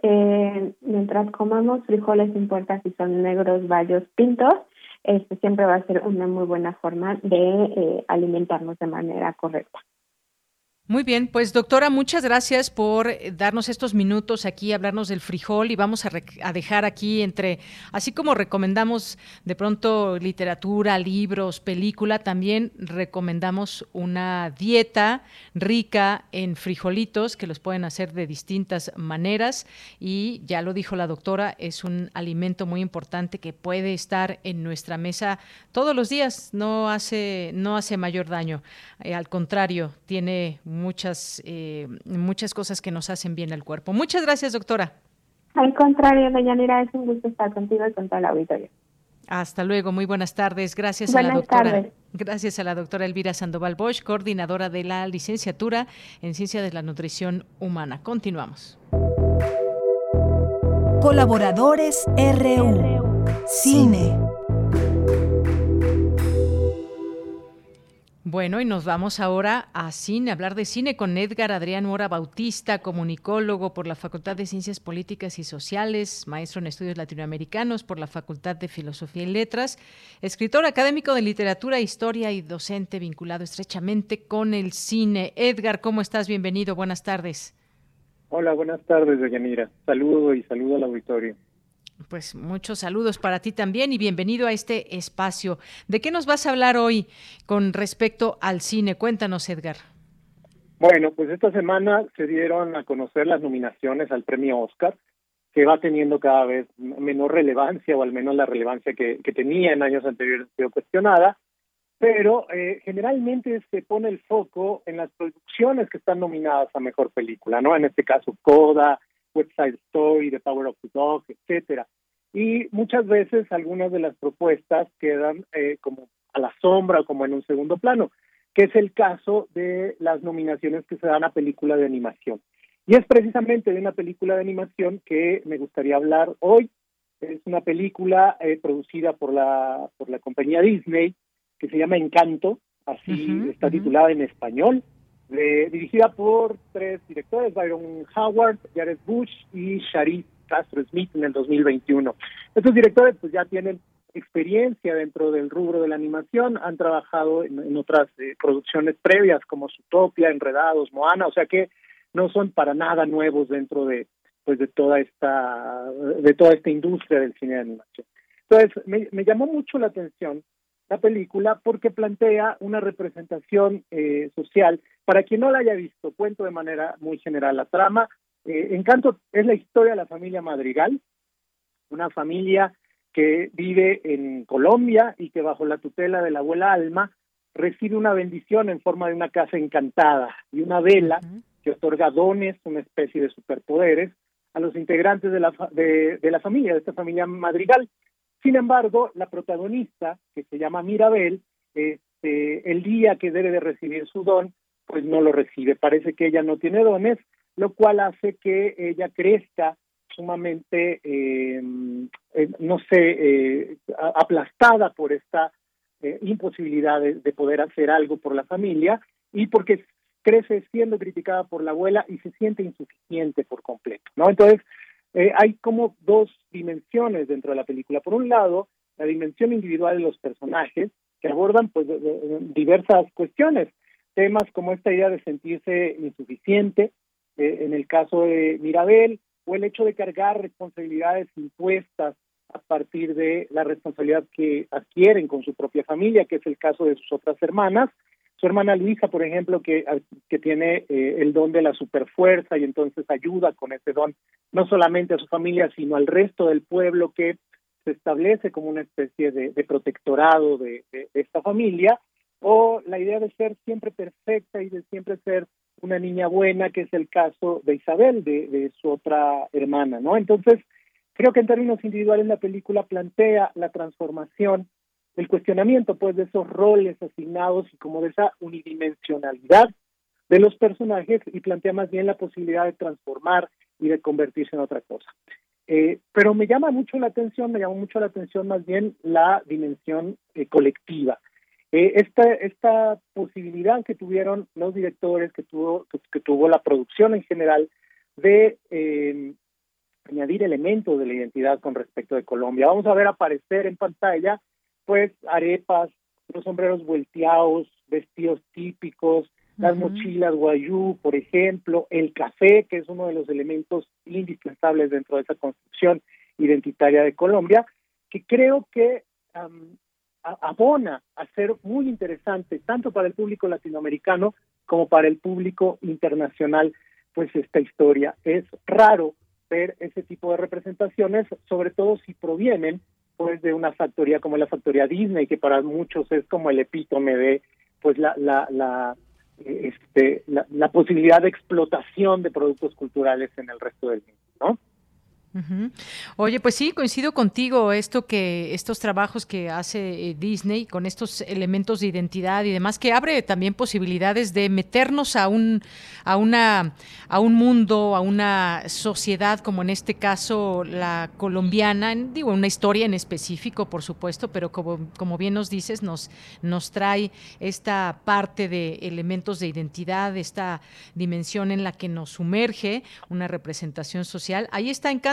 mientras comamos frijoles, no importa si son negros, bayos, pintos, siempre va a ser una muy buena forma de alimentarnos de manera correcta. Muy bien, pues doctora, muchas gracias por darnos estos minutos aquí, hablarnos del frijol y vamos a dejar aquí así como recomendamos de pronto literatura, libros, película, también recomendamos una dieta rica en frijolitos que los pueden hacer de distintas maneras y ya lo dijo la doctora, es un alimento muy importante que puede estar en nuestra mesa todos los días, no hace mayor daño, al contrario, tiene muchas cosas que nos hacen bien al cuerpo. Muchas gracias, doctora. Al contrario, doña Nira, es un gusto estar contigo y con toda la auditoría. Hasta luego, muy buenas tardes. Gracias a la doctora. Gracias a la doctora Elvira Sandoval Bosch, coordinadora de la licenciatura en Ciencia de la Nutrición Humana. Continuamos. Colaboradores RU. Cine. Bueno, y nos vamos ahora a cine, a hablar de cine con Edgar Adrián Mora Bautista, comunicólogo por la Facultad de Ciencias Políticas y Sociales, maestro en Estudios Latinoamericanos por la Facultad de Filosofía y Letras, escritor académico de literatura e historia y docente vinculado estrechamente con el cine. Edgar, ¿cómo estás? Bienvenido, buenas tardes. Hola, buenas tardes, doña Nira. Saludo al auditorio. Pues muchos saludos para ti también y bienvenido a este espacio. ¿De qué nos vas a hablar hoy con respecto al cine? Cuéntanos, Edgar. Bueno, pues esta semana se dieron a conocer las nominaciones al premio Oscar, que va teniendo cada vez menor relevancia, o al menos la relevancia que tenía en años anteriores ha sido cuestionada, pero generalmente se pone el foco en las producciones que están nominadas a Mejor Película, ¿no? En este caso, Coda, West Side Story, The Power of the Dog, etcétera. Y muchas veces algunas de las propuestas quedan como a la sombra, como en un segundo plano, que es el caso de las nominaciones que se dan a película de animación. Y es precisamente de una película de animación que me gustaría hablar hoy. Es una película producida por la compañía Disney, que se llama Encanto, así está titulada en español, dirigida por 3 directores, Byron Howard, Jared Bush y Sharif Castro Smith en el 2021. Estos directores pues ya tienen experiencia dentro del rubro de la animación, han trabajado en otras producciones previas como Zootopia, Enredados, Moana, o sea que no son para nada nuevos dentro de toda esta industria del cine de animación. Entonces me llamó mucho la atención la película porque plantea una representación social. Para quien no la haya visto, cuento de manera muy general la trama. Encanto es la historia de la familia Madrigal, una familia que vive en Colombia y que bajo la tutela de la abuela Alma recibe una bendición en forma de una casa encantada y una vela que otorga dones, una especie de superpoderes, a los integrantes de la familia, de esta familia Madrigal. Sin embargo, la protagonista, que se llama Mirabel, el día que debe de recibir su don, pues no lo recibe. Parece que ella no tiene dones, lo cual hace que ella crezca sumamente, aplastada por esta imposibilidad de poder hacer algo por la familia, y porque crece siendo criticada por la abuela y se siente insuficiente por completo, ¿no? Entonces, hay como 2 dimensiones dentro de la película. Por un lado, la dimensión individual de los personajes, que abordan pues diversas cuestiones, temas como esta idea de sentirse insuficiente, en el caso de Mirabel, o el hecho de cargar responsabilidades impuestas a partir de la responsabilidad que adquieren con su propia familia, que es el caso de sus otras hermanas. Su hermana Luisa, por ejemplo, que tiene el don de la superfuerza y entonces ayuda con ese don no solamente a su familia, sino al resto del pueblo, que se establece como una especie de protectorado de esta familia, o la idea de ser siempre perfecta y de siempre ser una niña buena, que es el caso de Isabel, de su otra hermana, ¿no? Entonces, creo que en términos individuales la película plantea la transformación, el cuestionamiento pues de esos roles asignados y como de esa unidimensionalidad de los personajes, y plantea más bien la posibilidad de transformar y de convertirse en otra cosa. Pero me llamó mucho la atención más bien la dimensión colectiva. Esta posibilidad que tuvieron los directores, que tuvo la producción en general, de añadir elementos de la identidad con respecto de Colombia. Vamos a ver aparecer en pantalla pues arepas, los sombreros volteados, vestidos típicos, las mochilas guayú, por ejemplo, el café, que es uno de los elementos indispensables dentro de esa construcción identitaria de Colombia, que creo que abona a ser muy interesante tanto para el público latinoamericano como para el público internacional, pues esta historia. Es raro ver ese tipo de representaciones, sobre todo si provienen pues de una factoría como la factoría Disney, que para muchos es como el epítome de pues la posibilidad de explotación de productos culturales en el resto del mundo, ¿no? Oye, pues sí, coincido contigo, estos trabajos que hace Disney con estos elementos de identidad y demás, que abre también posibilidades de meternos a un mundo, a una sociedad, como en este caso la colombiana, una historia en específico, por supuesto, pero como bien nos dices, nos trae esta parte de elementos de identidad, esta dimensión en la que nos sumerge una representación social. Ahí está Encanto,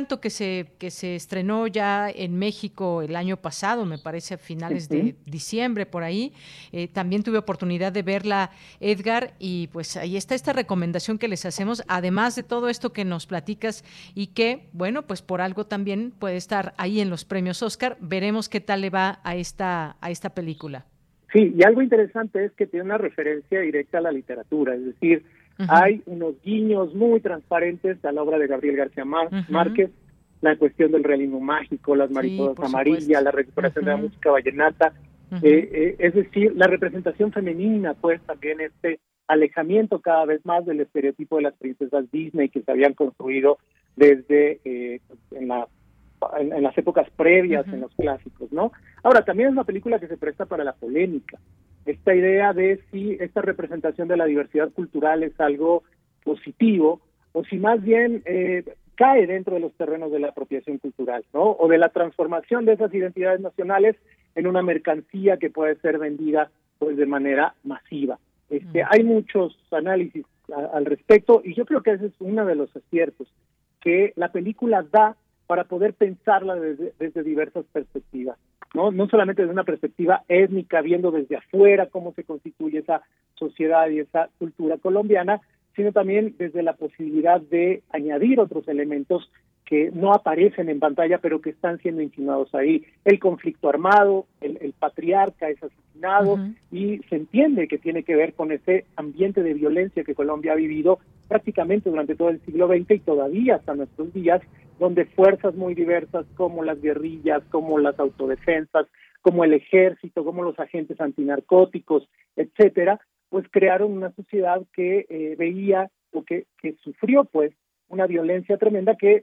Encanto, que se estrenó ya en México el año pasado, me parece a finales de diciembre, por ahí. También tuve oportunidad de verla, Edgar, y pues ahí está esta recomendación que les hacemos, además de todo esto que nos platicas y que, bueno, pues por algo también puede estar ahí en los premios Oscar. Veremos qué tal le va a esta película. Sí, y algo interesante es que tiene una referencia directa a la literatura, es decir, hay unos guiños muy transparentes a la obra de Gabriel García Márquez, la cuestión del realismo mágico, las mariposas amarillas, la recuperación de la música vallenata, es decir, la representación femenina, pues también este alejamiento cada vez más del estereotipo de las princesas Disney que se habían construido desde en las épocas previas, en los clásicos, ¿no? Ahora, también es una película que se presta para la polémica. Esta idea de si esta representación de la diversidad cultural es algo positivo o si más bien cae dentro de los terrenos de la apropiación cultural, ¿no? O de la transformación de esas identidades nacionales en una mercancía que puede ser vendida pues de manera masiva. Hay muchos análisis al respecto y yo creo que ese es uno de los aciertos que la película da para poder pensarla desde diversas perspectivas, ¿no? No solamente desde una perspectiva étnica, viendo desde afuera cómo se constituye esa sociedad y esa cultura colombiana, sino también desde la posibilidad de añadir otros elementos que no aparecen en pantalla, pero que están siendo insinuados ahí. El conflicto armado, el patriarca es asesinado, y se entiende que tiene que ver con ese ambiente de violencia que Colombia ha vivido prácticamente durante todo el siglo XX y todavía hasta nuestros días, donde fuerzas muy diversas como las guerrillas, como las autodefensas, como el ejército, como los agentes antinarcóticos, etcétera, pues crearon una sociedad que veía o que sufrió pues una violencia tremenda que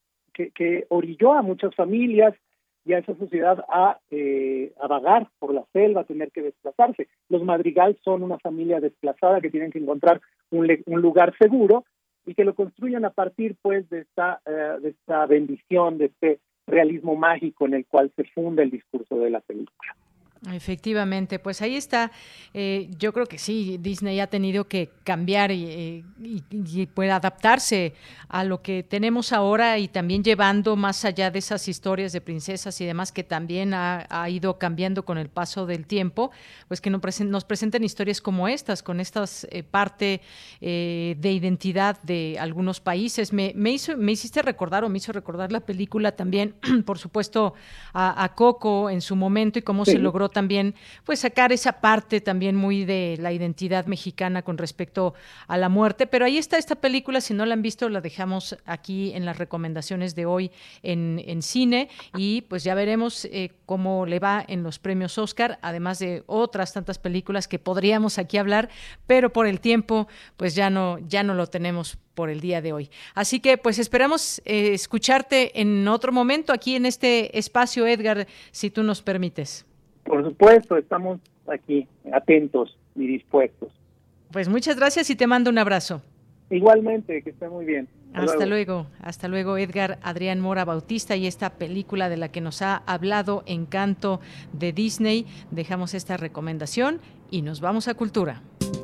orilló a muchas familias y a esa sociedad a vagar por la selva, a tener que desplazarse. Los Madrigal son una familia desplazada que tienen que encontrar un lugar seguro y que lo construyen a partir pues de esta bendición, de este realismo mágico en el cual se funda el discurso de la película. Efectivamente, pues ahí está. Yo creo que sí, Disney ha tenido que cambiar y puede adaptarse a lo que tenemos ahora y también llevando más allá de esas historias de princesas y demás que también ha ido cambiando con el paso del tiempo, pues que nos presenten historias como estas, con estas parte de identidad de algunos países. Me hizo recordar la película también, por supuesto, a Coco en su momento y cómo se logró también pues sacar esa parte también muy de la identidad mexicana con respecto a la muerte, pero ahí está esta película, si no la han visto la dejamos aquí en las recomendaciones de hoy en cine y pues ya veremos cómo le va en los premios Oscar, además de otras tantas películas que podríamos aquí hablar, pero por el tiempo pues ya no lo tenemos por el día de hoy. Así que pues esperamos escucharte en otro momento aquí en este espacio, Edgar, si tú nos permites. Por supuesto, estamos aquí atentos y dispuestos. Pues muchas gracias y te mando un abrazo. Igualmente, que esté muy bien. Hasta luego, Edgar Adrián Mora Bautista, y esta película de la que nos ha hablado, Encanto, de Disney. Dejamos esta recomendación y nos vamos a Cultura.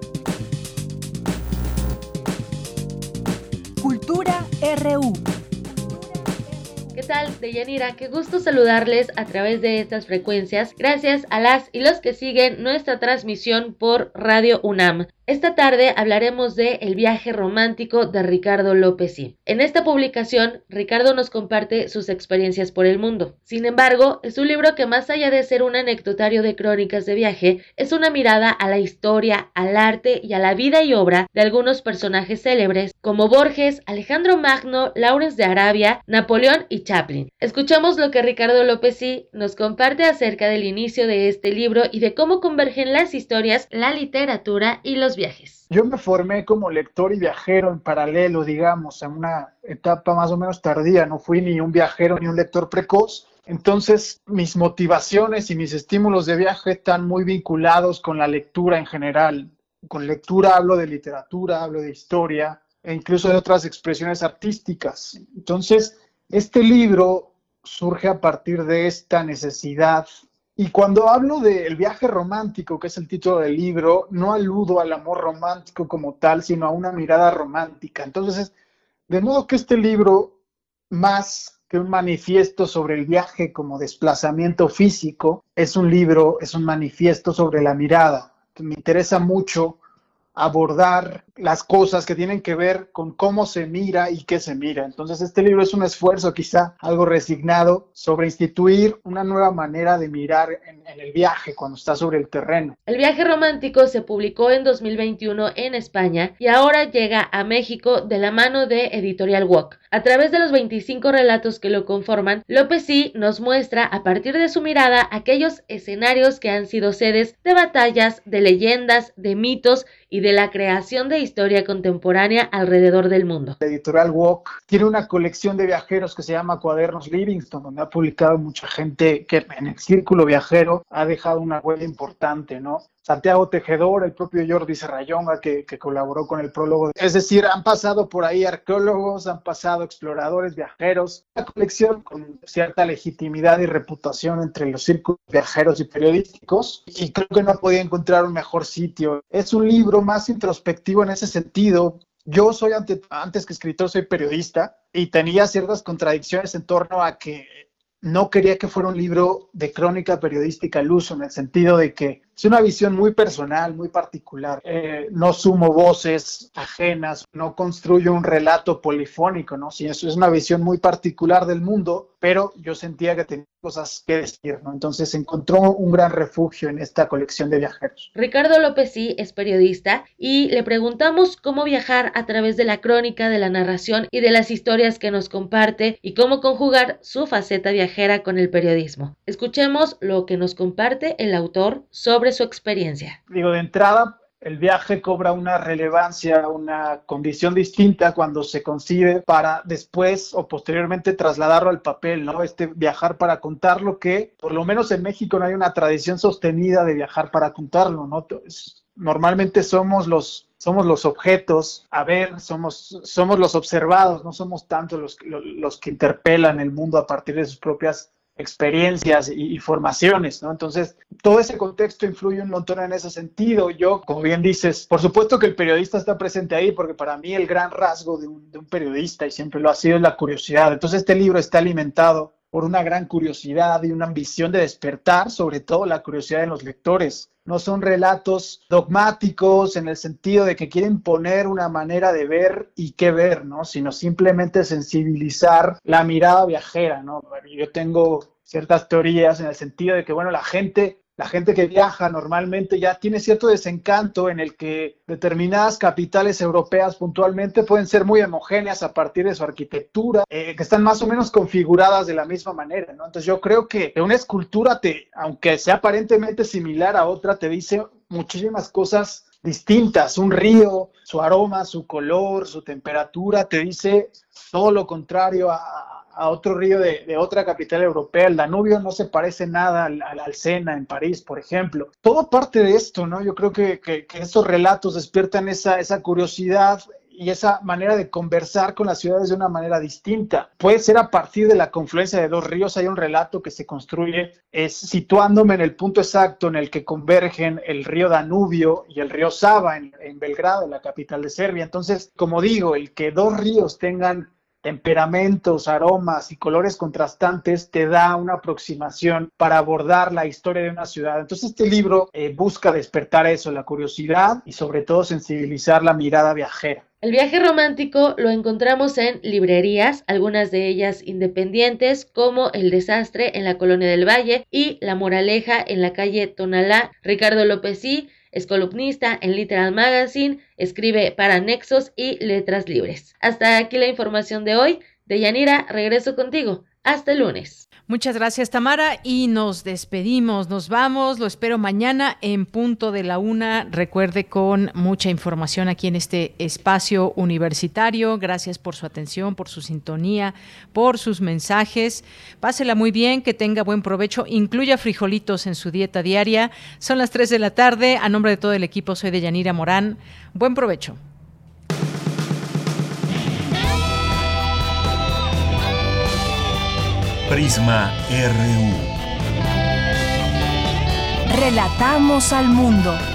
Cultura RU. ¿Qué tal, Deyanira? Qué gusto saludarles a través de estas frecuencias. Gracias a las y los que siguen nuestra transmisión por Radio UNAM. Esta tarde hablaremos de El viaje romántico de Ricardo Lopezzi. En esta publicación, Ricardo nos comparte sus experiencias por el mundo. Sin embargo, es un libro que más allá de ser un anecdotario de crónicas de viaje, es una mirada a la historia, al arte y a la vida y obra de algunos personajes célebres como Borges, Alejandro Magno, Lawrence de Arabia, Napoleón y Chaplin. Escuchamos lo que Ricardo Lopezzi nos comparte acerca del inicio de este libro y de cómo convergen las historias, la literatura y los viajes. Yo me formé como lector y viajero en paralelo, digamos, en una etapa más o menos tardía. No fui ni un viajero ni un lector precoz. Entonces, mis motivaciones y mis estímulos de viaje están muy vinculados con la lectura en general. Con lectura hablo de literatura, hablo de historia e incluso de otras expresiones artísticas. Entonces, este libro surge a partir de esta necesidad. Y cuando hablo del viaje romántico, que es el título del libro, no aludo al amor romántico como tal, sino a una mirada romántica. Entonces, de modo que este libro más que un manifiesto sobre el viaje como desplazamiento físico, es un libro, es un manifiesto sobre la mirada. Me interesa mucho abordar las cosas que tienen que ver con cómo se mira y qué se mira. Entonces este libro es un esfuerzo, quizá algo resignado, sobre instituir una nueva manera de mirar en el viaje cuando está sobre el terreno. El viaje romántico se publicó en 2021 en España y ahora llega a México de la mano de Editorial Wok. A través de los 25 relatos que lo conforman, Lopezí nos muestra a partir de su mirada aquellos escenarios que han sido sedes de batallas, de leyendas, de mitos y de la creación de historia contemporánea alrededor del mundo. La Editorial Wok tiene una colección de viajeros que se llama Cuadernos Livingston, donde ha publicado mucha gente que en el círculo viajero ha dejado una huella importante, ¿no? Santiago Tejedor, el propio Jordi Serrallonga que colaboró con el prólogo. Es decir, han pasado por ahí arqueólogos, han pasado exploradores, viajeros. Una colección con cierta legitimidad y reputación entre los círculos viajeros y periodísticos, y creo que no podía encontrar un mejor sitio. Es un libro más introspectivo en ese sentido. Yo soy, antes que escritor, soy periodista y tenía ciertas contradicciones en torno a que no quería que fuera un libro de crónica periodística al uso, en el sentido de que es una visión muy personal, muy particular. No sumo voces ajenas, no construyo un relato polifónico, ¿no? Sí, eso es una visión muy particular del mundo, pero yo sentía que tenía cosas que decir, ¿no? Entonces encontró un gran refugio en esta colección de viajeros. Ricardo Lopezí es periodista y le preguntamos cómo viajar a través de la crónica, de la narración y de las historias que nos comparte y cómo conjugar su faceta viajera con el periodismo. Escuchemos lo que nos comparte el autor sobre su experiencia. Digo, de entrada, el viaje cobra una relevancia, una condición distinta cuando se concibe para después o posteriormente trasladarlo al papel, ¿no? Viajar para contarlo, que por lo menos en México no hay una tradición sostenida de viajar para contarlo, ¿no? Normalmente somos los objetos a ver, somos los observados, no somos tanto los que interpelan el mundo a partir de sus propias experiencias y formaciones, ¿no? Entonces, todo ese contexto influye un montón en ese sentido. Yo, como bien dices, por supuesto que el periodista está presente ahí, porque para mí el gran rasgo de un periodista, y siempre lo ha sido, es la curiosidad. Entonces, este libro está alimentado por una gran curiosidad y una ambición de despertar, sobre todo, la curiosidad en los lectores. No son relatos dogmáticos en el sentido de que quieren poner una manera de ver y qué ver, ¿no? Sino simplemente sensibilizar la mirada viajera, ¿no? Yo tengo ciertas teorías en el sentido de que, bueno, la gente que viaja normalmente ya tiene cierto desencanto en el que determinadas capitales europeas puntualmente pueden ser muy homogéneas a partir de su arquitectura, que están más o menos configuradas de la misma manera, ¿no? Entonces yo creo que una escultura, aunque sea aparentemente similar a otra, te dice muchísimas cosas distintas. Un río, su aroma, su color, su temperatura, te dice todo lo contrario a otro río de otra capital europea. El Danubio no se parece nada al Sena en París, por ejemplo. Todo parte de esto, ¿no? Yo creo que estos relatos despiertan esa curiosidad y esa manera de conversar con las ciudades de una manera distinta. Puede ser a partir de la confluencia de dos ríos. Hay un relato que se construye situándome en el punto exacto en el que convergen el río Danubio y el río Sava en Belgrado, la capital de Serbia. Entonces, como digo, el que dos ríos tengan temperamentos, aromas y colores contrastantes te da una aproximación para abordar la historia de una ciudad. Entonces este libro busca despertar eso, la curiosidad y sobre todo sensibilizar la mirada viajera. El viaje romántico lo encontramos en librerías, algunas de ellas independientes, como El Desastre en la Colonia del Valle y La Moraleja en la calle Tonalá. Ricardo Lopezí es columnista en Literal Magazine, escribe para Nexos y Letras Libres. Hasta aquí la información de hoy. Deyanira, regreso contigo. Hasta el lunes. Muchas gracias, Tamara, y nos despedimos, nos vamos, lo espero mañana en punto de la 1:00. Recuerde, con mucha información aquí en este espacio universitario. Gracias por su atención, por su sintonía, por sus mensajes. Pásela muy bien, que tenga buen provecho, incluya frijolitos en su dieta diaria. Son las 3 de la tarde, a nombre de todo el equipo soy Deyanira Morán. Buen provecho. Prisma RU. Relatamos al mundo.